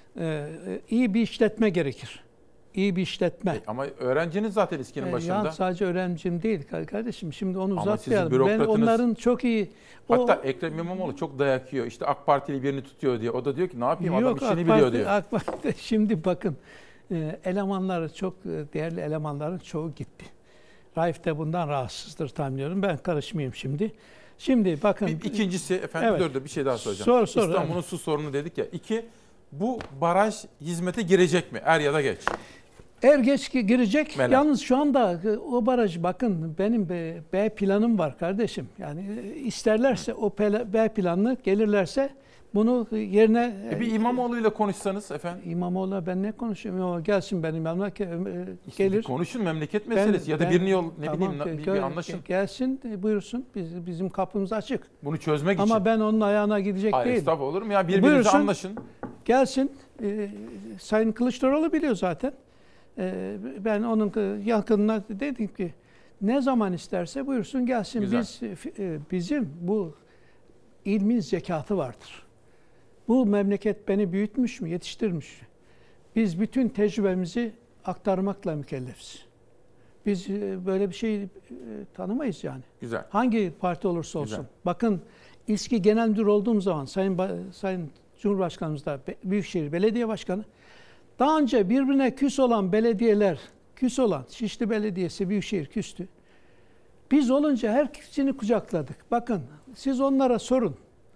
iyi bir işletme gerekir. İyi bir işletme. Ama öğrenciniz zaten İSKİ'nin başında. Ya sadece öğrencim değil kardeşim. Şimdi onu uzatmayalım. Ben onların çok iyi... Hatta Ekrem İmamoğlu çok dayak yiyor. İşte AK Partili birini tutuyor diye. O da diyor ki ne yapayım adam işini biliyor diyor. AK Parti, şimdi bakın elemanları çok değerli elemanların çoğu gitti. Raif de bundan rahatsızdır tahmin ediyorum. Ben karışmayayım şimdi. Şimdi bakın. İkincisi efendim, Evet. dur bir şey daha soracağım. Sor, İstanbul'un evet. su sorunu dedik ya. 2, bu baraj hizmete girecek mi? Er ya da geç. Er geç girecek. Melen. Yalnız şu anda o baraj, bakın benim B planım var kardeşim. Yani isterlerse o B planını, gelirlerse bunu yerine... Bir İmamoğlu'yla konuşsanız efendim. İmamoğlu'la ben ne konuşayım? O gelsin benim yanıma, İşte gelir. bir konuşun, memleket meselesi ya da birini bir anlaşın. Gelsin, buyursun. Bizim kapımız açık. Bunu çözmek için. Ama ben onun ayağına gidecek Hayır, değilim. estağfurullah, olur mu ya? Birbirinize Buyursun, anlaşın. Gelsin. Sayın Kılıçdaroğlu biliyor zaten. Ben onun yakınına dedim ki ne zaman isterse buyursun gelsin. Bizim bu ilmin zekatı vardır. Bu memleket beni büyütmüş mü, yetiştirmiş. Biz bütün tecrübemizi aktarmakla mükellefiz. Biz böyle bir şey tanımayız yani. Güzel. Hangi parti olursa olsun. Güzel. Bakın İSKİ Genel Müdürü olduğum zaman Sayın Cumhurbaşkanımız da Büyükşehir Belediye Başkanı, daha önce birbirine küs olan belediyeler, küs olan Şişli Belediyesi, Büyükşehir küstü. Biz olunca herkesini kucakladık. Bakın siz onlara sorun.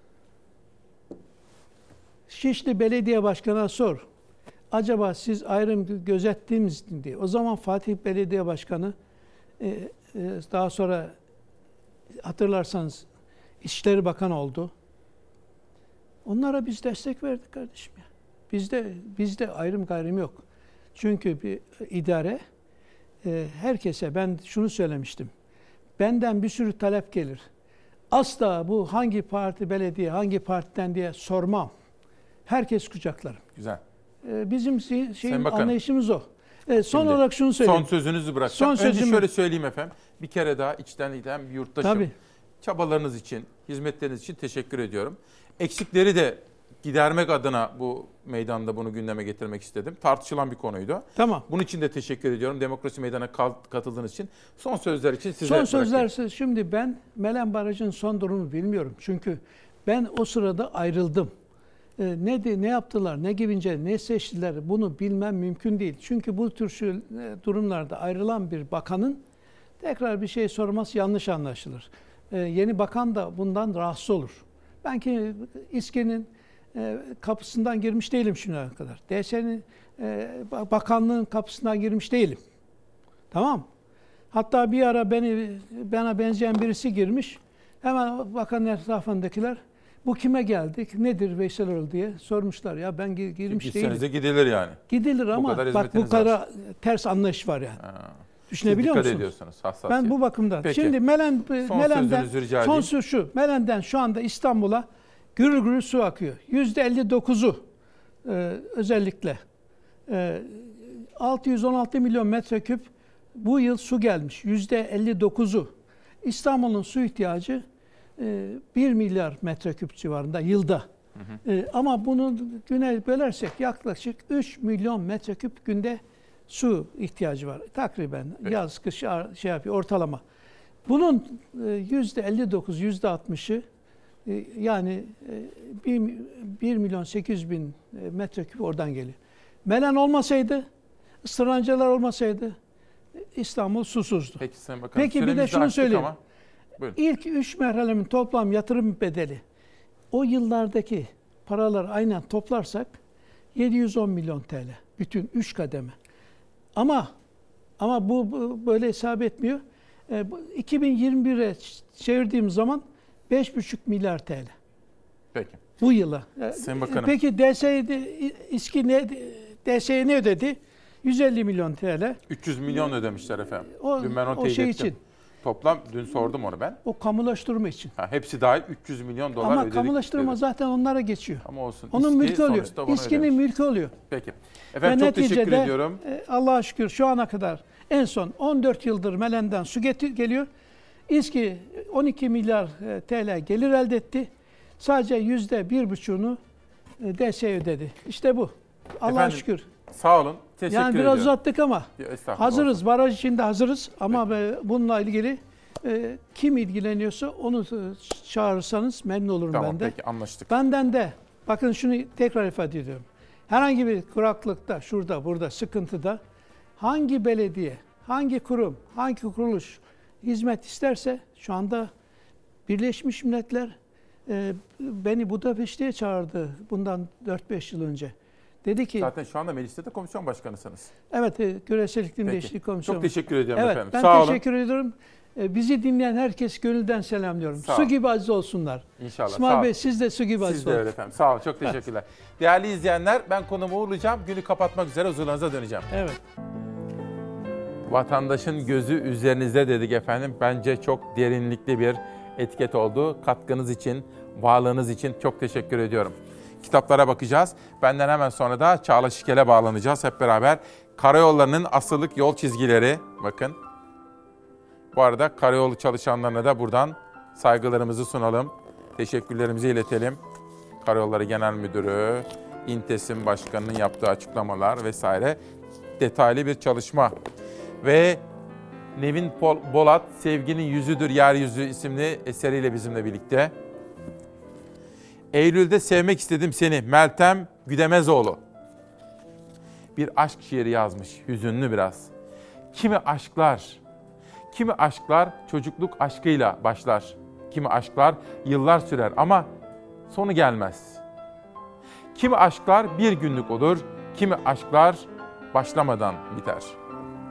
Şişli Belediye Başkanı'na sor. Acaba siz ayrım gözettiniz mi diye. O zaman Fatih Belediye Başkanı daha sonra hatırlarsanız İçişleri Bakanı oldu. Onlara biz destek verdik kardeşim ya. Bizde ayrım gayrım yok. Çünkü bir idare herkese, ben şunu söylemiştim. Benden bir sürü talep gelir. Asla bu hangi parti belediye, hangi partiden diye sormam. Herkes kucaklarım. Güzel. Bizim anlayışımız o. Son olarak şunu söyleyeyim. Son sözünüzü bırakacağım. Önce şöyle söyleyeyim efendim. Bir kere daha içten bir yurttaşım. Tabii. Çabalarınız için, hizmetleriniz için teşekkür ediyorum. Eksikleri de gidermek adına bu meydanda bunu gündeme getirmek istedim. Tartışılan bir konuydu. Tamam. Bunun için de teşekkür ediyorum. Demokrasi Meydanı'na katıldığınız için. Son sözler için size Son sözler, bırakayım. şimdi ben Melen Barajı'nın son durumunu bilmiyorum. Çünkü ben o sırada ayrıldım. Ne yaptılar, ne gibince, ne seçtiler bunu bilmem mümkün değil. Çünkü bu tür durumlarda ayrılan bir bakanın tekrar bir şey sorması yanlış anlaşılır. Yeni bakan da bundan rahatsız olur. Ben ki İSKİ'nin kapısından girmiş değilim şimdiye kadar. DSE'nin bakanlığın kapısından girmiş değilim. Tamam. Hatta bir ara bana benzeyen birisi girmiş. Hemen bakanın etrafındakiler bu kime geldik, nedir Veysel Eroğlu diye sormuşlar. Ya ben girmiş değilim. Gitsenize gidilir yani. Gidilir ama bak bu kadar ters anlayış var yani. Düşünebiliyor musunuz? Dikkat ediyorsunuz, hassasiyet. Ben bu bakımdan. Peki. Şimdi Melen'den son söz şu. Melen'den şu anda İstanbul'a gürül gürül su akıyor. %59'u özellikle 616 milyon metreküp bu yıl su gelmiş. %59'u. İstanbul'un su ihtiyacı 1 milyar metreküp civarında yılda. Ama bunu güne bölersek yaklaşık 3 milyon metreküp günde su ihtiyacı var. Takriben yaz, kış yapıyor ortalama. Bunun %59, %60'ı yani 1 milyon 800 bin metreküp oradan geliyor. Melen olmasaydı, ıstırancalar olmasaydı İstanbul susuzdu. Peki Sayın Bakanım. Peki bir de şunu söyleyeyim. Buyurun. İlk 3 merhalemin toplam yatırım bedeli o yıllardaki paraları aynen toplarsak 710 milyon TL. Bütün 3 kademe. Ama bu böyle hesap etmiyor. 2021'e çevirdiğim zaman 5,5 milyar TL. Peki. Bu yıla. Sayın Bakanım. Peki İSKİ DSE'ye ne ödedi? 150 milyon TL. 300 milyon ödemişler efendim. Dün ben o teyit şey ettim. için. Toplam dün sordum onu ben. O kamulaştırma için. Hepsi dahil 300 milyon dolar ödedik. Ama kamulaştırma zaten onlara geçiyor. Ama olsun. Onun mülkü oluyor. İSKİ'nin mülkü oluyor. Peki. Efendim çok teşekkür ediyorum. Allah'a şükür şu ana kadar en son 14 yıldır Melen'den su geliyor. İSKİ 12 milyar TL gelir elde etti. Sadece %1,5'unu DSE ödedi. İşte bu. Allah'a şükür. Sağ olun. Teşekkür ediyorum. Yani biraz uzattık ama hazırız. Olsun. Baraj içinde hazırız. Ama bununla ilgili kim ilgileniyorsa onu çağırırsanız memnun olurum ben de. Tamam peki anlaştık. Benden de bakın şunu tekrar ifade ediyorum. Herhangi bir kuraklıkta, şurada, burada, sıkıntıda hangi belediye, hangi kurum, hangi kuruluş hizmet isterse şu anda Birleşmiş Milletler beni Budapeşte'ye çağırdı bundan 4-5 yıl önce. Dedi ki... Zaten şu anda mecliste de komisyon başkanısınız. Evet, Küresel İklim Değişikliği Komisyonu. Çok teşekkür ediyorum efendim. Ben Sağ olun. teşekkür ediyorum. Bizi dinleyen herkes gönülden selamlıyorum. Su gibi aziz olsunlar. İnşallah. İsmail Bey siz de su gibi aziz olun. Siz de öyle efendim. Sağ olun. Çok teşekkürler. Değerli izleyenler, ben konumu uğurlayacağım. Günü kapatmak üzere huzurlarınıza döneceğim. Evet. Vatandaşın gözü üzerinizde dedik efendim. Bence çok derinlikli bir etiket oldu. Katkınız için, varlığınız için çok teşekkür ediyorum. Kitaplara bakacağız. Benden hemen sonra da Çağla Şikel'e bağlanacağız hep beraber. Karayollarının asırlık yol çizgileri. Bakın. Bu arada karayolu çalışanlarına da buradan saygılarımızı sunalım. Teşekkürlerimizi iletelim. Karayolları Genel Müdürü, İNTES'in başkanının yaptığı açıklamalar vesaire. Detaylı bir çalışma. Ve Nevin Bolat, Sevginin Yüzüdür Yeryüzü isimli eseriyle bizimle birlikte. Eylül'de sevmek istedim seni, Meltem Güdemezoğlu. Bir aşk şiiri yazmış, hüzünlü biraz. Kimi aşklar çocukluk aşkıyla başlar. Kimi aşklar yıllar sürer ama sonu gelmez. Kimi aşklar bir günlük olur, kimi aşklar başlamadan biter.